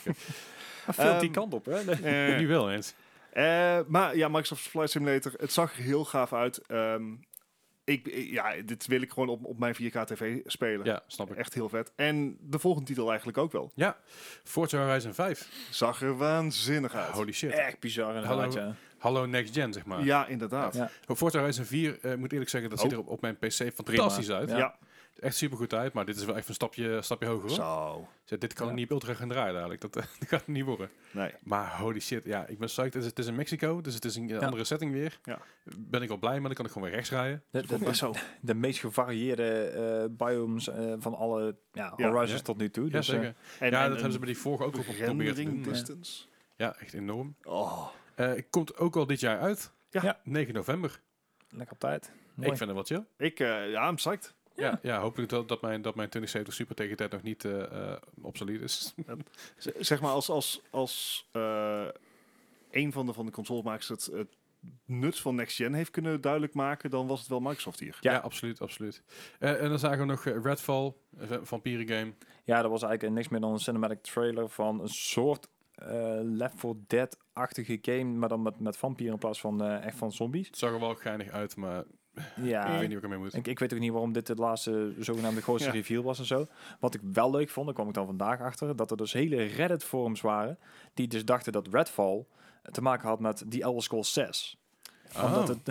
Veel die Ehm, kant op, hè? De- Eh, Nu wel eens. eh, maar ja, Microsoft Flight Simulator, het zag er heel gaaf uit. Ehm, ik, ik- ja, dit wil ik gewoon op, op mijn vier K tv spelen. Ja, snap ik. Echt heel vet. En de volgende titel eigenlijk ook wel. Ja, Forza Horizon vijf. Zag er waanzinnig uit. Holy shit. Echt bizar inderdaad, Hallo. ja. Hallo Next Gen, zeg maar. Ja, inderdaad. Ja. Forza Horizon vier, uh, moet eerlijk zeggen, dat Oh. ziet er op, op mijn P C fantastisch uit. Ja. Ja. Echt super goed uit, maar dit is wel echt een stapje, stapje hoger hoor. Zo. Zeg, dit kan Ja. ik niet op ultra gaan draaien eigenlijk. Dat, dat gaat het niet worden. Nee. Maar holy shit, ja, ik ben psyched. Het is, het is in Mexico, dus het is een uh, andere setting weer. Ja. Ben ik wel blij, maar dan kan ik gewoon weer rechts rijden. De, Dat de, is zo. de meest gevarieerde eh, biomes eh, van alle ja, Ja. Horizons Ja. tot nu toe. Ja, Dus, eh, zeker. En, ja, en dat hebben ze een bij die vorige ook op geprobeerd te rendering doen. distance. Ja, echt enorm. Oh. Uh, komt ook al dit jaar uit. Ja. Ja. negen november. lekker op tijd. Mooi. Ik vind het wel chill. Ik, uh, ja, I'm psyched. Ja, ja, hopelijk dat, dat mijn, dat mijn twintig zeventig Super tegen tijd nog niet uh, uh, obsolet is. Z- zeg maar als, als, als uh, een van de, van de consolemakers het, het nut van Next Gen heeft kunnen duidelijk maken, dan was het wel Microsoft hier. Ja, Ja. absoluut, absoluut. Uh, en dan zagen we nog uh, Redfall, een vampire game. Ja, dat was eigenlijk niks meer dan een cinematic trailer van een soort uh, Left four Dead-achtige game, maar dan met, met vampieren in plaats van uh, echt van zombies. Het zag er wel geinig uit, maar Ja, ik weet niet hoe ik ermee moet. ik, ik weet ook niet waarom dit de laatste zogenaamde grootste Ja. reveal was en zo. Wat ik wel leuk vond, daar kwam ik dan vandaag achter, dat er dus hele Reddit-forums waren die dus dachten dat Redfall te maken had met The Elder Scrolls zes. Omdat het...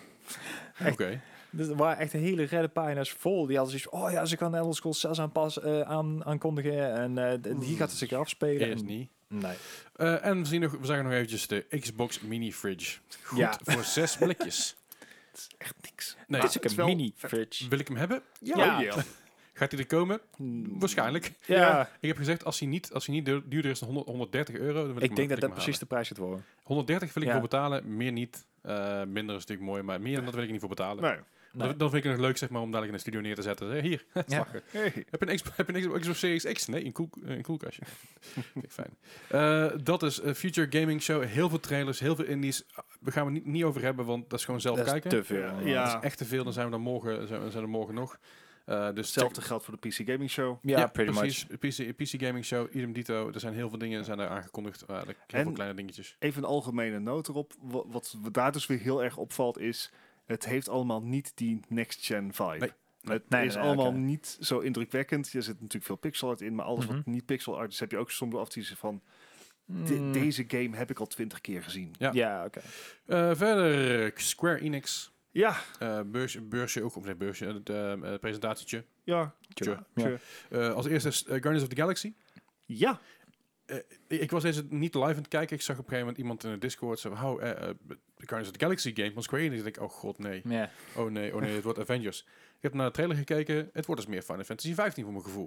Oké. Okay. Dus er waren echt hele Reddit-pagina's vol. Die hadden zoiets van, oh ja, ze kan Elder Scrolls zes aanpassen, uh, aan, aankondigen. En uh, d- hier gaat het zich afspelen. Eerst en, niet. Nee. Uh, en we, zien nog, we zagen nog eventjes de Xbox Mini Fridge. Goed Ja. voor zes blikjes. Het is echt niks. Nee, Dit is ook het is een wel mini-fridge. wil ik hem hebben? Ja. Oh, yeah. Gaat hij er komen? Waarschijnlijk. Ja, Ja. Ik heb gezegd, als hij niet, als hij niet duur- duurder is dan honderd, honderddertig euro, dan wil ik, ik hem- denk wil dat ik dat hem precies de prijs gaat worden. halen. honderddertig wil ik Ja. voor betalen, meer niet. Uh, minder is natuurlijk mooi, maar meer dan dat wil ik er niet voor betalen. Nee. Nee. Dan, dan vind ik het nog leuk zeg maar, om dadelijk in de studio neer te zetten. Zeg, hier, Ja. slagen. Hey. Heb je een, Xbox, heb je een Xbox Series X? Nee, een, koel, een koelkastje. Vind ik fijn. Uh, dat is uh, Future Gaming Show. Heel veel trailers, heel veel indies. We gaan het niet, niet over hebben, want dat is gewoon zelf Dat is kijken. te veel. Ja. Ja, Dat is echt te veel. Dan zijn we dan morgen, zijn we, zijn er morgen nog. Uh, dus Hetzelfde geldt voor de P C Gaming Show. ja, pretty precies. much. P C, P C Gaming Show, idem dito. Er zijn heel veel dingen zijn er aangekondigd. Uh, heel En- veel kleine dingetjes. Even een algemene noot erop. Wat, wat we daar dus weer heel erg opvalt is... Het heeft allemaal niet die next-gen vibe. Nee. Het Nee, is nee, nee, allemaal oké. niet zo indrukwekkend. Er zit natuurlijk veel pixel art in, maar alles Mhm. wat niet pixel art is, heb je ook soms af te van... de- Mm, deze game heb ik al twintig keer gezien. Ja. Ja, oké. Uh, verder, Square Enix. Ja, Uh, beurs, beursje ook, of nee, beursje, het uh, uh, presentatietje. ja, Tja. Ja. sure. Uh, als eerste is uh, Guardians of the Galaxy. Ja. Uh, ik, ik was deze niet live aan het kijken. Ik zag op een gegeven moment iemand in de Discord zo, oh, uh, uh, de Guardians of the Galaxy game van Square Enix. Ik denk, oh god, nee. Ja. Oh nee, oh nee, het wordt Avengers. Ik heb naar de trailer gekeken. Het wordt dus meer Final Fantasy vijftien voor mijn gevoel.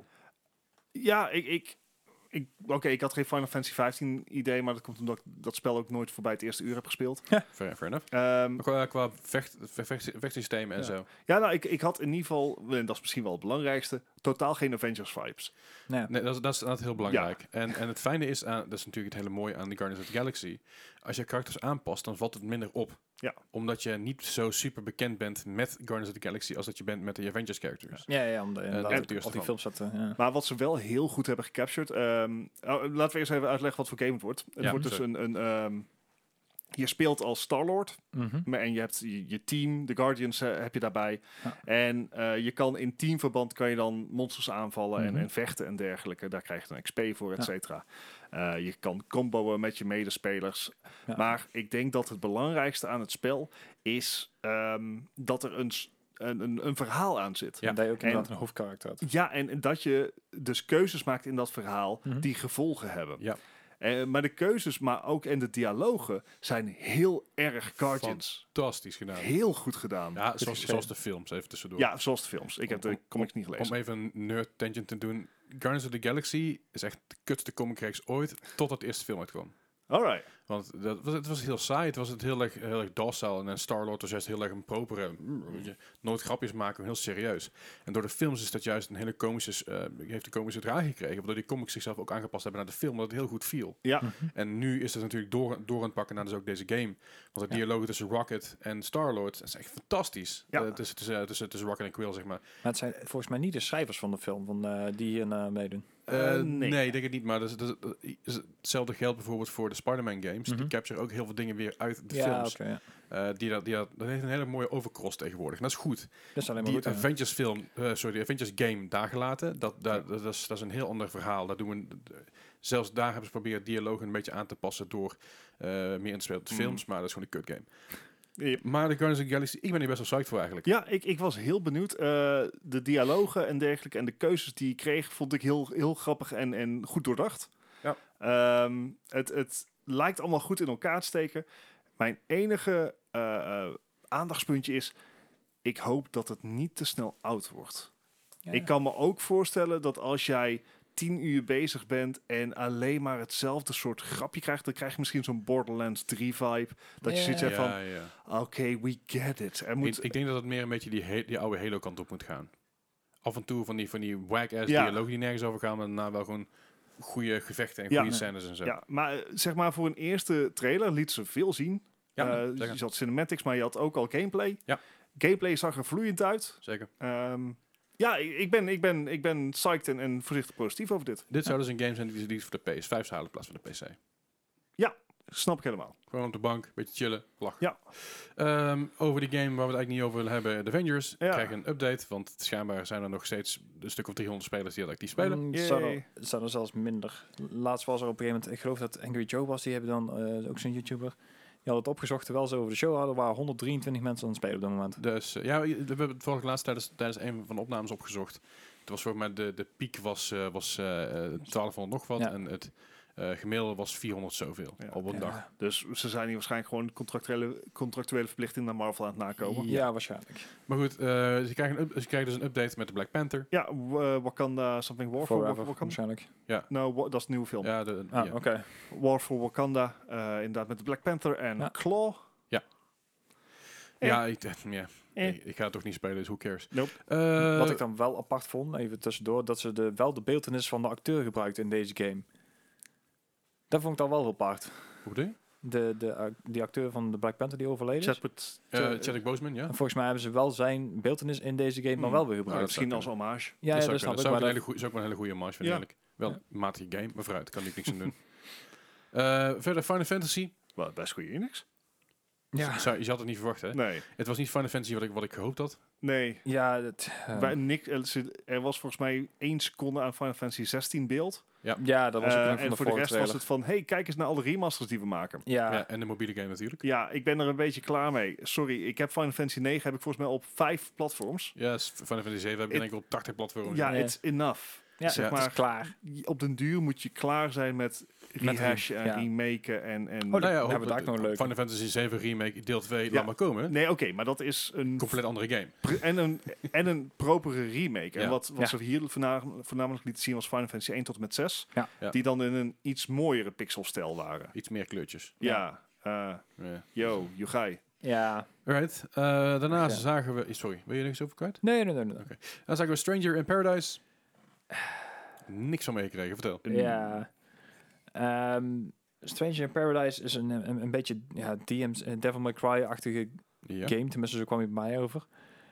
Ja, ik... ik, ik Oké, ik had geen Final Fantasy vijftien idee, maar dat komt omdat ik dat spel ook nooit voorbij het eerste uur heb gespeeld. Fair, fair enough. Ehm, Maar qua, qua vecht, vecht, vecht, vechtsystemen en Ja. zo. ja, nou, ik, ik had in ieder geval, en dat is misschien wel het belangrijkste, totaal geen Avengers vibes. Ja. Nee, dat is, dat is inderdaad heel belangrijk. En, en het fijne is, aan, dat is natuurlijk het hele mooie aan de Guardians of the Galaxy. Als je karakters aanpast, dan valt het minder op. Ja. Omdat je niet zo super bekend bent met Guardians of the Galaxy als dat je bent met de Avengers characters. Ja, ja, om de, inderdaad, en- op die en- films zetten. Ja. Maar wat ze wel heel goed hebben gecaptured... ehm, oh, laten we eerst even uitleggen wat voor game het wordt. Het Ja, wordt dus sorry. een... een ehm, je speelt als Star-Lord. Mhm. Maar- En je hebt je, je team, de Guardians eh, heb je daarbij. Ja. En eh, je kan in teamverband kan je dan monsters aanvallen Mhm. en, en vechten en dergelijke. Daar krijg je dan X P voor, et Ja. cetera. Eh, je kan comboen met je medespelers. Ja. Maar ik denk dat het belangrijkste aan het spel is ehm, dat er een, s- een, een, een verhaal aan zit. Ja. En dat je ook En- inderdaad een hoofdkarakter had. Ja, en dat je dus keuzes maakt in dat verhaal Mhm. die gevolgen hebben. Ja. Eh, maar de keuzes, maar ook en de dialogen zijn heel erg Guardians. Fantastisch gedaan. Heel goed gedaan. Ja, Goed zoals, geschreven. zoals de films, even tussendoor. Ja, zoals de films. Ik heb de Om- comics niet gelezen. Om even een nerd tangent te doen. Guardians of the Galaxy is echt de kutste comic reeks ooit, totdat de eerste film uitkwam. Alright. Want dat was, het was heel saai, het was het heel erg, heel erg docile. En dan Star-Lord was juist heel erg een propere, mm, weet je, nooit grapjes maken, heel serieus. En door de films is dat juist een hele komische, uh, heeft een komische draai gekregen. Waardoor die comics zichzelf ook aangepast hebben naar de film, dat het heel goed viel. Ja. Mhm. En nu is het natuurlijk door, door aan het pakken naar dus ook deze game. Want de Ja. dialogen tussen Rocket en Star-Lord is echt fantastisch. Ja. Uh, tussen, tussen, tussen, tussen Rocket en Quill, zeg maar. Maar het zijn volgens mij niet de schrijvers van de film van, eh, die hier uh, meedoen. Eh, Uh, nee. nee. ik denk het niet. Maar dat is, dat is- dat is hetzelfde geldt bijvoorbeeld voor de Spider-Man games. Mhm. Die capture ook heel veel dingen weer uit de Ja, films. oké. ja. Uh, die dat, die dat, dat heeft een hele mooie overcross tegenwoordig. En dat is goed. Dat is alleen maar Die goed. ja. Avengers film, uh, sorry, die Avengers game daar gelaten. Dat, dat, dat, is, dat is een heel ander verhaal. Dat doen we, uh, zelfs daar hebben ze geprobeerd dialogen een beetje aan te passen door uh, meer in te spelen op de Mhm. films. Maar dat is gewoon een kut game. Yep. Maar de Guardians of the Galaxy, ik ben hier best wel psyched voor eigenlijk. Ja, ik, ik was heel benieuwd. Eh, de dialogen en dergelijke en de keuzes die ik kreeg, vond ik heel, heel grappig en, en goed doordacht. Ja. Ehm, het, het lijkt allemaal goed in elkaar te steken. Mijn enige eh, eh, aandachtspuntje is, ik hoop dat het niet te snel oud wordt. Ja. Ik kan me ook voorstellen dat als jij tien uur bezig bent en alleen maar hetzelfde soort grapje krijgt, dan krijg je misschien zo'n Borderlands drie vibe. Dat je Ja. zoiets hebt van, ja, ja. oké, we get it. Er Ik, moet, ik denk dat het meer een beetje die, he- die oude Halo kant op moet gaan. Af en toe van die, van die whack-ass Ja. dialogen die nergens over gaan, maar daarna wel gewoon goede gevechten en Ja. goede scènes en zo. ja, maar eh, zeg maar voor een eerste trailer liet ze veel zien. Ja, Eh, zeker. je had cinematics, maar je had ook al gameplay. Ja. Gameplay zag er vloeiend uit. Zeker. Ehm, ja, ik, ik ben, ik, ben, ik ben psyched en, en voorzichtig positief over dit. Dit zou dus een game zijn die, die voor de P S vijf zou halen in plaats van de P C. Snap ik helemaal. Gewoon op de bank, beetje chillen, lachen. Ja. Ehm, over die game waar we het eigenlijk niet over willen hebben, de Avengers, Ja. krijgen een update, want schijnbaar zijn er nog steeds een stuk of driehonderd spelers die dat actief spelen. Mm, Yay. zou er, zou er zelfs minder. Laatst was er op een gegeven moment, ik geloof dat Angry Joe was, die hebben dan eh, ook zo'n YouTuber. Die had het opgezocht terwijl ze over de show hadden, waar honderddrieëntwintig mensen aan het spelen op dat moment. Dus eh, ja, we hebben het vorige laatst tijdens, tijdens een van de opnames opgezocht. Het was volgens mij de, de piek was, eh, was eh, eh, twaalfhonderd nog wat Ja. en het eh, gemiddelde was vierhonderd zoveel Ja. op een Ja. dag. Dus ze zijn hier waarschijnlijk gewoon contractuele, contractuele verplichtingen naar Marvel aan het nakomen. Ja, waarschijnlijk. Maar goed, eh, ze, krijgen een up- ze krijgen dus een update met de Black Panther. Ja, w- eh, Wakanda, something War for Forever, Wakanda. waarschijnlijk. Nou, wa- dat is een nieuwe film. Ja, de, Ah, ja. oké. War for Wakanda, eh, inderdaad met de Black Panther en Ja. Claw. Eh. Ja, ik, eh, ja. Eh. ik, ik ga het toch niet spelen, dus who cares? Nope. Eh, Wat ik dan wel apart vond, even tussendoor, dat ze de, wel de beeltenis van de acteur gebruikten in deze game. Dat vond ik dan wel heel apart. Hoe bedoel je? De, de, uh, die acteur van de Black Panther die overleden is. Chadwick, Uh, Chad- Chadwick Boseman, ja. En volgens mij hebben ze wel zijn beeltenis in deze game, maar Hmm. wel weer Nou, gebruikt. dat zou misschien als kunnen. hommage. Ja, ja, zou dat snap kunnen. ik. Zou ook Maar een hele dat, goeie- zou ook wel een hele goede marge vinden, Ja. eigenlijk. Wel Ja. een matige game, maar vooruit, kan ik niks aan doen. Uh, verder, Final Fantasy. Wel, best goede Enix. ja, Zou, je had het niet verwacht, hè? Nee. Het was niet Final Fantasy wat ik, wat ik gehoopt had. Nee. ja, dat, uh, Bij Nick, er zit- er was volgens mij één seconde aan Final Fantasy zestien beeld. ja, dat was ook Eh, nog van en de voor de vorige rest was trailer. het van, hey, kijk eens naar alle remasters die we maken. Ja, Ja, en de mobiele game natuurlijk. Ja, ik ben er een beetje klaar mee. Sorry, ik heb Final Fantasy negen heb ik volgens mij op vijf platforms. Ja, s- Final Fantasy zeven heb ik It- denk ik op tachtig platforms. Ja, Ja. it's enough. ja, zeg het maar, is klaar. Op den duur moet je klaar zijn met Met rehashen en ja. remaken en... en Oh, Nou ja, hebben hoop- we daar ook nog een leuke. Final Fantasy zeven Remake deel twee, Ja. laat maar komen. Nee, oké, maar dat is een... Compleet andere game. Pre- En een, en een propere remake. En Ja. wat, wat Ja. ze hier voornamelijk, voornamelijk lieten zien was Final Fantasy één tot en met zes. Ja. Ja. Die dan in een iets mooiere pixelstijl waren. Iets meer kleurtjes. Ja, eh, Ja. yo, Yugai. Ja. Alright. Uh, daarna Ja. zagen we... Sorry, wil je er iets over kwijt? Nee, nee, nee. nee. Dan zagen we Stranger in Paradise. Niks van meegekregen, vertel. Ja. Ehm, Stranger in Paradise is een, een, een beetje ja, D M's, eh, Devil May Cry-achtige Ja. game. Tenminste, zo kwam hij bij mij over.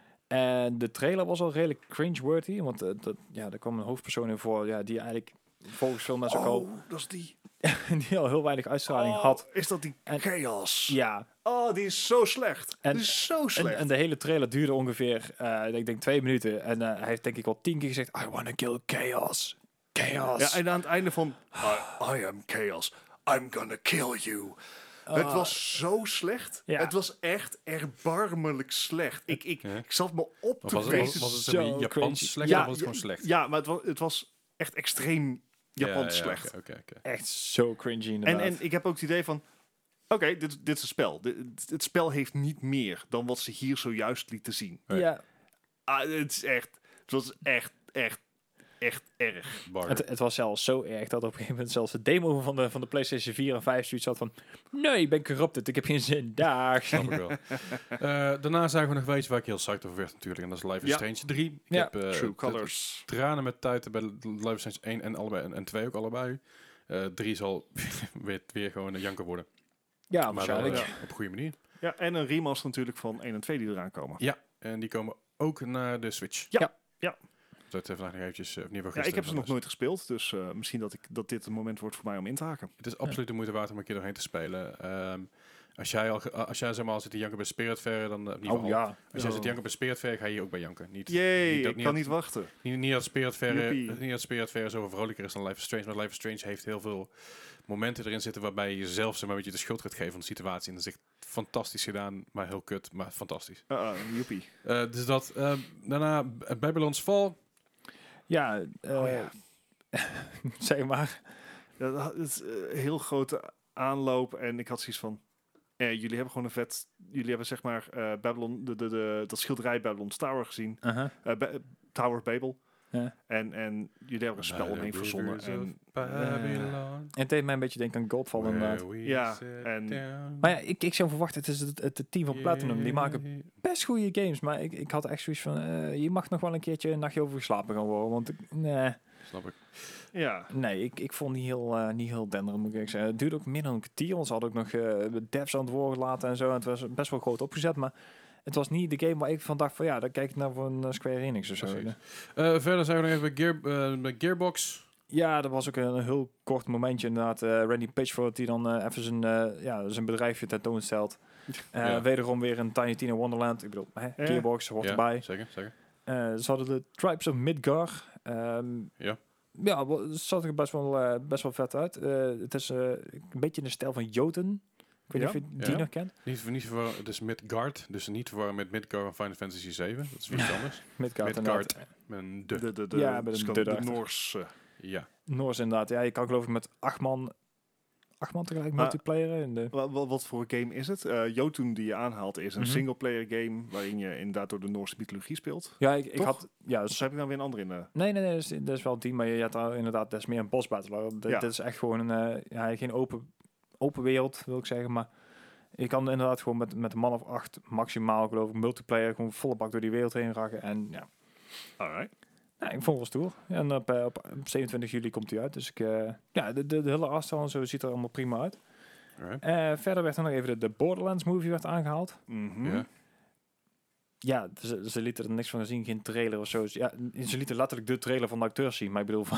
En de trailer was al redelijk cringe-worthy. Want eh, dat, ja, er kwam een hoofdpersoon in voor ja, die eigenlijk volgens veel mensen ook al, Oh, dat is die... die al heel weinig uitstraling Oh, had. is dat die En- Chaos? Ja, Oh, die is zo slecht. En- die is zo en, slecht. en de hele trailer duurde ongeveer, eh, ik denk twee minuten. En eh, hij heeft denk ik al tien keer gezegd, I wanna kill Chaos. Chaos. ja, en aan het einde van... I, I am Chaos. I'm gonna kill you. Het Ah. was zo slecht. Ja. Het was echt erbarmelijk slecht. Ik, ik, Ja. ik zat me op Of te was, het, was, vreten. was het zo zeg maar Japans cringy. slecht Ja, of was het gewoon slecht? Ja, maar het was, het was echt extreem Japans Ja, ja, slecht. oké, oké, oké. Echt zo cringy En, inderdaad. en ik heb ook het idee van... Oké, dit, dit is een spel. Dit, het spel heeft niet meer dan wat ze hier zojuist lieten zien. ja, Ah, het is echt... Het was echt, echt, echt erg. Bar. het, het was zelfs zo erg dat op een gegeven moment zelfs de demo van de, van de PlayStation vier en vijf zoiets had van... Nee, ik ben corrupted, ik heb geen zin, daar. Snap ik wel. Eh, daarna zagen we nog wel iets waar ik heel psyched over werd natuurlijk. En dat is Life is Ja. Strange drie. Ik Ja. heb eh, True t- Colors. tranen met tuiten bij Life is Strange één en, allebei, en, en twee ook allebei. Eh drie zal weer, weer gewoon een janker worden. Ja, maar wel waarschijnlijk. eh, op een goede manier. Ja, en een remaster natuurlijk van één en twee die eraan komen. Ja, en die komen ook naar de Switch. Ja, ja. Dat heeft vandaag nog eventjes, uh, in ieder geval Ja, ik heb ze gisteren nog nooit gespeeld, dus eh, misschien dat, ik, dat dit een moment wordt voor mij om in te haken. Het is absoluut de moeite waard om een keer doorheen te spelen. Ehm, als jij al, ge- als jij zeg maar al zit te janken bij Spiritfarer, dan uh, in ieder Oh geval, ja. als jij zit te Oh. janken bij Spiritfarer, ga je hier ook bij janken. Niet, Jee, niet dat- ik niet kan dat- niet wachten. Niet, niet dat Spiritfarer, Joepie. niet dat Spiritfarer zoveel vrolijker is dan Life is Strange, maar Life is Strange heeft heel veel momenten erin zitten waarbij je jezelf zeg maar, een beetje de schuld gaat geven van de situatie. En dat is echt fantastisch gedaan, maar heel kut, maar fantastisch. Uh, uh, joepie. Uh, dus dat. Uh, daarna B- Babylon's Fall. Ja, eh, Oh ja. zeg maar. Ja, dat is een heel grote aanloop en ik had zoiets van... Eh, jullie hebben gewoon een vet... Jullie hebben zeg maar eh, Babylon, de, de, de, dat schilderij Babylon's Tower gezien. Uh-huh. Eh, Ba- Tower of Babel. Ja. En, en jullie hebben er een spel omheen verzonnen. En, Babylon. En het deed mij een beetje denken aan Godfall inderdaad. Where we Ja, sit en- down. Maar ja, ik, ik zou verwachten, het is het, het, het team van Platinum. Die maken best goede games, maar ik, ik had echt zoiets van... eh, je mag nog wel een keertje een nachtje over geslapen gaan worden, want ik, nee, Snap ik. ja. nee ik, ik vond niet heel, uh, niet heel denderend, moet ik zeggen. Het duurde ook minder dan een kwartier, want ze hadden ook nog uh, de devs aan het woord gelaten en zo. En het was best wel groot opgezet, maar het was niet de game waar ik van dacht van ja, dan kijk ik naar voor een uh, Square Enix of zo. Precies. Uh, verder zijn we nog even bij, Gear, uh, bij Gearbox. Ja, dat was ook een heel kort momentje inderdaad. Uh, Randy Pitchford die dan uh, even zijn, uh, ja, zijn bedrijfje tentoonstelt. Uh, Ja. Wederom weer een Tiny Tina Wonderland. Ik bedoel, hè, Ja. Gearbox hoort Ja, erbij. zeker, zeker. Uh, ze hadden de Tribes of Midgar. Um, Ja. Ja, wel- het zag er best wel, uh, best wel vet uit. Uh, het is uh, een beetje in de stijl van Jotun. Ik weet Ja. niet of je die Ja. nog kent. Niet, niet voor, het is Midgard, dus niet voor met Midgard van Final Fantasy zeven. Dat is weer iets anders. Midgard. Midgard. inderdaad. Met een de. De, de, de, Ja, met het is een gewoon de de erachter. Noorse. Ja. Noors inderdaad. Ja, je kan geloof ik met acht man, acht man tegelijk Maar- multiplayer. In de, Wat, wat, wat voor game is het? Uh, Jotun die je aanhaalt is een Mhm. singleplayer game waarin je inderdaad door de Noorse mythologie speelt. ja, ik, ik Toch? had... Ja, Dus heb ik dan weer een andere in de... nee, nee, nee. Dat is, dat is wel die. Maar je hebt daar inderdaad, dat is meer een boss battle. Dat, Ja. dat is echt gewoon een... Uh, ja, geen open, open wereld, wil ik zeggen. Maar Je kan inderdaad gewoon met, met een man of acht maximaal, geloof ik, multiplayer gewoon volle bak door die wereld heen raken. En ja, Alright. nou, ik vond het wel stoer. En op, eh, op zevenentwintig juli komt hij uit. Dus ik, uh, ja, de, de, de hele artstyle en zo ziet er allemaal prima uit. Alright. Uh, verder werd er nog even de, de Borderlands movie werd aangehaald. Mhm. Ja. Ja, ze, ze lieten er niks van zien, geen trailer of zo. Ja, ze lieten letterlijk de trailer van de acteurs zien, maar ik bedoel van...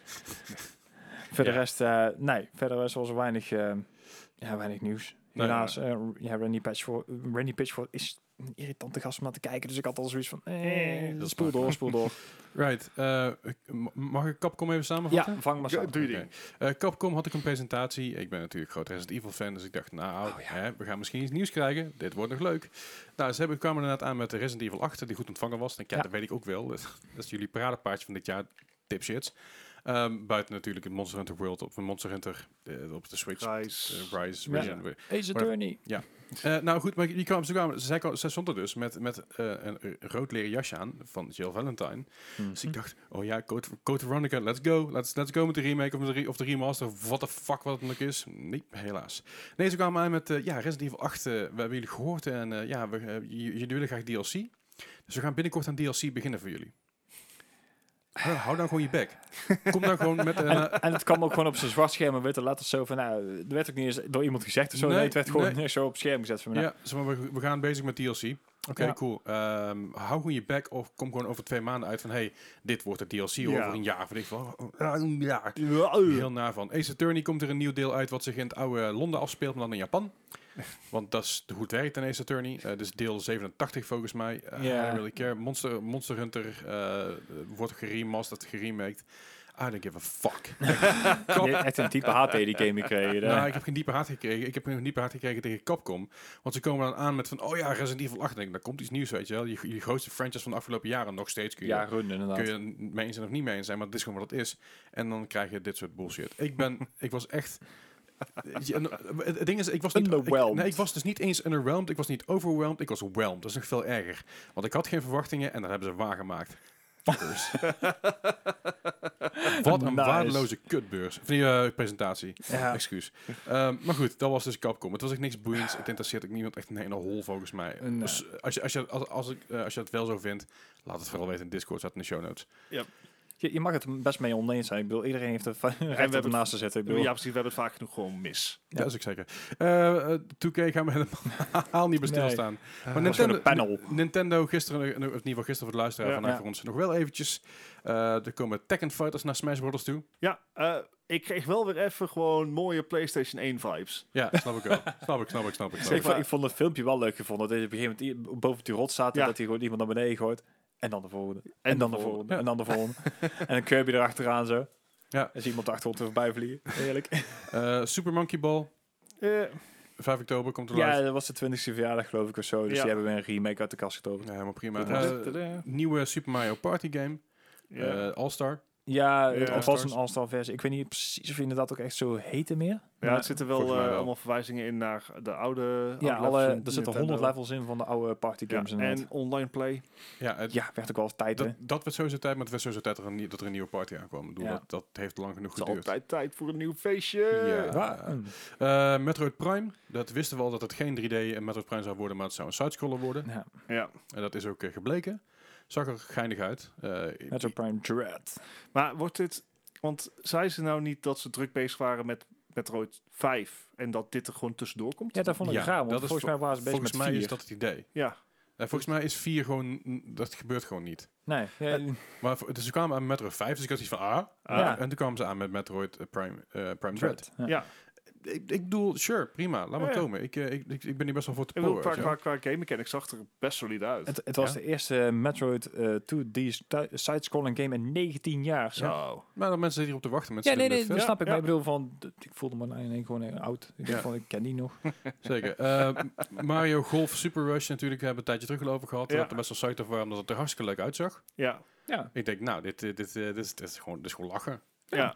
Voor de Ja. rest, uh, nee, verder was er weinig, uh, ja, weinig nieuws. Nee, Helaas, nee. uh, ja, Randy Pitchford, Randy Pitchford is een irritante gast om naar te kijken, dus ik had al zoiets van, eh, Dat is spoel waar. door, spoel door. Right. Uh, m- mag ik Capcom even Ja, samenvatten? vang maar samen. Doe je Oké. ding. Uh, Capcom had ik een presentatie. Ik ben natuurlijk groot Resident Evil fan, dus ik dacht, nou, hè, we gaan misschien iets nieuws krijgen. Dit wordt nog leuk. Nou, ze hebben, kwamen inderdaad aan met de Resident Evil acht, die goed ontvangen was. En ja, Ja. dat weet ik ook wel. Dat is jullie paradepaardje van dit jaar, dipshits. Um, buiten natuurlijk het Monster Hunter World op Monster Hunter uh, op de Switch. Rise. Uh, Rise. Ja. Rise. Ace Attorney. Uh, nou goed, maar die kwam, ze, kwamen, zij, kwam, zij stond er dus met, met uh, een, een rood leren jasje aan van Jill Valentine. Hmm. Dus ik dacht, oh ja, Code, Code Veronica, let's go. Let's, let's go met de remake of de, re, of de remaster of what the fuck wat het dan ook is. Nee, helaas. Nee, ze kwamen aan met, uh, ja, Resident Evil acht, uh, we hebben jullie gehoord en uh, ja, we, uh, j- jullie willen graag D L C. Dus we gaan binnenkort aan D L C beginnen voor jullie. Hou, hou dan gewoon je bek. Kom dan gewoon met een... Uh, En, en het kwam ook gewoon op zijn zwart scherm en witte letters zo van, nou, er werd ook niet eens door iemand gezegd of zo. Nee, Nee, het werd gewoon nee. zo op het scherm gezet van, nou, ja, zeg maar, we, we gaan bezig met D L C. Oké, Ja. cool. Um, hou gewoon je back of kom gewoon over twee maanden uit van... hey, dit wordt de D L C Ja. over een jaar. Van ik van, oh, oh, een jaar. Ja. Heel naar van. Ace Attorney komt er een nieuw deel uit... wat zich in het oude Londen afspeelt, maar dan in Japan. Want dat is hoe het werkt in Ace Attorney. Uh, dus deel zevenentachtig volgens mij. Uh, Ja. I don't really care. Monster, Monster Hunter uh, wordt geremasterd, geremaked. I don't give a fuck. je hebt echt een type haat tegen die game gekregen. Nou, ik heb geen diepe haat gekregen. Ik heb een diepe haat gekregen tegen Capcom. Want ze komen dan aan met van... oh ja, Resident Evil acht. En ik denk, daar komt iets nieuws, weet je wel. Je, je grootste franchise van de afgelopen jaren nog steeds. Kun je, Ja, run inderdaad. kun je mee eens zijn of niet mee eens zijn. Maar het is gewoon wat het is. En dan krijg je dit soort bullshit. Ik ben... ik was echt... Ja, en, uh, het ding is, ik was niet... Ik, Underwhelmed. nee, ik was dus niet eens underwhelmed. Ik was niet overwhelmed. Ik was whelmed. Dat is nog veel erger. Want ik had geen verwachtingen en dat hebben ze waargemaakt. Fuckers. Wat een Nice. waardeloze kutbeurs. Of die uh, presentatie. Ja. Excuus. Um, maar goed, dat was dus Capcom. Het was echt niks boeiends. Het interesseert ook niemand echt een hele hol volgens mij. Nee. Dus als je, als, je, als, als, ik, uh, als je het wel zo vindt, laat het vooral weten in Discord. Staat in de show notes. Je, je mag het best mee oneens zijn. Ik bedoel, iedereen heeft er recht om hebben het- ernaast te zetten. Ik bedoel, Ja, precies. We hebben het vaak genoeg gewoon mis. Ja, Ja. dat is ook zeker. Uh, uh, twee K gaan we helemaal niet bij Nee. stilstaan. Maar was gewoon Nintendo, een panel. N- Nintendo gisteren, uh, of in ieder geval gisteren voor de luisteraar, Ja. vandaag Ja. voor ons nog wel eventjes. Uh, er komen Tekken Fighters naar Smash Bros. Toe. Ja, uh, ik kreeg wel weer even gewoon mooie PlayStation één vibes. Ja, snap ik wel. snap ik, snap ik, snap ik. Snap ik, ik. vond, ik vond het filmpje wel leuk gevonden. Dat hij op een gegeven moment i- boven die rot staat en Ja. dat hij gewoon iemand naar beneden gooit. En dan de volgende. En, En dan de de volgende. Ja. En dan de volgende. En een Kirby erachteraan zo. Ja. En zie iemand achterop er voorbij vliegen. Heerlijk. Uh, Super Monkey Ball, Uh, vijf oktober komt er Ja, live. dat was de twintigste verjaardag geloof ik of zo. Dus Ja. die hebben weer een remake uit de kast getoverd. Ja, helemaal prima. Dat was Uh, het. Tadaa. nieuwe Super Mario Party game. ja. Uh, All-Star. Ja, Ja. het was All-Stars. een All-Star versie. Ik weet niet precies of je inderdaad ook echt zo heette meer. ja, het zitten wel, volgens mij uh, wel. allemaal verwijzingen in naar de oude, Ja, oude alle, levels er van zitten Nintendo. honderd levels in van de oude party Ja, games. inderdaad. en online play. Ja, het, Ja, werd ook wel eens tijd, hè? dat, dat werd sowieso tijd, maar het werd sowieso tijd dat er een, nie- dat er een nieuwe party aankwam. Ik bedoel, Ja. dat, dat heeft lang genoeg Het is geduurd. altijd tijd voor een nieuw feestje. Ja. Waar? Hm. Uh, Metroid Prime, dat wisten we al dat het geen drie D en Metroid Prime zou worden, maar het zou een sidescroller worden. Ja, Ja. En dat is ook uh, gebleken. Zag er geinig uit. Uh, Metro Prime Dread. Maar wordt dit... Want zei ze nou niet dat ze druk bezig waren met Metroid vijf en dat dit er gewoon tussendoor komt? Ja, dat vond ik Ja, raar, want dat is volgens mij waren ze bezig volgens met mij vier. is dat het idee. Ja. Uh, volgens mij is vier gewoon, mm, dat gebeurt gewoon niet. Nee, ja, Maar v- dus ze kwamen aan met Metroid vijf, dus ik had iets van, ah. Ja. En toen kwamen ze aan met Metroid uh, Prime, uh, Prime Dread. Dread. Ja. Ja. Ik, ik bedoel, sure, prima, laat maar Ja. komen. Ik, uh, ik, ik, ik ben hier best wel voor te Ik bedoel, poren. qua, weet je qua, qua game mechanics zag er best solide uit. Het, het was Ja. de eerste Metroid uh, twee D stu- side-scrolling game in negentien jaar. Zo. wel. Maar dan mensen zitten hier op te wachten met Ja, z'n nee, nee, met dat vet. snap ik. Ja. Maar ik bedoel van, d- ik voelde me eigenlijk gewoon eh, oud. Ik Ja. dacht van, ik ken die nog. Zeker. Uh, Mario Golf Super Rush natuurlijk, hebben we een tijdje terug over gehad. Ja. Dat er best wel psyched over waren, omdat het er hartstikke leuk uitzag. Ja. Ja. Ik denk, nou, dit, dit, dit, dit, is, dit, is, gewoon, dit is gewoon lachen. Ja.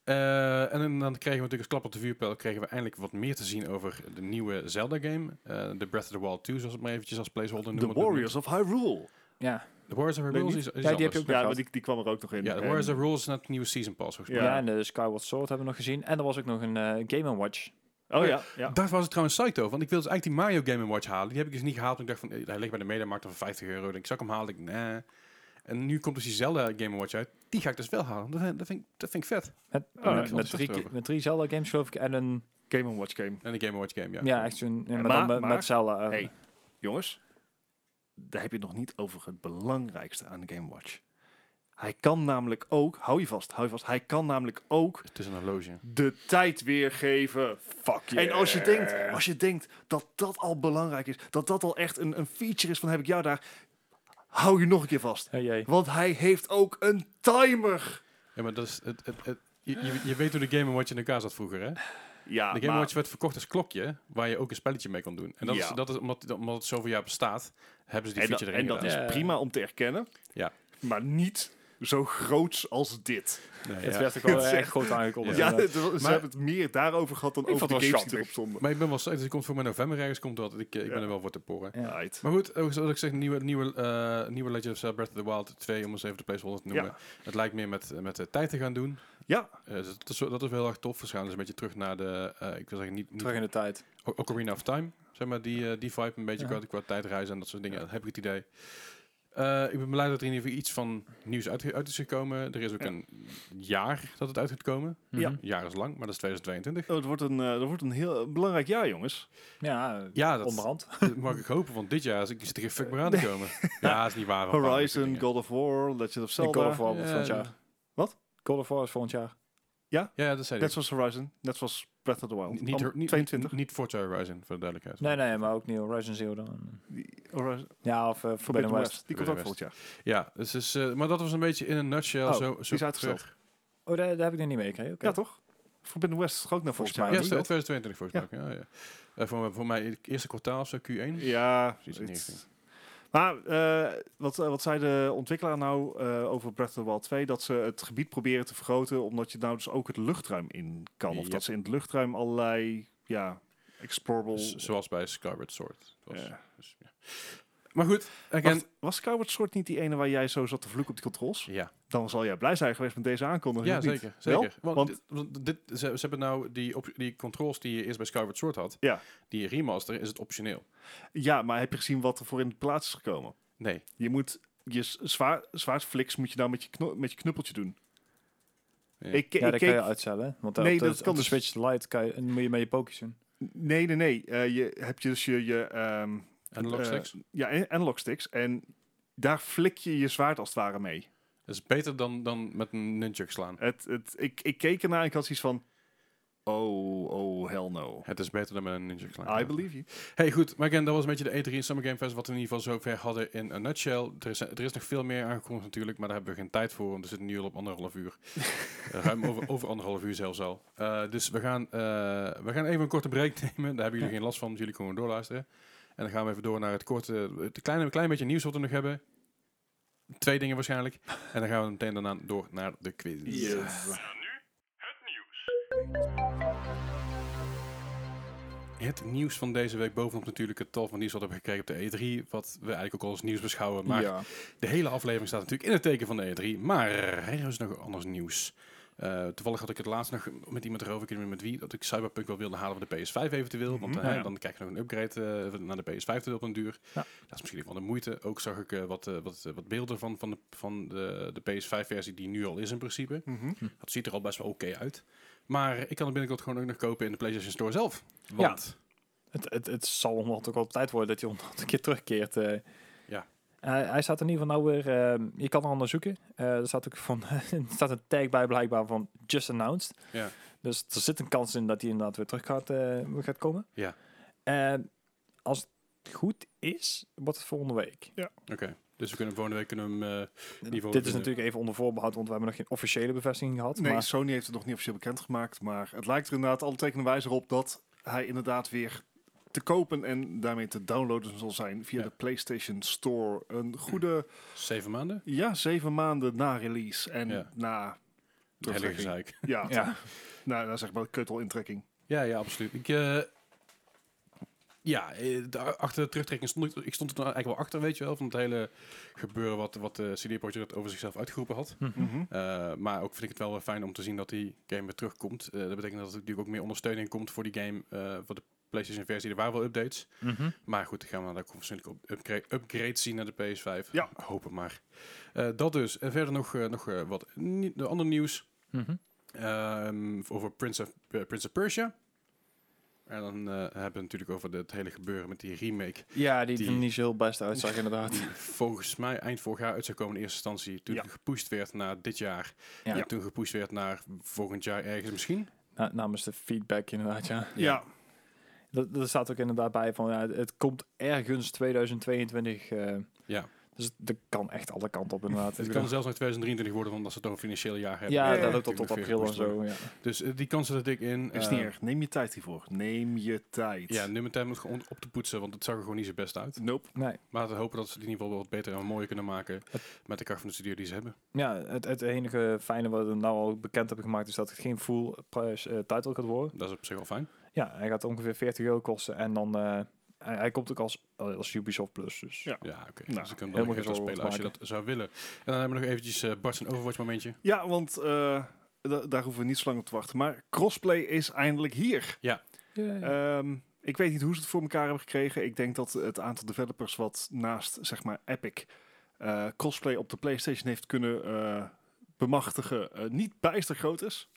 Uh, en dan, dan kregen we natuurlijk als klap op de vuurpijl, kregen we eindelijk wat meer te zien over de nieuwe Zelda-game. Uh, de Breath of the Wild twee, zoals we het maar eventjes als placeholder The noemen. Warriors of Hyrule. Ja. The Warriors of Nee, Hyrule is, niet- is Ja, die heb je anders. ook nog Ja, maar gehad. die, die kwam er ook nog in. Ja, The En- Warriors of Hyrule is net een nieuwe season pass, volgens Ja. mij. Ja, en de Skyward Sword hebben we nog gezien. En er was ook nog een uh, Game and Watch. Oh ja, ja. Daar was het trouwens psyched over. Want ik wilde dus eigenlijk die Mario Game and Watch halen. Die heb ik dus niet gehaald. En ik dacht van, eh, hij ligt bij de Mediamarkt voor vijftig euro. Ik denk, zal ik hem halen? Ik, nee. En nu komt dus die Zelda Game and Watch uit. Die ga ik dus wel halen. Dat, vind- dat, vind, ik, dat vind ik vet. Met, Oh, met, ja, met, ik was drie, er ke- over. met drie Zelda games geloof ik en een... Game and Watch game. En de Game and Watch game, ja. Ja, echt zo'n... Ja, maar, Maar- dan met, maar- met Zelda. eh, Hey, jongens. Daar heb je het nog niet over het belangrijkste aan de Game Watch. Hij kan namelijk ook, hou je vast, hou je vast, hij kan namelijk ook Het is een horloge. de tijd weergeven. Fuck En als je, denkt, als je denkt dat dat al belangrijk is, dat dat al echt een, een feature is van heb ik jou daar, hou je nog een keer vast. Hey, jee. Want hij heeft ook een timer. Ja, maar dat is... Het, het, het, je, je, je weet hoe de Game and Watch in elkaar zat vroeger, hè? Ja, De Game maar- Watch werd verkocht als klokje, waar je ook een spelletje mee kon doen. En dat, Ja. is, dat is omdat, omdat het zoveel jaar bestaat, hebben ze die en, dat, feature en erin dat gedaan. is Ja. prima om te erkennen. Ja. Maar niet zo groots als dit. Nee, Het ja. werd ook wel Het is echt echt- groot aangekondigd. Ja, inderdaad. het- ze Maar- hebben het meer daarover gehad dan Ik over vond de het wel games die schattig. erop stonden. Maar ik ben wel dus die komt voor mij november ergens, komt dat. Ik, eh, ik ben Ja. er wel voor te poren. Ja. Right. Maar goed, ook zoals ik zeg, nieuwe, nieuwe, eh, nieuwe Legend of Zelda Breath of the Wild twee, om eens even de placeholder te noemen. Ja. Het lijkt meer met, met de tijd te gaan doen. Ja, Eh, dus dat, is, dat is wel heel erg tof. We gaan dus een beetje terug naar de, eh, ik wil zeggen, niet, niet Terug in de tijd. O- Ocarina of Time, zeg maar, die, eh, die vibe een beetje Ja. qua, qua tijdreizen en dat soort dingen. Dat heb ik het idee. Eh, ik ben blij dat er in ieder geval iets van nieuws uit, uit is gekomen. Er is ook Ja. een jaar dat het uit gaat komen. Ja. Een jaar is lang, maar dat is tweeduizend tweeëntwintig. oh, het wordt een, eh, dat wordt een heel belangrijk jaar, jongens. Ja, eh, Ja, dat, onderhand. dat mag ik hopen, want dit jaar is ik zit er geen fuck meer aan te komen. Ja, dat is niet waar. van Horizon, dingen. God of War, Legend of Ik Zelda. God of War wordt Ja, volgend ja. jaar. Wat? God of War is volgend jaar. Ja, dat zei Net ik. zoals Horizon, net zoals Breath of the Wild. Niet, niet, Am- niet, tweeëntwintig. niet Forza Horizon, voor de duidelijkheid. Nee, nee, maar ook niet Horizon Zero Dawn. Die- Horizon, Ja, of uh, Forbidden Forbidden West. West. Die komt ook Forbidden volgend jaar. Ja, dus is, eh, maar dat was een beetje in een nutshell. Oh, zo, zo die is uitgesteld. ver. Oh, daar, daar heb ik nog niet mee gekregen. Oké. Ja, toch? Forbidden West is ook naar volgend Volgens mij jaar. Ja, niet. tweeduizend tweeëntwintig volgens mij. ook, Ja, ja. Eh, voor, voor mij het eerste kwartaal of zo, Q één. Ja, Zoiets in die het- richting. maar eh, wat, eh, wat zei de ontwikkelaar nou eh, over Breath of the Wild twee? Dat ze het gebied proberen te vergroten, omdat je nou dus ook het luchtruim in kan. Of Ja. dat ze in het luchtruim allerlei, ja, explorable... Z- zoals bij Skyward Sword. Dat was- Ja. dus, ja. Maar goed, again, Wacht, was Skyward Sword niet die ene waar jij zo zat te vloeken op die controls? ja, Dan zal jij blij zijn geweest met deze aankondiging. ja of niet? zeker. Wel? zeker. Want, Want- dit, want dit, ze, ze hebben nou die, op, die controls die je eerst bij Skyward Sword had, Ja. die remaster, is het optioneel. Ja, maar heb je gezien wat er voor in de plaats is gekomen? Nee. Je moet je s- zwaar, zwaardfliks moet je nou met je, kno- met je knuppeltje doen. Ja. Ik, Ja, ik dat kan je keek, uitstellen. Want Nee, nee, op de, dat kan op de dus- Switch Lite kan je, en moet je met je pookjes doen. nee, nee, nee. Eh, je hebt je dus je, je ehm, Analog eh, sticks. ja, en- analog sticks. En daar flik je je zwaard als het ware mee. Dat is beter dan, dan met een nunchuk slaan. Het, het, ik, ik keek ernaar en ik had zoiets van... Oh, oh, hell no. Het is beter dan met een nunchuk slaan. I believe you. Hey, goed. Maar again, dat was een beetje de E drie Summer Game Fest, wat we in ieder geval zover hadden in een nutshell. Er is, er is nog veel meer aangekondigd natuurlijk, maar daar hebben we geen tijd voor, want we zitten nu al op anderhalf uur. Uh, ruim over, over anderhalf uur zelfs al. Uh, dus we gaan, uh, we gaan even een korte break nemen. Daar hebben jullie geen last van, dus jullie kunnen gewoon doorluisteren. En dan gaan we even door naar het korte, het kleine, klein beetje nieuws wat we nog hebben. Twee dingen waarschijnlijk. En dan gaan we meteen daarna door naar de quiz. Yes. Het nieuws van deze week, bovenop natuurlijk het tal van nieuws wat we hebben gekregen op de E drie, wat we eigenlijk ook al als nieuws beschouwen. Maar ja. de hele aflevering staat natuurlijk in het teken van de E drie. Maar er is nog anders nieuws. Uh, toevallig had ik het laatst nog met iemand erover, ik weet niet meer met wie, dat ik Cyberpunk wel wilde halen voor de P S vijf eventueel. Mm-hmm. Want uh, Ja, ja. dan krijg je nog een upgrade uh, naar de P S vijf op een duur. Ja. Dat is misschien wel de moeite. Ook zag ik uh, wat, uh, wat, uh, wat beelden van, van, de, van de, de P S vijf versie die nu al is in principe. Mhm. Dat ziet er al best wel oké okay uit. Maar ik kan het binnenkort gewoon ook nog kopen in de PlayStation Store zelf. Want... Het, het, het zal onderhand ook wel tijd worden dat hij onderhand een keer terugkeert. Uh. Ja. Uh, hij staat in ieder geval nou weer... Uh, je kan er aan zoeken. Uh, er staat ook van, er staat een tag bij blijkbaar van just announced. Ja. Dus er zit een kans in dat hij inderdaad weer terug gaat, uh, gaat komen. Ja. Uh, als het goed is, wordt het volgende week. Ja. Oké. Okay. Dus we kunnen volgende week kunnen hem... Uh, Dit vinden. Is natuurlijk even onder voorbehoud, want we hebben nog geen officiële bevestiging gehad. Nee, maar Sony heeft het nog niet officieel bekendgemaakt. Maar het lijkt er inderdaad alle tekenen wijzer op dat hij inderdaad weer te kopen en daarmee te downloaden zal zijn via ja. de PlayStation Store. Een goede... Zeven maanden? Ja, zeven maanden na release. En ja. na... Hele gezeik. Ja, ja. nou, nou zeg maar keutel intrekking. Ja, ja, absoluut. Ik, uh, Ja, eh, de- achter de terugtrekking stond ik, ik stond er nou eigenlijk wel achter, weet je wel, van het hele gebeuren wat, wat de C D Projekt over zichzelf uitgeroepen had. Mhm. Uh, maar ook vind ik het wel fijn om te zien dat die game weer terugkomt. Uh, dat betekent dat er natuurlijk ook meer ondersteuning komt voor die game, uh, voor de PlayStation versie. Er waren wel updates. Mhm. Maar goed, dan gaan we daar waarschijnlijk op upgrade, upgrade zien naar de P S vijf. Ja. Hopen maar. Uh, dat dus. En verder nog, uh, nog uh, wat nie- de andere nieuws. Mhm. Um, over Prince of, uh, Prince of Persia. En dan uh, hebben we natuurlijk over het hele gebeuren met die remake. Ja, die, Die- die niet zo heel best uitzag inderdaad. Die volgens mij eind vorig jaar uit zou komen in eerste instantie. Toen Ja. gepusht werd naar dit jaar. Ja. En toen gepusht werd naar volgend jaar ergens misschien. Na, namens de feedback inderdaad, ja. Ja. Dat, dat staat ook inderdaad bij van, ja, het komt ergens tweeduizend tweeëntwintig. eh, Ja. dus dat kan echt alle kanten op inderdaad. Het kan zelfs nog tweeduizend drieëntwintig worden, omdat ze het een financieel jaar hebben. ja, Ja, dat ja, ook tot, tot natuurlijk april en weer gepusht zo, worden. ja. Dus uh, die kans zit er dik in. Is Uh, niet erg. Neem je tijd hiervoor. Neem je tijd. Ja, nu met tijd moet gewoon op te poetsen, want het zag er gewoon niet zo best uit. Nope. Nee. Maar we hopen dat ze het in ieder geval wat beter en mooier kunnen maken met de kracht van de studio die ze hebben. Ja, het, het enige fijne wat we nou al bekend hebben gemaakt is dat het geen full price uh, title gaat worden. Dat is op zich wel fijn. Ja, hij gaat ongeveer veertig euro kosten en dan uh, hij, hij komt ook als, als Ubisoft Plus. Dus Ja. Ja, oké. Nou, Dus je kunt helemaal dan geen nog zorgen spelen als je maken. dat zou willen. En dan hebben we nog eventjes uh, Bart zijn Overwatch momentje. Ja, want uh, da- daar hoeven we niet zo lang op te wachten. Maar crossplay is eindelijk hier. Ja. Um, ik weet niet hoe ze het voor elkaar hebben gekregen. Ik denk dat het aantal developers wat naast zeg maar Epic uh, crossplay op de PlayStation heeft kunnen uh, bemachtigen uh, niet bijster groot is.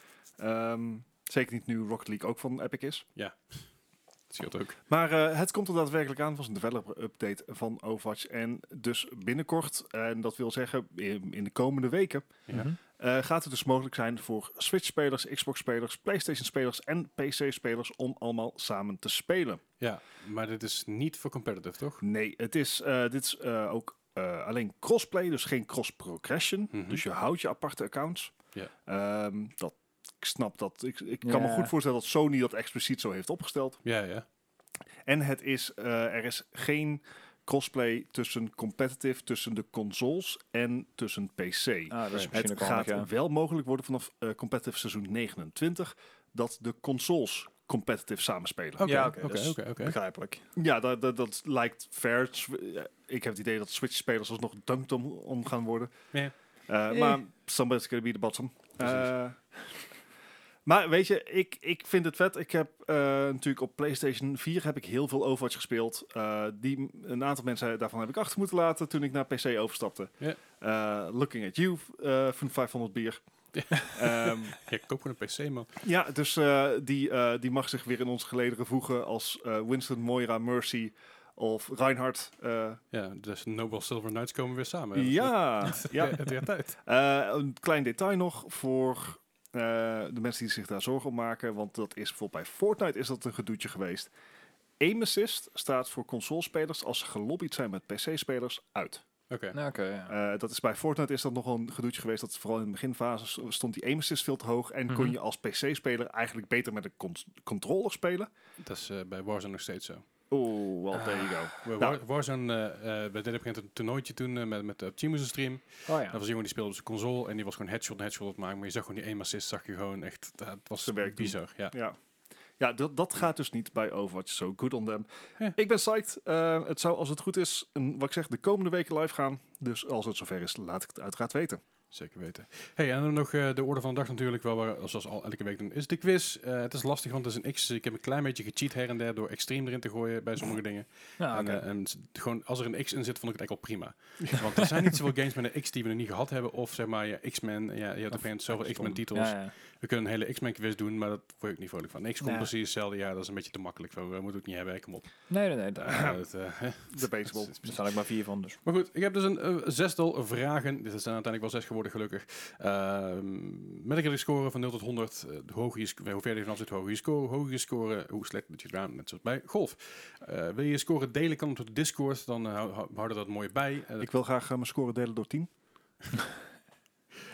Um, zeker niet nu Rocket League ook van Epic is. Ja. Dat scheelt ook. Maar uh, het komt er daadwerkelijk aan. Het was een developer update van Overwatch. En dus binnenkort, en dat wil zeggen in, in de komende weken, Ja. Mhm. uh, gaat het dus mogelijk zijn voor Switch-spelers, Xbox-spelers, PlayStation-spelers en P C-spelers om allemaal samen te spelen. Ja, maar dit is niet voor competitive, toch? Nee, het is, uh, dit is uh, ook uh, alleen crossplay, dus geen cross-progression. Mhm. Dus je houdt je aparte accounts. Ja. Um, dat, ik snap dat. Ik, ik Ja. kan me goed voorstellen dat Sony dat expliciet zo heeft opgesteld. Ja, ja. En het is, uh, er is geen crossplay tussen competitive, tussen de consoles en tussen P C. Ah, dat is misschien Het ook gaat handig, ja. wel mogelijk worden vanaf uh, competitive seizoen negenentwintig dat de consoles competitive samenspelen. Oké, Ja, oké, oké, dus- oké, oké. Begrijpelijk. Ja, dat, dat, dat lijkt fair. Sw- ja, Ik heb het idee dat Switch-spelers alsnog dunked om, om gaan worden. Ja. Uh, Eh. Maar somebody's gonna be the bottom. Precies. Uh, maar weet je, ik, ik vind het vet. Ik heb uh, natuurlijk op PlayStation vier heb ik heel veel Overwatch gespeeld. Uh, die, een aantal mensen daarvan heb ik achter moeten laten toen ik naar P C overstapte. Ja. Uh, looking at you, uh, van vijfhonderd bier. Ja. Um, Ja, koop gewoon een P C, man. ja, dus uh, die, uh, die mag zich weer in onze gelederen voegen als uh, Winston, Moira, Mercy of Reinhardt. Uh, Ja, dus Noble Silver Knights komen weer samen. ja, ja. Ja, het werd tijd. Uh, een klein detail nog voor uh, de mensen die zich daar zorgen om maken. Want dat is bijvoorbeeld bij Fortnite is dat een gedoetje geweest. Aim Assist staat voor consolespelers als ze gelobbyd zijn met P C-spelers uit. Oké. Ja, oké, ja. Uh, dat is bij Fortnite is dat nog een gedoetje geweest. Dat vooral in de beginfase stond die Aim Assist veel te hoog. En kon Mhm. je als P C-speler eigenlijk beter met een con- controller spelen. Dat is uh, bij Warzone nog steeds zo. Oh, well, there you go. War- Nou. Warzone, uh, uh, we deden op een gegeven moment een toernooitje toen uh, met, met uh, Team's stream. Oh ja. Dat was een jongen die speelde op zijn console en die was gewoon headshot en headshot aan het maken. Maar je zag gewoon die aim assist, zag je gewoon echt, uh, het was Zijn werk doen. bizar. Ja. Ja, ja dat, dat gaat dus niet bij Overwatch. So good on them. Ja. Ik ben psyched. Uh, het zou, als het goed is, een, wat ik zeg, de komende weken live gaan. Dus als het zover is, laat ik het uiteraard weten. Zeker weten. Hey, en dan nog uh, de orde van de dag natuurlijk, wel we zoals al elke week doen, is de quiz. Uh, het is lastig, want het is een X. Ik heb een klein beetje gecheat her en der door extreem erin te gooien bij sommige dingen. Ja, oké. En, uh, en s- gewoon, als er een X in zit, vond ik het eigenlijk al prima. Want er zijn niet zoveel games met een X die we nog niet gehad hebben. Of zeg maar, ja, X-Men. Ja, je hebt op een gegeven moment zoveel X-Men titels. Ja, ja. We kunnen een hele X-Men quiz doen, maar dat word ik niet vrolijk van. X komt Nee. precies hetzelfde. Ja, dat is een beetje te makkelijk. We moeten het niet hebben. Kom op. Nee, nee, nee. Daar Uh, het, uh, hè. Debatable. Het is- er staan ik maar vier van, dus. Maar goed, ik heb dus een uh, zestal vragen. Dit zijn uiteindelijk wel zes geworden, gelukkig. Uh, met een redelijk score van nul tot honderd. Uh, hoe hoger je, sc- hoe verder je vanaf zit, hoe hoger je score. Hoe hoger je score, hoe slecht dat je het gedaan. Net zoals bij golf. Uh, wil je je score delen, kan het op de Discord. Dan uh, hou- hou- houden we dat mooi bij. Uh, Ik wil graag uh, mijn score delen door tien.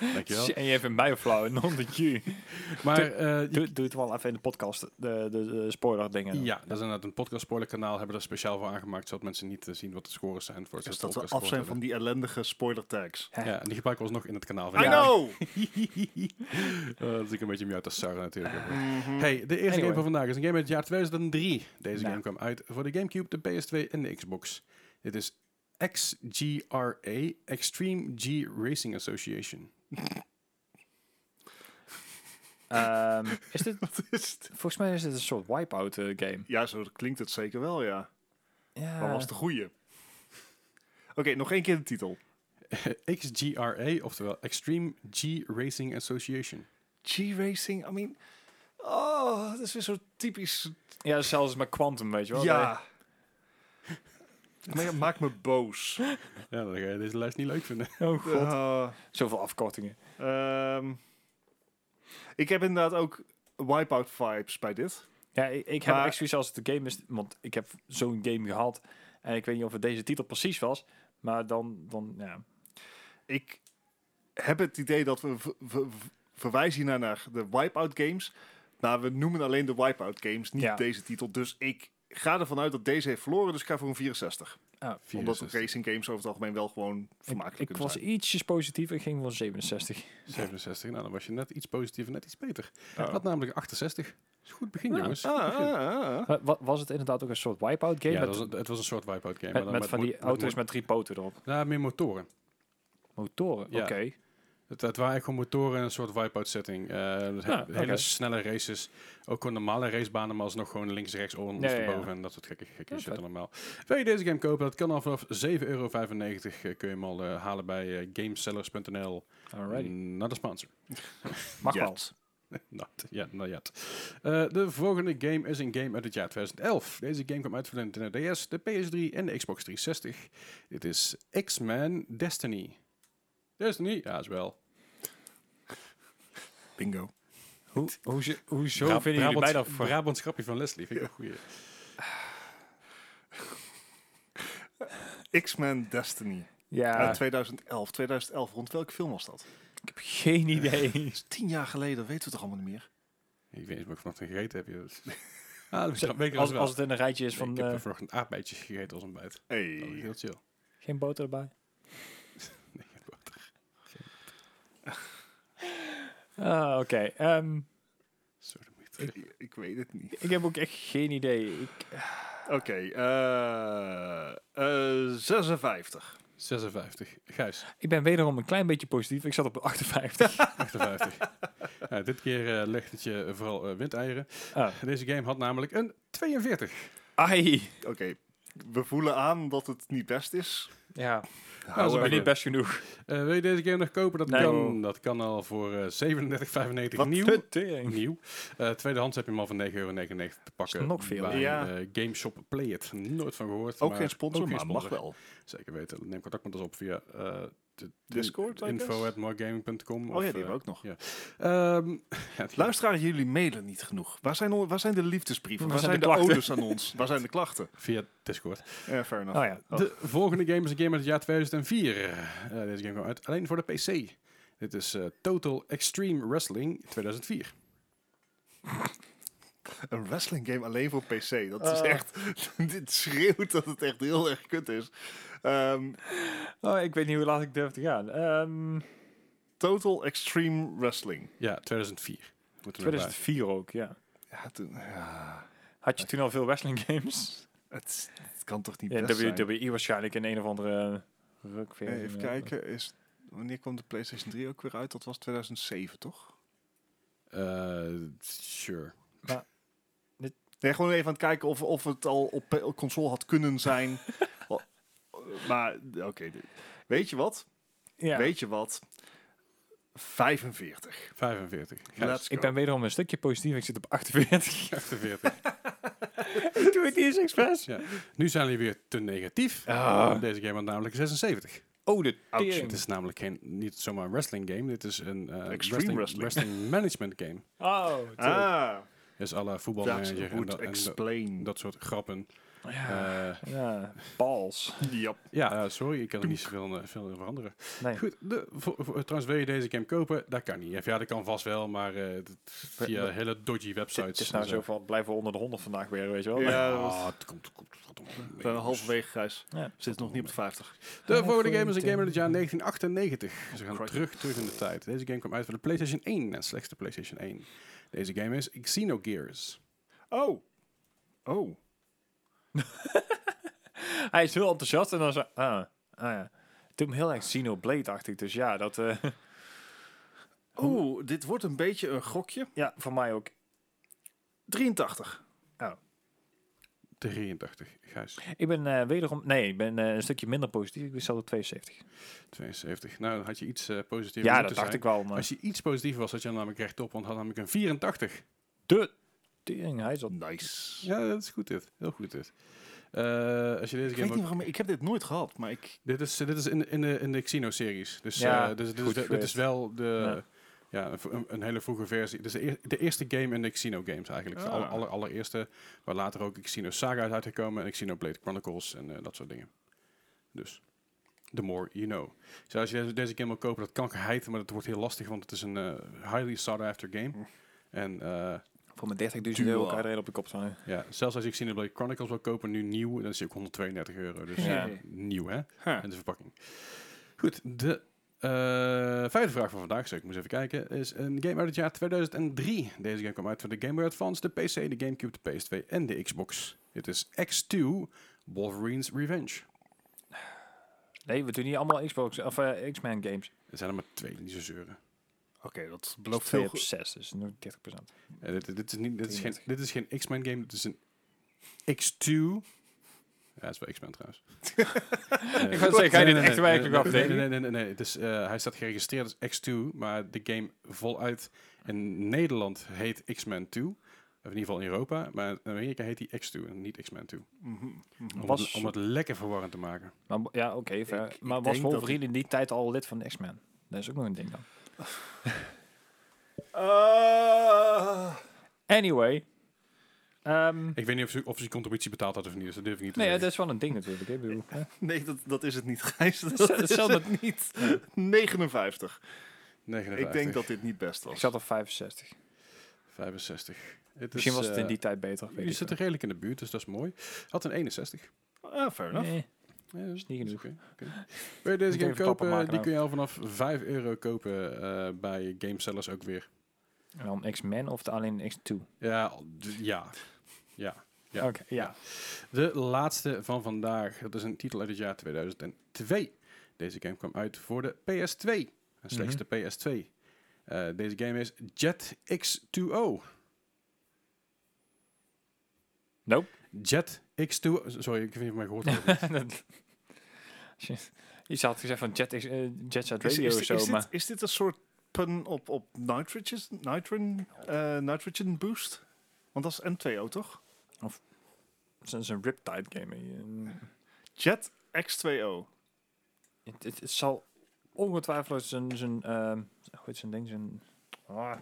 Dankjewel. En je vindt mij flauw, non de Q. Maar eh, je- Doe, doe het wel even in de podcast, de, de, de spoiler dingen. ja, dat is inderdaad een podcast spoiler kanaal. Hebben we er speciaal voor aangemaakt, zodat mensen niet eh, zien wat de scores zijn. Voor het Dus soort dat we podcast af zijn gehoord van die ellendige spoiler tags. Hè. hebben. Ja, en die gebruiken we alsnog in het kanaal. I Ja. know! Uh, dat is ik een beetje uit de Sarah natuurlijk. Mhm. Hey, de eerste Anyway. game van vandaag is een game uit het jaar tweeduizend drie. Deze Nou. game kwam uit voor de Gamecube, de P S twee en de Xbox. Dit is X G R A, Extreme G Racing Association. Ehm, is dit, Wat is het? volgens mij is dit een soort wipeout eh, game. Ja, zo klinkt het zeker wel, ja. Ja. Maar was de goeie? Oké, nog één keer de titel. X G R A, oftewel Extreme G Racing Association. G-Racing, I mean... Oh, dat is weer zo typisch... Ja, zelfs met Quantum, weet je wel. Ja. Maar ja, maakt me boos. Ja, dan ga je deze lijst niet leuk vinden. Oh god. Uh, Zoveel afkortingen. ehm, ik heb inderdaad ook wipeout vibes bij dit. Ja, ik, ik heb Maar- echt zoiets als het de game is, want ik heb zo'n game gehad en ik weet niet of het deze titel precies was, maar dan, dan ja. Ik heb het idee dat we v- v- v- verwijzen hier naar, naar de wipeout games. Maar we noemen alleen de wipeout games, niet Ja. deze titel. Dus ik ga ervan uit dat deze heeft verloren, dus ik ga voor een vierenzestig. Ah, Omdat vierenzestig. racing games over het algemeen wel gewoon ik, vermakelijk ik kunnen was zijn. ietsjes positief, ik ging voor zevenenzestig. zevenenzestig, nou dan was je net iets positiever, net iets beter. Oh. Had namelijk achtenzestig. Dat is een goed begin, Ja. jongens. Ah, Goed begin. ah, ah, ah. Maar wa- was het inderdaad ook een soort wipeout game? Ja, met, dat was een- het was een soort wipeout game. met, maar dan met van mo- die auto's mo- met drie poten erop. Ja, meer motoren. Motoren, Ja. oké. Het, het waren eigenlijk gewoon motoren in een soort wipeout setting. Eh, dus Ah, he- hele oké. snelle races. Ook gewoon normale racebanen, maar alsnog gewoon links, rechts, onder, Ja, ja, ja. ondersteboven en dat soort gekke, gekke Ja, shit vet. allemaal. Wil je deze game kopen? Dat kan al vanaf zeven euro vijfennegentig. Eh, kun je hem al eh, halen bij eh, gamesellers punt n l. Alrighty. Not a sponsor. Mag wel. Jet. Not, ja, not yet. Eh, de volgende game is een game uit het jaar tweeduizend elf. Deze game kwam uit voor de Nintendo D S, de P S drie en de Xbox driehonderdzestig. Dit is X-Men Destiny. Destiny? Ja, is wel. Bingo. Hoe, hoe, zo- hoezo Bra- vinden jullie mij Brabants- dat voor? Brabants grapje van Leslie, vind ik een goeie. X-Men Destiny. Ja, Uit tweeduizend elf. tweeduizend elf, rond welke film was dat? ik heb geen idee. Dat is tien jaar geleden, weten we toch allemaal niet meer? Ik weet niet wat ik vanochtend gegeten heb. joh. Ah, dat weet ik Als, wel. als het in een rijtje is Nee, van ik heb eh, vanochtend aardbeidjes gegeten als ontbijt. Dat is Hey. heel chill. geen boter erbij. Nee, geen boter. Ah, oké. Ehm, Zo, dan moet je terug. Ik, ik weet het niet. ik heb ook echt geen idee. Ik, Oké, eh, eh, zesenvijftig. zesenvijftig. Gijs, ik ben wederom een klein beetje positief. Ik zat op achtenvijftig. achtenvijftig. Ja, dit keer eh, legt het je vooral eh, windeieren. Ah. Deze game had namelijk een tweeënveertig. Ai. Oké, we voelen aan dat het niet best is. Ja, dat is However, maar niet best genoeg. Eh, wil je deze game nog kopen? Dat, Nee. kan, dat kan al voor eh zevenendertig vijfennegentig Wat nieuw. de tering. Nieuw. Eh, tweedehands heb je hem al voor negen euro negenennegentig te pakken. is nog veel, Bij ja. eh, GameShop Play It. Nooit van gehoord. Ook maar geen sponsor, ook geen maar mag sponsor. wel. Zeker weten. Neem contact met ons op via eh, de- de Discord, I info guess? at moregaming punt com. Oh ja, die hebben we ook nog. ja. Ehm, ja, Luisteraars, jullie mailen niet genoeg. Waar zijn, on- waar zijn de liefdesbrieven? Waar Waar, zijn zijn de de, klachten? odes aan ons? Waar zijn de klachten? via Discord. Ja, fair enough. Oh ja. Oh. De volgende game is een game uit het jaar tweeduizend vier. Eh, deze game kwam uit alleen voor de P C. Dit is eh, Total Extreme Wrestling tweeduizend vier. Een wrestling game alleen voor P C. Dat is Oh. echt... dit schreeuwt dat het echt heel erg kut is. Ehm, Oh, ik weet niet hoe laat ik durf te gaan. Ehm Total Extreme Wrestling. Ja, tweeduizend vier. Moeten we erbij. tweeduizend vier ook, ja. Ja, toen, ja Had je toen al veel wrestling games? het, het kan toch niet Ja, best zijn? W W E waarscheinlijk in een of andere rukversie. Eh, even kijken. Is, wanneer kwam de PlayStation drie ook weer uit? Dat was tweeduizend zeven, toch? Eh, sure. Nee, gewoon even aan het kijken of, of het al op pe- op console had kunnen zijn. Oh, maar, oké. dit- weet je wat? Ja. Weet je wat? vijfenveertig. vijfenveertig. Gijs, Let's go. Ik ben wederom een stukje positief. Ik zit op achtenveertig. achtenveertig. Ik doe het niet eens expres. Ja. Nu zijn jullie weer te negatief. Ah. Deze game had namelijk zesenzeventig. Oh, de Ouch. tering. Het is namelijk geen, niet zomaar een wrestling game. Dit is een eh, Extreme wrestling, wrestling. management game. Oh, Ah, Dus alle dat voetbalmanager en, would dat- en dat- explain. dat soort grappen. Ja, Eh, ja balls. Yep. ja, eh, sorry, ik kan er niet zoveel uh, veel in veranderen. Nee. Goed, de, voor, voor, trouwens wil je deze game kopen? Dat kan niet. Ja, dat kan vast wel, maar uh, dat, via we, hele dodgy websites. Het is nou zo van, blijven we onder de honderd vandaag weer, weet je wel. Ja, Ja, dat het komt, komt, komt, komt We zijn halverwege, Gijs. Ja. Zit nog niet op de vijftig. De Ja, volgende game is een voor game uit het jaar negentien achtennegentig. Ze gaan Crikey. terug, terug in de tijd. Deze game kwam uit voor de PlayStation één en slechts de PlayStation één. Deze game is Xenogears. Oh. Oh. Hij is heel enthousiast en dan zo, ah, ah ja. Het doet me heel erg Xenoblade-achtig, dus ja, dat... Uh, Oeh, dit wordt een beetje een gokje. ja, voor mij ook. drieëntachtig. drieëntachtig, Gijs. Ik ben uh, wederom... Nee, ik ben uh, een stukje minder positief. Ik ben zelf op tweeënzeventig. tweeënzeventig. Nou, dan had je iets uh, positiever Ja, moeten dat dacht zijn. ik wel. Maar Als je iets positiever was, had je dan namelijk rechtop, want had namelijk een vierentachtig. de tering, hij is al... Nice. Ja, dat is goed dit. Heel goed dit. Uh, als je deze Ik weet game niet ook- waarom, ik heb dit nooit gehad, maar ik... Dit is, dit is in, in de, in de Xeno-series. Dus, Ja, uh, dus dit, is, goed dit is geweest. wel de, Ja. ja. een, een hele vroege versie. Dus de, eer- de eerste game in de Xeno-games eigenlijk. De Ah. aller, aller, allereerste, waar later ook Xeno Saga uit uitgekomen en Xenoblade Chronicles en uh, dat soort dingen. Dus, the more you know. Dus als je deze, deze game wil kopen, dat kan geheid, maar dat wordt heel lastig, want het is een uh, highly sought-after game. Hm. En uh, Voor mijn dertigduizend euro Duo. kan je er een op de kop staan. ja, zelfs als je Xenoblade Chronicles wil kopen, nu nieuw, dan is die ook honderdtweeëndertig euro. Dus Ja. uh, nieuw, hè? Huh. En de verpakking. Goed, de uh, vijfde vraag van vandaag, zeg ik moet even kijken, is een game uit het jaar tweeduizend drie. Deze game kwam uit voor de Game Boy Advance, de P C, de Gamecube, de P S twee en de Xbox. Dit is X twee, Wolverine's Revenge. Nee, we doen niet allemaal Xbox of uh, X-Men games. Er zijn er maar twee, niet zo zeuren. Oké, dat Beloof belooft twee veel op goed. zes, dus nu dertig procent. Uh, dit, dit, is niet, dit, is geen, drieëndertig. dit is geen X-Men game, dit is een X twee. Ja, het is wel X-Men trouwens. Ik wou zeggen, ga je dit echt werkelijk nee, afdelen? nee, nee, nee, nee. Het is, uh, hij staat geregistreerd als X twee, maar de game voluit in Nederland heet X-Men twee. Of in ieder geval in Europa, maar in Amerika heet hij X twee en niet X-Men twee. Mhm, mhm. Om, Was- het, om het lekker verwarrend te maken. Maar, ja, oké. Okay, Ik- ik maar was denk dat- Wolverine in die tijd al lid van de X-Men? Dat is ook nog een ding dan. Uh, Anyway. Ehm, Ik weet niet of ze, of ze contributie betaald had of niet, dus dat durf ik niet te nee, ja, zeggen. dat is wel een ding natuurlijk. Ik bedoel, hè. nee, dat, dat is het niet, Gijs. Dat is is hetzelfde- het niet. negenenvijftig. negenenvijftig. Ik denk dat dit niet best Ik was. zat op vijfenzestig. vijfenzestig. Het Misschien is, was het in eh, die tijd beter. Weet Jullie ik zitten redelijk in de buurt, dus dat is mooi. Had een eenenzestig. Ah, fair wel. enough. Nee. Ja, dat is niet genoeg. oké, oké. Wil je deze Moet game even tappen kopen? maken Die nou. kun je al vanaf vijf euro kopen uh, bij gamesellers ook weer. En dan X-Men of de alleen X twee? Ja, d- ja. Ja. Ja. Oké, ja. De laatste van vandaag. Dat is een titel uit het jaar tweeduizend twee. Deze game kwam uit voor de P S twee. En slechts Mhm. de P S twee. Uh, deze game is Jet X twee O. Nope. Jet X twee O. Sorry, ik weet niet of mij gehoord hebt. Dat- Shit. Iets had gezegd van Jet, X- eh, Jet Set Is, Radio is, of is, zo, dit, maar... is dit een soort pun op, op nitrogen, nitron, eh, nitrogen boost? Want dat is M twee O, toch? Het is een Riptide game. eh. Jet X twee O. Het, het, het zal ongetwijfeld zijn... zijn ehm, hoe heet zijn ding? Zijn... ah.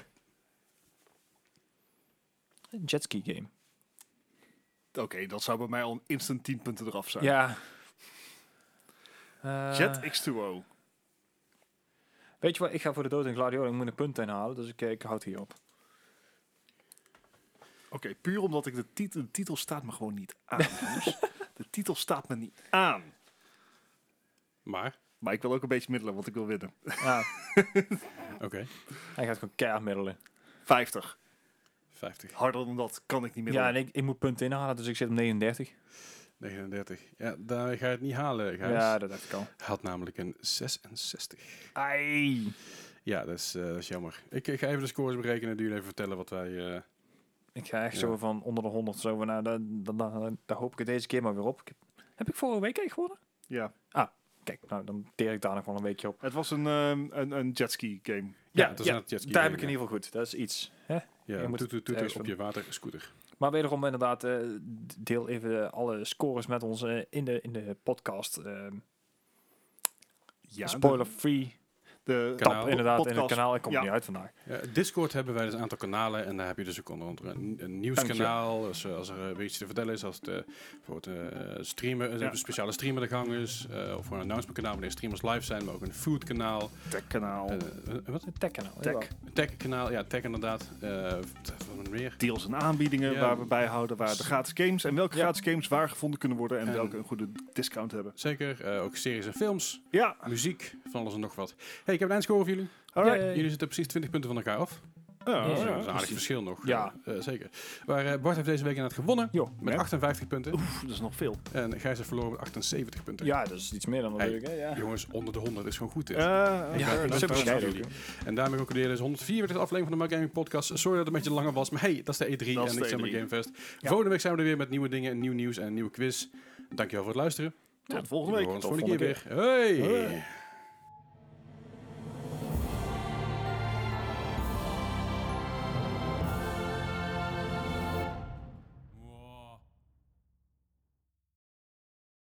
Een jetski game. Oké, dat zou bij mij al een instant tien punten eraf zijn. Ja. Eh, Jet X twee O. Weet je wat? Ik ga voor de dood in Gladiola. Ik moet een punt inhalen, dus ik, eh, ik houd hierop. Oké, puur omdat ik de titel... De titel staat me gewoon niet aan, jongens. De titel staat me niet aan. Maar, Maar ik wil ook een beetje middelen, want ik wil winnen. Ja, oké. hij gaat gewoon keihard middelen. vijftig. vijftig. Harder dan dat kan ik niet Ja, middelen. en ik, ik moet punten inhalen, dus ik zit op negenendertig. negenendertig. Ja, daar ga je het niet halen, Gijs. Ja, dat dacht ik al. Hij had namelijk een zesenzestig. Ai. Ja, dat is, eh, dat is jammer. Ik, ik ga even de scores berekenen en jullie even vertellen wat wij... eh, Ik ga echt Ja. zo van onder de honderd zo van, nou, dan, dan, dan, dan hoop ik het deze keer maar weer op. Ik heb, heb ik vorige week echt gewonnen? Ja. Kijk, nou, dan teer ik daar nog wel een weekje op. Het was een, ehm, een, een jetski game. ja, dat is ja, een jetski daar heb game, ik in ieder geval goed. Dat is iets. Hè? Ja, je ja moet toeter, toeter ergens op van- je waterscooter. Maar wederom inderdaad, eh, deel even alle scores met ons eh, in, de, in de podcast. eh, Ja, spoiler free. de Kanaal. Tap inderdaad in het podcast. kanaal. Ik kom Ja. er niet uit vandaag. Ja, Discord hebben wij dus een aantal kanalen en daar heb je dus ook onder andere een, een nieuwskanaal. Als, eh, als er uh, weer iets te vertellen is, als het uh, bijvoorbeeld uh, streamen, Ja. een speciale streamer de gang is, uh, of een announcement kanaal wanneer streamers live zijn, maar ook een food kanaal. Tech kanaal. Uh, uh, wat? Een tech-kanaal. Tech. jawel. Een tech kanaal, ja, tech inderdaad. Uh, wat meer? Deals en aanbiedingen Ja. waar we bijhouden, waar de gratis games en welke Ja. gratis games waar gevonden kunnen worden en, En- welke een goede discount hebben. Zeker, uh, ook series en films, Ja, muziek, van alles en nog wat. Hey, ik heb een eindscore voor jullie. alright. Yay. Jullie zitten precies twintig punten van elkaar af. Ja, Ja, dat is ja, een aardig precies. verschil nog. Ja. Uh, uh, zeker. Maar uh, Bart heeft deze week inderdaad gewonnen Jo. met Ja. achtenvijftig punten. Oef, dat is nog veel. En Gijs heeft verloren met achtenzeventig punten. Ja, dat is iets meer dan Hey. natuurlijk. hè, Ja. Jongens, onder de honderd is gewoon goed dit. Uh, Ja, oké. ik ben super trots op gescheiden jullie. ook, En daarmee concludeer dus honderdvierentwintig aflevering van de Mark Gaming Podcast. Sorry dat het een beetje langer was, maar hey, dat is de E drie Dat en is niet de Summer E drie. Game Fest. Ja. Volgende week zijn we er weer met nieuwe dingen, nieuw nieuws en een nieuwe quiz. Dankjewel voor het luisteren. Tot volgende We week. horen ons Tot volgende keer volgende weer. Hey! Hoi.